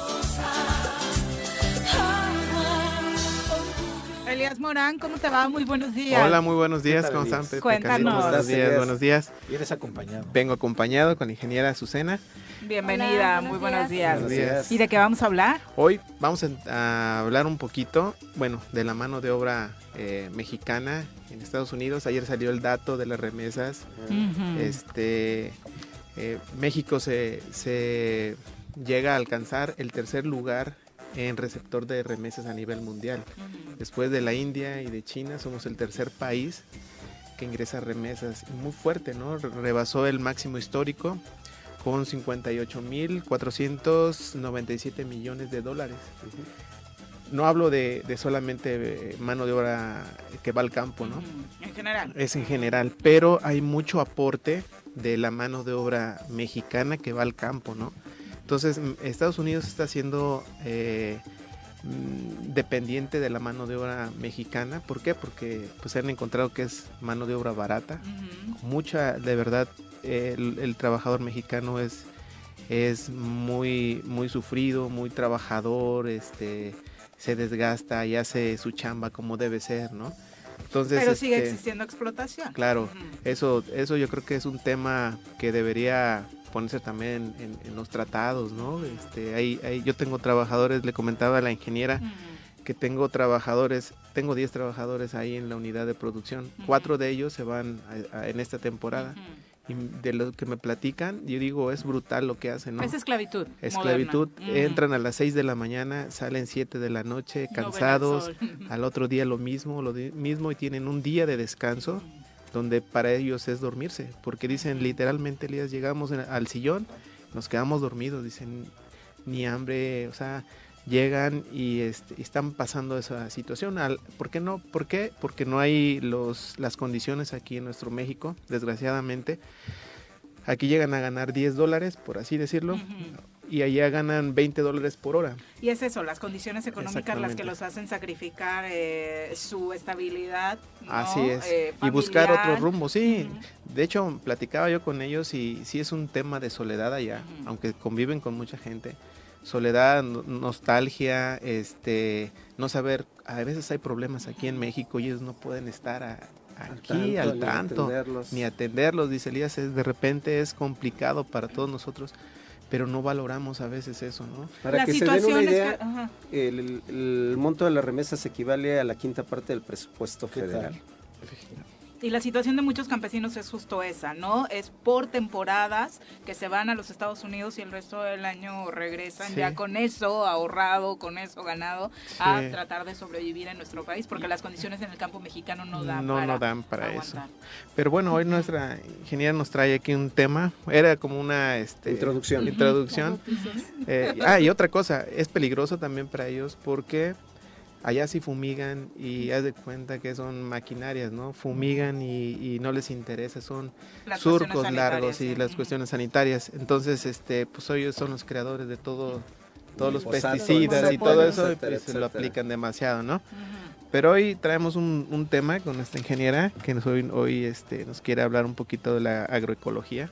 Elías Morán, ¿cómo te va? Muy buenos días.
Hola, muy buenos días. ¿Cómo están, Pepe?
Cuéntanos.
Buenos días, buenos días.
¿Vienes acompañado?
Vengo acompañado con la ingeniera Azucena.
Bienvenida,
Hola,
muy
buenos
buenos días.
Buenos días.
¿Y de qué vamos a hablar?
Hoy vamos a, a hablar un poquito, bueno, de la mano de obra eh, mexicana en Estados Unidos. Ayer salió el dato de las remesas.
Uh-huh.
Este, eh, México se, se llega a alcanzar el tercer lugar en receptor de remesas a nivel mundial. Uh-huh. Después de la India y de China, somos el tercer país que ingresa remesas. Muy fuerte, ¿no? Rebasó el máximo histórico con cincuenta y ocho mil cuatrocientos noventa y siete millones de dólares. Uh-huh. No hablo de, de solamente mano de obra que va al campo, ¿no?
Uh-huh. En general.
Es en general, pero hay mucho aporte de la mano de obra mexicana que va al campo, ¿no? Entonces, Estados Unidos está siendo eh, dependiente de la mano de obra mexicana. ¿Por qué? Porque pues han encontrado que es mano de obra barata. Uh-huh. Mucha, de verdad, eh, el, el trabajador mexicano es, es muy, muy sufrido, muy trabajador, este, se desgasta y hace su chamba como debe ser, ¿no? Entonces,
Pero sigue
este,
existiendo explotación.
Claro,
Ujú.
eso, eso yo creo que es un tema que debería ponerse también en, en los tratados, ¿no? Este, hay, hay, yo tengo trabajadores, le comentaba a la ingeniera
Ujú.
que tengo trabajadores, tengo diez trabajadores ahí en la unidad de producción,
Ujú.
cuatro de ellos se van a- a- en esta temporada.
Ujú.
Y de lo que me platican, yo digo, es brutal lo que hacen, ¿no?
Es esclavitud.
Esclavitud,
moderna. Ujú.
entran a las seis de la mañana, salen siete de la noche,
No ven el
cansados,
sol.
al otro día lo mismo, lo di- mismo y tienen un día de descanso donde para ellos es dormirse, porque dicen literalmente, Elías, llegamos en- al sillón, nos quedamos dormidos, dicen, ni hambre, o sea, llegan y este, están pasando esa situación. Al, ¿Por qué no? ¿Por qué? Porque no hay los, las condiciones aquí en nuestro México, desgraciadamente. Aquí llegan a ganar diez dólares, por así decirlo,
Ujú.
y allá ganan veinte dólares por hora.
Y es eso, las condiciones económicas las que
Exactamente.
los hacen sacrificar eh, su estabilidad, ¿no?
Así es.
Eh,
y buscar
familiar.
otro rumbo, sí. De hecho, platicaba yo con ellos y sí es un tema de soledad allá, aunque conviven con mucha gente. Soledad, no- nostalgia, este, no saber, a veces hay problemas aquí en México y ellos no pueden estar a- aquí
tanto,
al
ni
tanto,
atenderlos.
ni atenderlos, dice Elías, es- de repente es complicado para todos nosotros, pero no valoramos a veces eso, ¿no?
Para
La
que se den una
situación es
idea,
que- ajá.
el, el- el monto de las remesas equivale a la quinta parte del presupuesto federal.
Y la situación de muchos campesinos es justo esa, ¿no? Es por temporadas que se van a los Estados Unidos y el resto del año regresan
Sí.
ya con eso ahorrado, con eso ganado, a
Sí.
tratar de sobrevivir en nuestro país, porque las condiciones en el campo mexicano no dan
no,
para
no dan para
aguantar.
eso. Pero bueno, hoy nuestra ingeniera nos trae aquí un tema, era como una este,
Introducción.
introducción. Eh, ah, y otra cosa, es peligroso también para ellos porque allá sí fumigan y haz de cuenta que son maquinarias, ¿no? Fumigan y, y no les interesa, son
Las
surcos
cuestiones
largos
sanitarias,
y
sí.
las cuestiones sanitarias. Entonces, este, pues ellos son los creadores de todo, todos los
Glifosato,
pesticidas y
etcétera,
todo eso, y
etcétera,
pues, se lo
etcétera.
aplican demasiado, ¿no? Pero hoy traemos un, un tema con nuestra ingeniera que nos, hoy, hoy este, nos quiere hablar un poquito de la agroecología.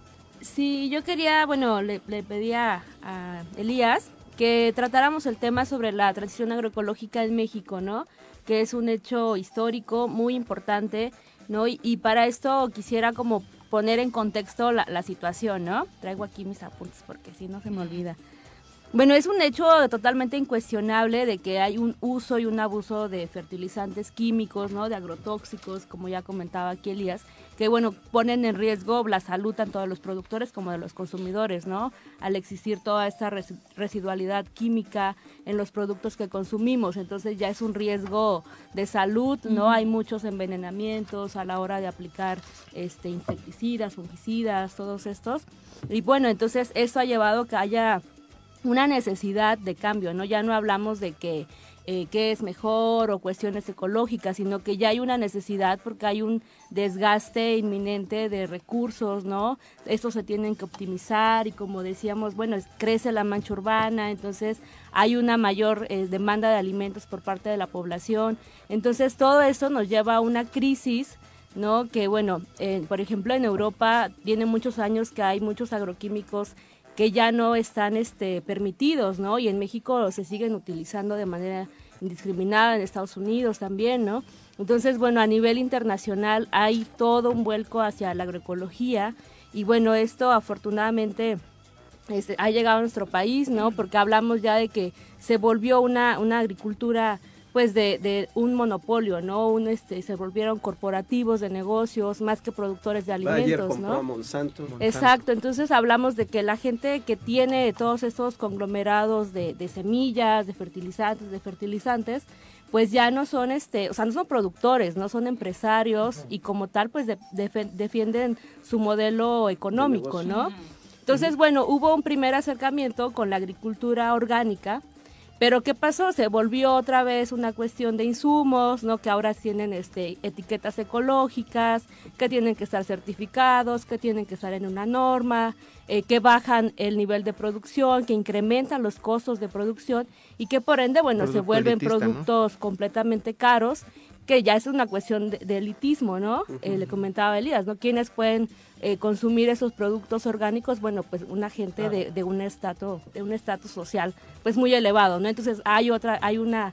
Sí, yo quería, bueno, le, le pedía a Elías que tratáramos el tema sobre la transición agroecológica en México, ¿no? Que es un hecho histórico muy importante, ¿no? Y, y para esto quisiera como poner en contexto la, la situación, ¿no? Traigo aquí mis apuntes porque si no se me olvida. Bueno, es un hecho totalmente incuestionable de que hay un uso y un abuso de fertilizantes químicos, ¿no? De agrotóxicos, como ya comentaba aquí Elías, que, bueno, ponen en riesgo la salud tanto de los productores como de los consumidores, ¿no? Al existir toda esta res- residualidad química en los productos que consumimos. Entonces ya es un riesgo de salud, ¿no?
Ujú.
Hay muchos envenenamientos a la hora de aplicar este, insecticidas, fungicidas, todos estos. Y bueno, entonces eso ha llevado a que haya una necesidad de cambio, ¿no? Ya no hablamos de que eh, qué es mejor o cuestiones ecológicas, sino que ya hay una necesidad porque hay un desgaste inminente de recursos, ¿no? Estos se tienen que optimizar y como decíamos, bueno, es- crece la mancha urbana, entonces hay una mayor eh, demanda de alimentos por parte de la población. Entonces todo eso nos lleva a una crisis, ¿no? Que bueno, eh, por ejemplo en Europa tiene muchos años que hay muchos agroquímicos que ya no están este, permitidos, ¿no? Y en México se siguen utilizando de manera indiscriminada, en Estados Unidos también, ¿no? Entonces, bueno, a nivel internacional hay todo un vuelco hacia la agroecología y bueno, esto afortunadamente este, ha llegado a nuestro país, ¿no? Porque hablamos ya de que se volvió una, una agricultura pues de, de un monopolio, ¿no? Un, este, se volvieron corporativos de negocios más que productores de
Bayer
alimentos,
compró
¿no?
a Monsanto.
Exacto, entonces hablamos de que la gente que tiene todos estos conglomerados de, de semillas, de fertilizantes, de fertilizantes, pues ya no son, este, o sea, no son productores, no son empresarios y como tal, pues de- defe- defienden su modelo económico, ¿no? Entonces, bueno, hubo un primer acercamiento con la agricultura orgánica, pero ¿qué pasó? Se volvió otra vez una cuestión de insumos, ¿no? Que ahora tienen este, etiquetas ecológicas, que tienen que estar certificados, que tienen que estar en una norma, eh, que bajan el nivel de producción, que incrementan los costos de producción y que por ende, bueno, se
Producto
vuelven
elitista, ¿no?
productos completamente caros, que ya es una cuestión de, de elitismo, ¿no? Eh, le comentaba Elías, ¿no? ¿Quiénes pueden eh, consumir esos productos orgánicos? Bueno, pues una gente de, de un estatus de un estatus social pues muy elevado, ¿no? Entonces hay otra hay una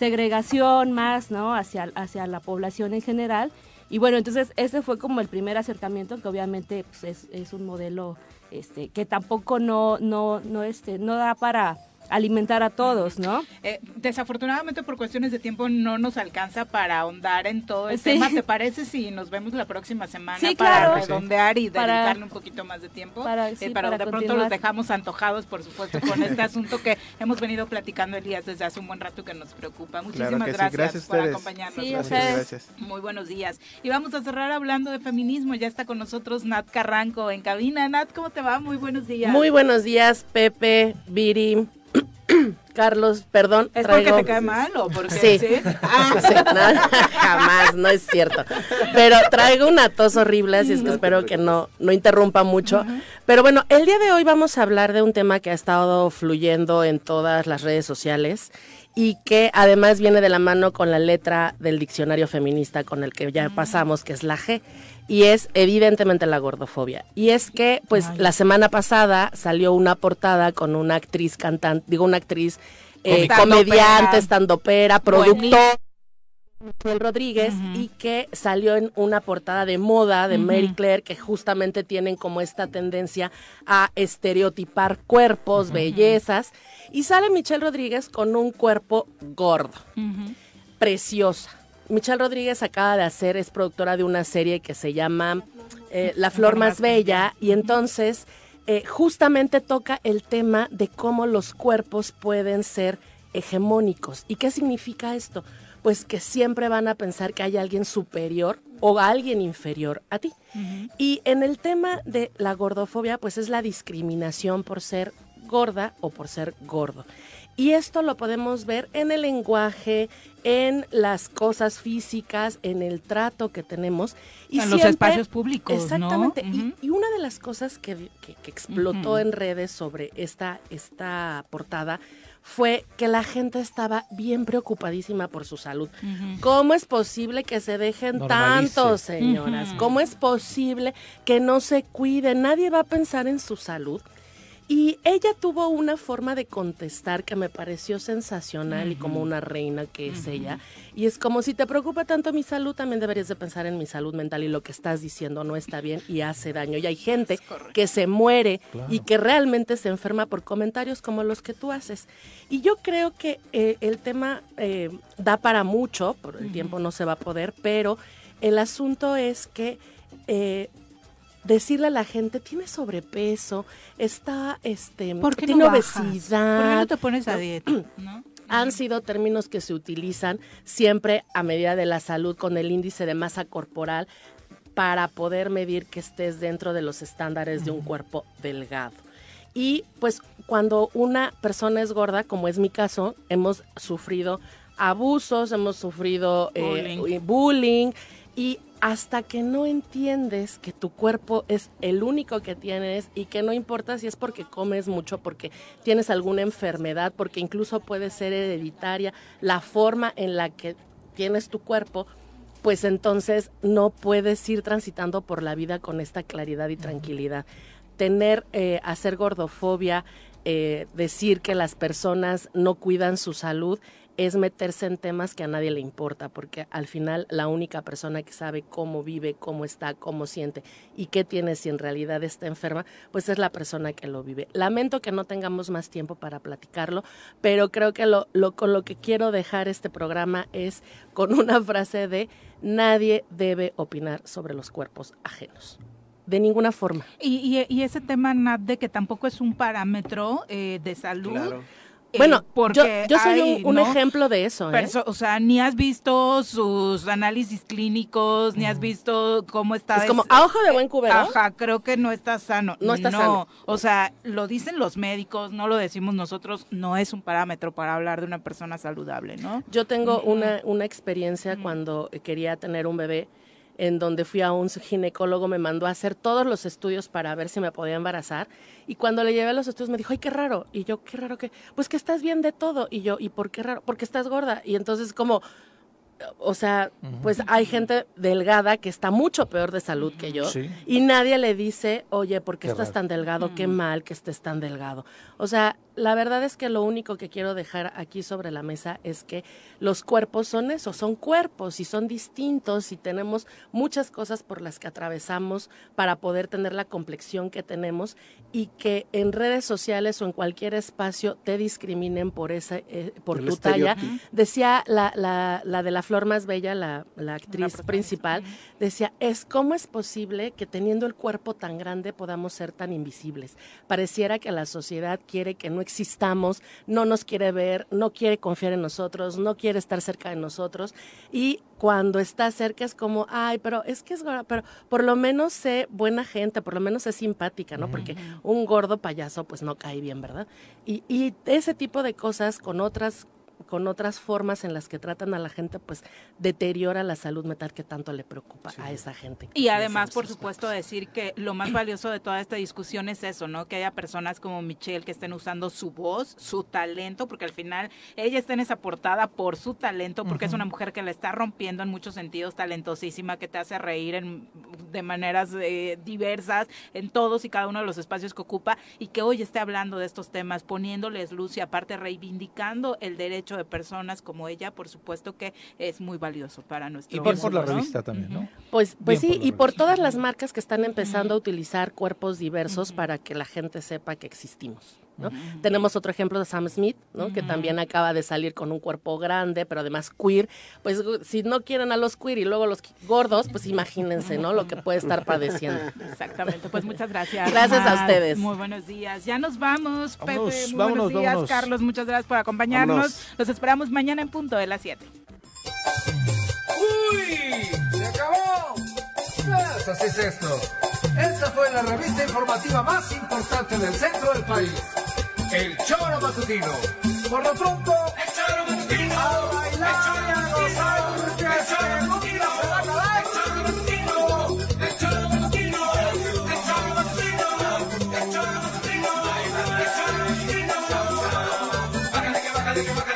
segregación más, ¿no? Hacia, hacia la población en general. Y bueno, entonces ese fue como el primer acercamiento, que obviamente pues, es, es un modelo este, que tampoco no, no, no, este, no da para alimentar a todos, ¿no?
Eh, desafortunadamente por cuestiones de tiempo no nos alcanza para ahondar en todo el
Sí.
tema. ¿Te parece si nos vemos la próxima semana
Sí,
para
claro.
redondear y
Para-
dedicarle un poquito más de tiempo?
para-
Eh,
sí,
para
para
de pronto
continuar.
los dejamos antojados, por supuesto, con este asunto que hemos venido platicando, Elías, desde hace un buen rato, que nos preocupa. Muchísimas
que sí.
gracias,
Gracias a
por
ustedes.
acompañarnos.
Sí, a
Muchas
ustedes.
gracias.
Muy buenos días. Y vamos a cerrar hablando de feminismo. Ya está con nosotros Nat Carranco en cabina. Nat, ¿cómo te va? Muy buenos días.
Muy buenos días, Pepe, Viri, Carlos, perdón.
¿Es
traigo-
porque te cae mal o porque
Sí.
sí? Ah.
Sí, no, jamás, no es cierto. Pero traigo una tos horrible, así es que espero que no, no interrumpa mucho. Pero bueno, el día de hoy vamos a hablar de un tema que ha estado fluyendo en todas las redes sociales y que además viene de la mano con la letra del diccionario feminista con el que ya pasamos, que es la G. Y es evidentemente la gordofobia. Y es que, pues, la semana pasada salió una portada con una actriz cantante, digo, una actriz eh,
Estandopera.
comediante, estandopera, productora, Michelle Rodríguez,
Ujú.
y que salió en una portada de moda de
Ujú.
Mary Claire, que justamente tienen como esta tendencia a estereotipar cuerpos, bellezas, y sale Michelle Rodríguez con un cuerpo gordo, preciosa. Michelle Rodríguez acaba de hacer, es productora de una serie que se llama eh, La Flor Más Bella, y entonces eh, justamente toca el tema de cómo los cuerpos pueden ser hegemónicos. ¿Y qué significa esto? Pues que siempre van a pensar que hay alguien superior o alguien inferior a ti. Y en el tema de la gordofobia, pues es la discriminación por ser gorda o por ser gordo. Y esto lo podemos ver en el lenguaje, en las cosas físicas, en el trato que tenemos. Y
En los
siempre-
espacios públicos, ¿no?
Exactamente. Y-
Ujú.
y, una de las cosas que, que- que explotó
Ujú.
en redes sobre esta, esta portada fue que la gente estaba bien preocupadísima por su salud.
Ujú.
¿Cómo es posible que se dejen
Normalice.
tanto, señoras?
Ujú.
¿Cómo es posible que no se cuiden? Nadie va a pensar en su salud. Y ella tuvo una forma de contestar que me pareció sensacional y como una reina que es ella. Y es como, si te preocupa tanto mi salud, también deberías de pensar en mi salud mental, y lo que estás diciendo no está bien y hace daño. Y hay gente que se muere
Claro.
y que realmente se enferma por comentarios como los que tú haces. Y yo creo que eh, el tema eh, da para mucho, por el tiempo no se va a poder, pero el asunto es que... eh, decirle a la gente, tiene sobrepeso, está, este,
¿Por qué
tiene
no bajas?
obesidad.
¿Por qué no te pones a
¿no?
dieta? ¿No?
Han sido términos que se utilizan siempre a medida de la salud con el índice de masa corporal para poder medir que estés dentro de los estándares de un cuerpo delgado. Y pues cuando una persona es gorda, como es mi caso, hemos sufrido abusos, hemos sufrido eh,
Bullying.
bullying, y hasta que no entiendes que tu cuerpo es el único que tienes y que no importa si es porque comes mucho, porque tienes alguna enfermedad, porque incluso puede ser hereditaria, la forma en la que tienes tu cuerpo, pues entonces no puedes ir transitando por la vida con esta claridad y tranquilidad. Tener, eh, hacer gordofobia, eh, decir que las personas no cuidan su salud, es meterse en temas que a nadie le importa, porque al final la única persona que sabe cómo vive, cómo está, cómo siente y qué tiene si en realidad está enferma, pues es la persona que lo vive. Lamento que no tengamos más tiempo para platicarlo, pero creo que lo, lo con lo que quiero dejar este programa es con una frase de: nadie debe opinar sobre los cuerpos ajenos. De ninguna forma.
Y, y, y ese tema, Nat, de que tampoco es un parámetro eh, de salud.
Claro.
eh,
Bueno,
porque
yo, yo soy
hay,
un, un
¿no?
ejemplo de eso, ¿eh?
Perso- o sea, ni has visto sus análisis clínicos, ni has visto cómo está.
Es como, a ojo de buen cubero.
Ajá, creo que no está sano.
No está sano.
O sea, lo dicen los médicos, no lo decimos nosotros, no es un parámetro para hablar de una persona saludable, ¿no?
Yo tengo
Ujú.
una, una experiencia cuando quería tener un bebé, en donde fui a un ginecólogo, me mandó a hacer todos los estudios para ver si me podía embarazar, y cuando le llevé los estudios me dijo, ay, qué raro, y yo, qué raro que, pues que estás bien de todo, y yo, ¿y por qué raro? Porque estás gorda, y entonces como, o sea, pues hay gente delgada que está mucho peor de salud que yo,
Sí.
y nadie le dice, oye, ¿por qué
Qué
estás
raro.
tan delgado? Qué mal que estés tan delgado. O sea, la verdad es que lo único que quiero dejar aquí sobre la mesa es que los cuerpos son eso, son cuerpos y son distintos y tenemos muchas cosas por las que atravesamos para poder tener la complexión que tenemos y que en redes sociales o en cualquier espacio te discriminen por esa, eh, por
El
tu talla.
estereotipo.
Decía la, la, la de la flor más bella, la, la actriz principal, decía, es cómo es posible que teniendo el cuerpo tan grande podamos ser tan invisibles. Pareciera que la sociedad quiere que no existamos, no nos quiere ver, no quiere confiar en nosotros, no quiere estar cerca de nosotros y cuando está cerca es como, ay, pero es que es gorda, pero por lo menos sé buena gente, por lo menos es simpática, ¿no? Porque un gordo payaso pues no cae bien, ¿verdad? Y, y ese tipo de cosas con otras con otras formas en las que tratan a la gente, pues deteriora la salud mental que tanto le preocupa sí. a esa gente.
Y además, por supuesto, decir que lo más valioso de toda esta discusión es eso, ¿no? Que haya personas como Michelle que estén usando su voz, su talento, porque al final ella está en esa portada por su talento, porque uh-huh. es una mujer que la está rompiendo en muchos sentidos, talentosísima, que te hace reír en, de maneras eh, diversas en todos y cada uno de los espacios que ocupa, y que hoy esté hablando de estos temas, poniéndoles luz y aparte reivindicando el derecho de personas como ella, por supuesto que es muy valioso para nuestro
y bien
mundo,
por la
¿no?
revista también, ¿no?
Pues, pues
Bien
sí,
por
y por todas las marcas que están empezando uh-huh. a utilizar cuerpos diversos uh-huh. para que la gente sepa que existimos, ¿no? Uh-huh. Tenemos otro ejemplo de Sam Smith, ¿no? Uh-huh. Que también acaba de salir con un cuerpo grande, pero además queer. Pues si no quieren a los queer y luego los gordos, pues imagínense, ¿no? Lo que puede estar padeciendo.
Exactamente, pues muchas gracias.
Gracias a ustedes.
Muy buenos días. Ya nos vamos,
vámonos,
Pepe. Muy
vámonos,
buenos días,
vámonos.
Carlos. Muchas gracias por acompañarnos.
Vámonos.
Los esperamos mañana en punto de las siete.
¡Uy! ¡Se acabó! Pues así es esto. Esta fue la revista informativa más importante del centro del país. El Choro Matutino. Por lo pronto, el Choro Matutino. A bailar y a gozar, porque el Choro Matutino se va a acabar. El Choro Matutino. El Choro Matutino. El Choro Matutino. El Choro Matutino. El Choro Matutino. Bájale que bájale que bájale.